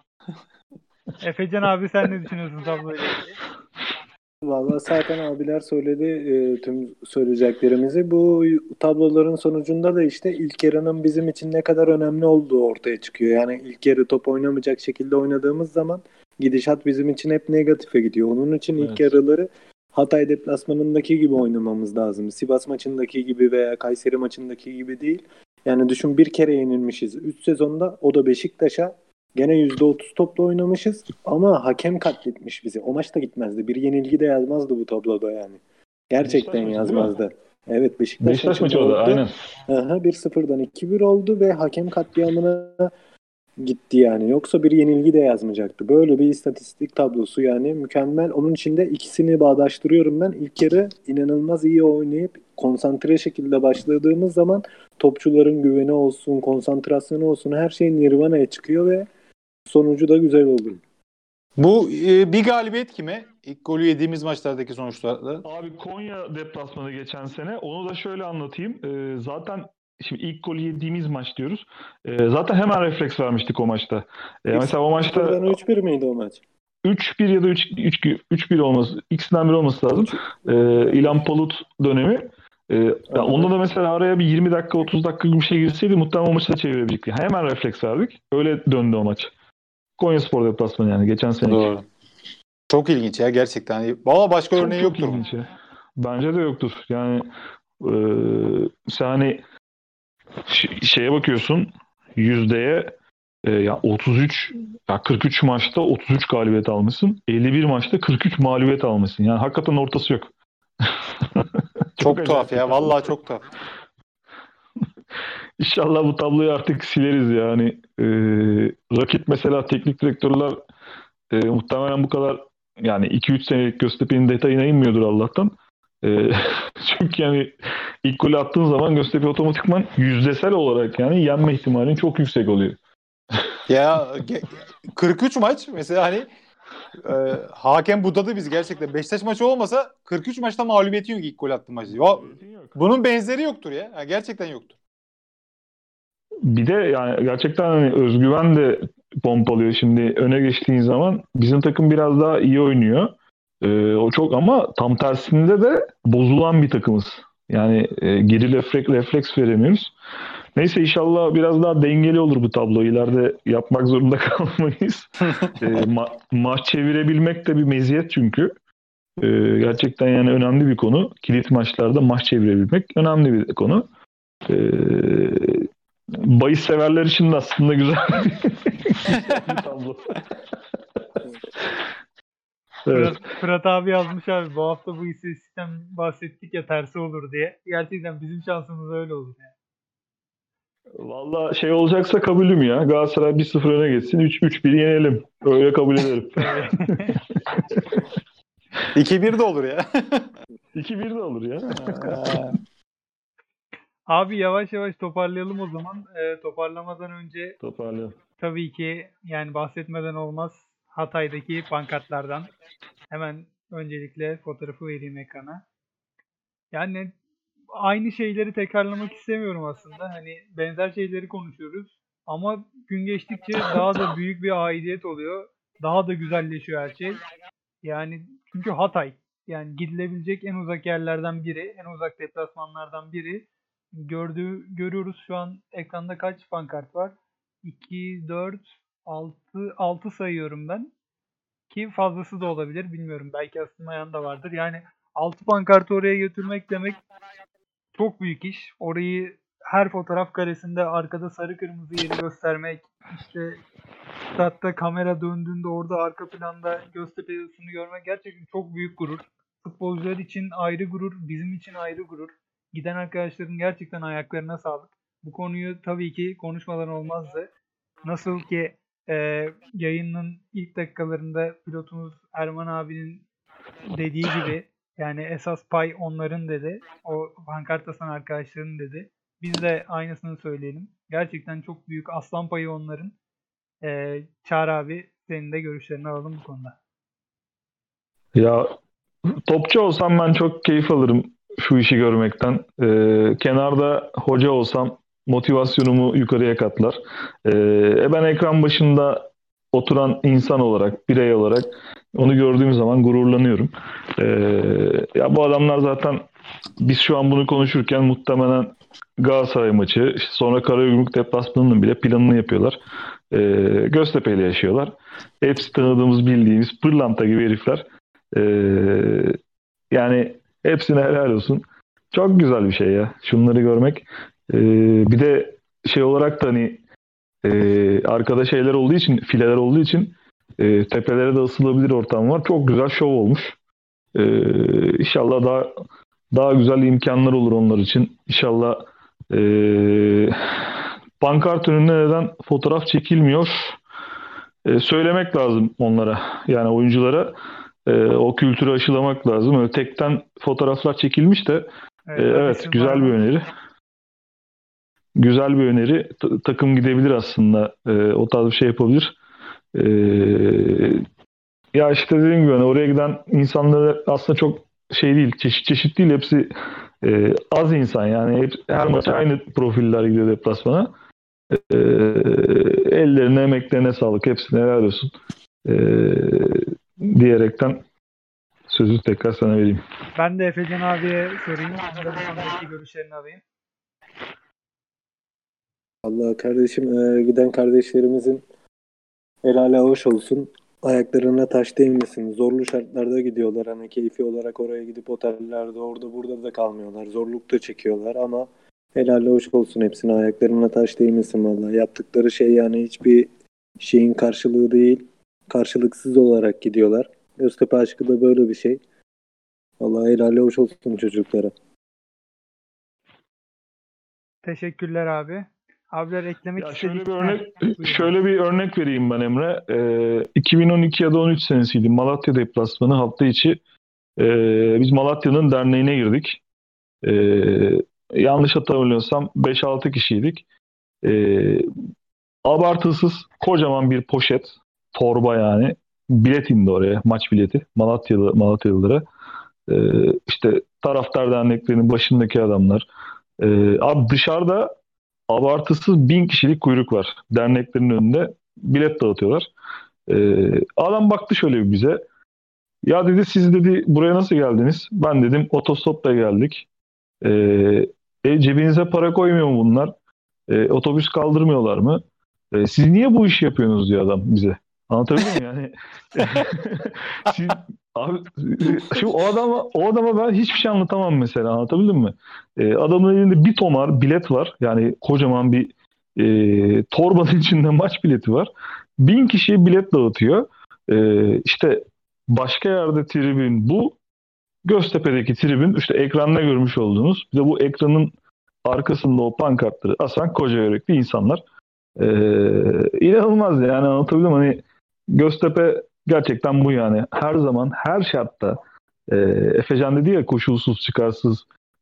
Efecan abi sen ne düşünüyorsun tabloyla ilgili? Vallahi zaten abiler söyledi e, tüm söyleyeceklerimizi. Bu tabloların sonucunda da işte ilk yarının bizim için ne kadar önemli olduğu ortaya çıkıyor. Yani ilk yarı top oynamayacak şekilde oynadığımız zaman gidişat bizim için hep negatife gidiyor. Onun için ilk Evet. yarıları Hatay deplasmanındaki gibi oynamamız lazım. Sivas maçındaki gibi veya Kayseri maçındaki gibi değil. Yani düşün bir kere yenilmişiz. üç sezonda o da Beşiktaş'a. Gene yüzde otuz topla oynamışız ama hakem katletmiş bizi. O maç da gitmezdi. Bir yenilgi de yazmazdı bu tabloda yani. Gerçekten Beşiktaş maçı değil mi? yazmazdı. Evet Beşiktaş, Beşiktaş maçında maçı o da oldu. aynen. Aha, bir sıfırdan iki bir oldu ve hakem katliamına gitti yani. Yoksa bir yenilgi de yazmayacaktı. Böyle bir istatistik tablosu yani mükemmel. Onun içinde ikisini bağdaştırıyorum ben. İlk yarı inanılmaz iyi oynayıp konsantre şekilde başladığımız zaman topçuların güveni olsun, konsantrasyonu olsun her şey nirvana'ya çıkıyor ve sonucu da güzel oldu. Bu e, bir galibiyet kime? İlk golü yediğimiz maçlardaki sonuçlarda. Abi Konya deplasmanı geçen sene. Onu da şöyle anlatayım. Ee, zaten şimdi ilk golü yediğimiz maç diyoruz. Ee, zaten hemen refleks vermiştik o maçta. Ee, mesela o maçta sıfırdan üç bir miydi o maç? üç bir ya da üç bir olması, ikisinden biri olması lazım. Ee, İlhan Palut dönemi. Ee, yani onda da mesela araya bir yirmi dakika otuz dakika gibi bir şey girseydi muhtemelen o maçı da çevirebilecektik. Hemen refleks verdik. Öyle döndü o maç. Konyaspor deplasmanı yani geçen seneki. Doğru. Çok ilginç ya gerçekten. Valla başka Çok örneği çok yoktur. ilginç ya. Bence de yoktur. Yani e, sen hani ş- şeye bakıyorsun yüzdeye e, ya otuz üç ya kırk üç maçta otuz üç galibiyet almışsın. elli bir maçta kırk üç mağlubiyet almışsın. Yani hakikaten ortası yok. Çok, acayip tuhaf bir ya. tablo. Vallahi çok tuhaf. İnşallah bu tabloyu artık sileriz yani. E, rakip mesela teknik direktörler e, muhtemelen bu kadar yani iki üç senelik Göztepe'nin detayına inmiyordur Allah'tan. E, çünkü yani ilk golü attığın zaman Göztepe otomatikman yüzdesel olarak yani yenme ihtimalin çok yüksek oluyor. Ya kırk üç maç mesela hani e, hakem budadı bizi gerçekten. Beşiktaş maçı olmasa kırk üç maçta mağlubiyeti yok ilk gol attı maçı. Ya, bunun benzeri yoktur ya. ya. Gerçekten yoktur. Bir de yani gerçekten hani özgüven de pompalıyor. Şimdi öne geçtiğin zaman bizim takım biraz daha iyi oynuyor. Ee, o çok ama tam tersinde de bozulan bir takımız. Yani e, geri refleks, refleks veremiyoruz. Neyse inşallah biraz daha dengeli olur bu tablo. İleride yapmak zorunda kalmayız. e, ma- maç çevirebilmek de bir meziyet çünkü. E, gerçekten yani önemli bir konu. Kilit maçlarda maç çevirebilmek önemli bir konu. E, bahis severler için de aslında güzel bir tablo. Evet. Fırat, Fırat abi yazmış abi bu hafta bu istatistikten bahsettik ya tersi olur diye. Gerçekten bizim şansımız öyle olur yani. Valla şey olacaksa kabulüm ya. Galatasaray bir sıfır öne geçsin. üç üç bir yenelim. Öyle kabul ederim. iki bir de olur ya. iki bir de olur ya. Abi yavaş yavaş toparlayalım o zaman. Ee, toparlamadan önce Toparlayalım. tabii ki yani bahsetmeden olmaz. Hatay'daki pankartlardan. Hemen öncelikle fotoğrafı vereyim ekrana. Yani aynı şeyleri tekrarlamak istemiyorum aslında. Hani benzer şeyleri konuşuyoruz. Ama gün geçtikçe daha da büyük bir aidiyet oluyor. Daha da güzelleşiyor her şey. Yani çünkü Hatay. Yani gidilebilecek en uzak yerlerden biri. En uzak deplasmanlardan biri. Gördüğü, görüyoruz şu an ekranda kaç pankart var? iki, dört, altı, altı sayıyorum ben. Ki fazlası da olabilir bilmiyorum. Belki asılmayan da vardır. Yani altı pankartı oraya götürmek demek çok büyük iş. Orayı her fotoğraf karesinde arkada sarı kırmızı yeri göstermek, işte statta kamera döndüğünde orada arka planda Göztepe yazısını görmek gerçekten çok büyük gurur. Futbolcular için ayrı gurur, bizim için ayrı gurur. Giden arkadaşların gerçekten ayaklarına sağlık. Bu konuyu tabii ki konuşmadan olmazdı. Nasıl ki e, yayının ilk dakikalarında pilotumuz Erman abinin dediği gibi yani esas pay onların dedi. O pankart asan arkadaşların dedi. Biz de aynısını söyleyelim. Gerçekten çok büyük aslan payı onların. Ee, Çağrı abi senin de görüşlerini alalım bu konuda. Ya topçu olsam ben çok keyif alırım şu işi görmekten. Ee, kenarda hoca olsam motivasyonumu yukarıya katlar. Ee, e ben ekran başında oturan insan olarak, birey olarak onu gördüğüm zaman gururlanıyorum. Ee, ya bu adamlar zaten biz şu an bunu konuşurken muhtemelen Galatasaray maçı, sonra Karagümrük deplasmanının bile planını yapıyorlar. Ee, Göztepe ile yaşıyorlar. Hepsi tanıdığımız, bildiğimiz pırlanta gibi herifler. Ee, yani hepsine helal olsun. Çok güzel bir şey ya. Şunları görmek. Ee, bir de şey olarak da hani e, arkada şeyler olduğu için, fileler olduğu için e, tepelere de ısılabilir ortam var. Çok güzel şov olmuş. Ee, inşallah daha daha güzel imkanlar olur onlar için. İnşallah e, pankart önünde neden fotoğraf çekilmiyor? E, söylemek lazım onlara. Yani oyunculara. Ee, o kültürü aşılamak lazım. Öyle tekten fotoğraflar çekilmiş de Evet, e, evet güzel bir öneri. Güzel bir öneri. T- takım gidebilir aslında. E, o tarz bir şey yapabilir. E, ya işte dediğim gibi hani oraya giden insanlar aslında çok şey değil. Çeşit çeşit değil. Hepsi e, az insan yani. Hep, her maç aynı profiller gidiyor deplasmana. E, ellerine, emeklerine sağlık. Hepsine helal olsun. E, diyerekten sözü tekrar sana vereyim. Ben de Efecan abiye sorayım. Onda bu konudaki görüşlerini alayım. Allah kardeşim e, giden kardeşlerimizin helali hoş olsun. Ayaklarına taş değmesin. Zorlu şartlarda gidiyorlar. Hani keyfi olarak oraya gidip otellerde orada burada da kalmıyorlar. Zorluk da çekiyorlar ama helali hoş olsun hepsine. Ayaklarına taş değmesin vallahi. Yaptıkları şey yani hiçbir şeyin karşılığı değil. Karşılıksız olarak gidiyorlar. Göztepe aşkı da böyle bir şey. Vallahi helali hoş olsun çocuklara. Teşekkürler abi. Abiler eklemek Ya şöyle istedik. bir örnek Heh, buyurun. şöyle bir örnek vereyim ben Emre. Ee, iki bin on iki ya da on üç senesiydi. Malatya deplasmanı hafta içi. Ee, biz Malatya'nın derneğine girdik. Ee, yanlış hatırlamıyorsam beş altı kişiydik. Ee, abartısız kocaman bir poşet, torba yani. Bilet indi oraya, maç bileti. Malatyalı Malatyalılara. Ee, işte taraftar derneklerinin başındaki adamlar. Ee, abi dışarıda abartısız bin kişilik kuyruk var. Derneklerin önünde bilet dağıtıyorlar. Ee, adam baktı şöyle bir bize. Ya dedi siz dedi buraya nasıl geldiniz? Ben dedim otostopla geldik. Ee, e, cebinize para koymuyor mu bunlar? Ee, otobüs kaldırmıyorlar mı? Ee, siz niye bu işi yapıyorsunuz diyor adam bize. Anlatabiliyor muyum yani? Siz, abi, şu o adama o adama ben hiçbir şey anlatamam mesela. Anlatabildim mi? Ee, adamın elinde bir tomar bilet var. Yani kocaman bir e, torbanın içinde maç bileti var. Bin kişiye bilet dağıtıyor. Ee, işte başka yerde tribün bu. Göztepe'deki tribün işte ekranda görmüş olduğunuz. Bir de bu ekranın arkasında o pankartları asan koca yürekli insanlar. Ee, inanılmaz yani anlatabildim hani Göztepe gerçekten bu yani her zaman her şartta e, Efecan dedi ya koşulsuz çıkarsız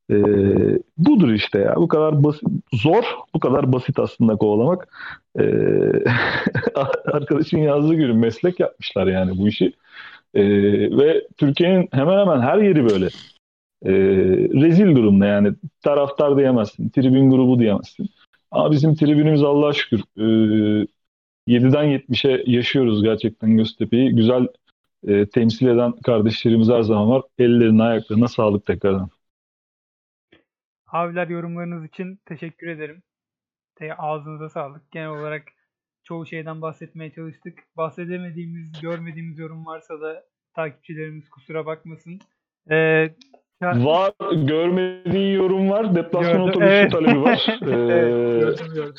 E, budur işte ya. Bu kadar basit, zor, bu kadar basit aslında kovalamak. E, arkadaşın yazdığı gibi meslek yapmışlar yani bu işi. E, ve Türkiye'nin hemen hemen her yeri böyle. E, rezil durumda yani. Taraftar diyemezsin, tribün grubu diyemezsin. Ama bizim tribünümüz Allah'a şükür e, yediden yetmişe yaşıyoruz gerçekten Göztepe'yi. Güzel e, temsil eden kardeşlerimiz her zaman var. Ellerine ayaklarına sağlık tekrardan. Abiler, yorumlarınız için teşekkür ederim. Te ağzınıza sağlık. Genel olarak çoğu şeyden bahsetmeye çalıştık. Bahsedemediğimiz, görmediğimiz yorum varsa da takipçilerimiz kusura bakmasın. Ee, Var, görmediğin yorum var. Deplasman Gördüm, otobüsü evet. talebi var. Evet, gördüm, gördüm.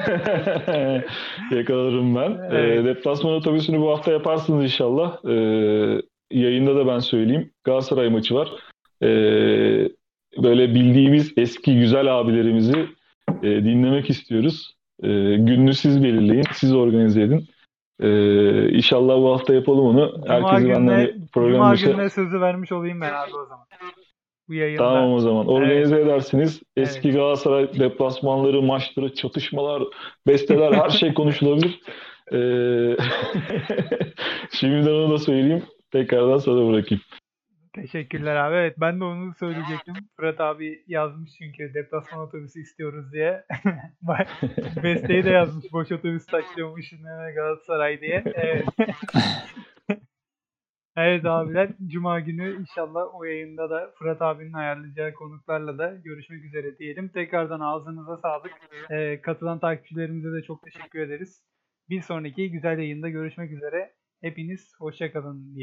Yakalarım ben. Evet. Ee, deplasman otobüsünü bu hafta yaparsınız inşallah. Ee, yayında da ben söyleyeyim. Galatasaray maçı var. Ee, böyle bildiğimiz eski güzel abilerimizi e, dinlemek istiyoruz. Ee, gününü siz belirleyin, siz organize edin. Ee, inşallah bu hafta yapalım onu. Cuma Herkesi benden gününe, bir program Cuma dışı... gününe sözü vermiş olayım ben abi o zaman. Bu yayında. Tamam o zaman. Organize Evet. edersiniz. Eski Evet. Galatasaray deplasmanları, maçları, çatışmalar, besteler her şey konuşulabilir. Ee... Şimdiden onu da söyleyeyim. Tekrardan sana bırakayım. Teşekkürler abi. Evet, ben de onu söyleyecektim. Fırat abi yazmış çünkü deplasman otobüsü istiyoruz diye. Besteyi de yazmış. Boş otobüs taşıyormuş ne Galatasaray diye. Evet. Evet abiler, Cuma günü inşallah o yayında da Fırat abinin ayarlayacağı konuklarla da görüşmek üzere diyelim. Tekrardan ağzınıza sağlık. Ee, katılan takipçilerimize de çok teşekkür ederiz. Bir sonraki güzel yayında görüşmek üzere. Hepiniz hoşça kalın diye.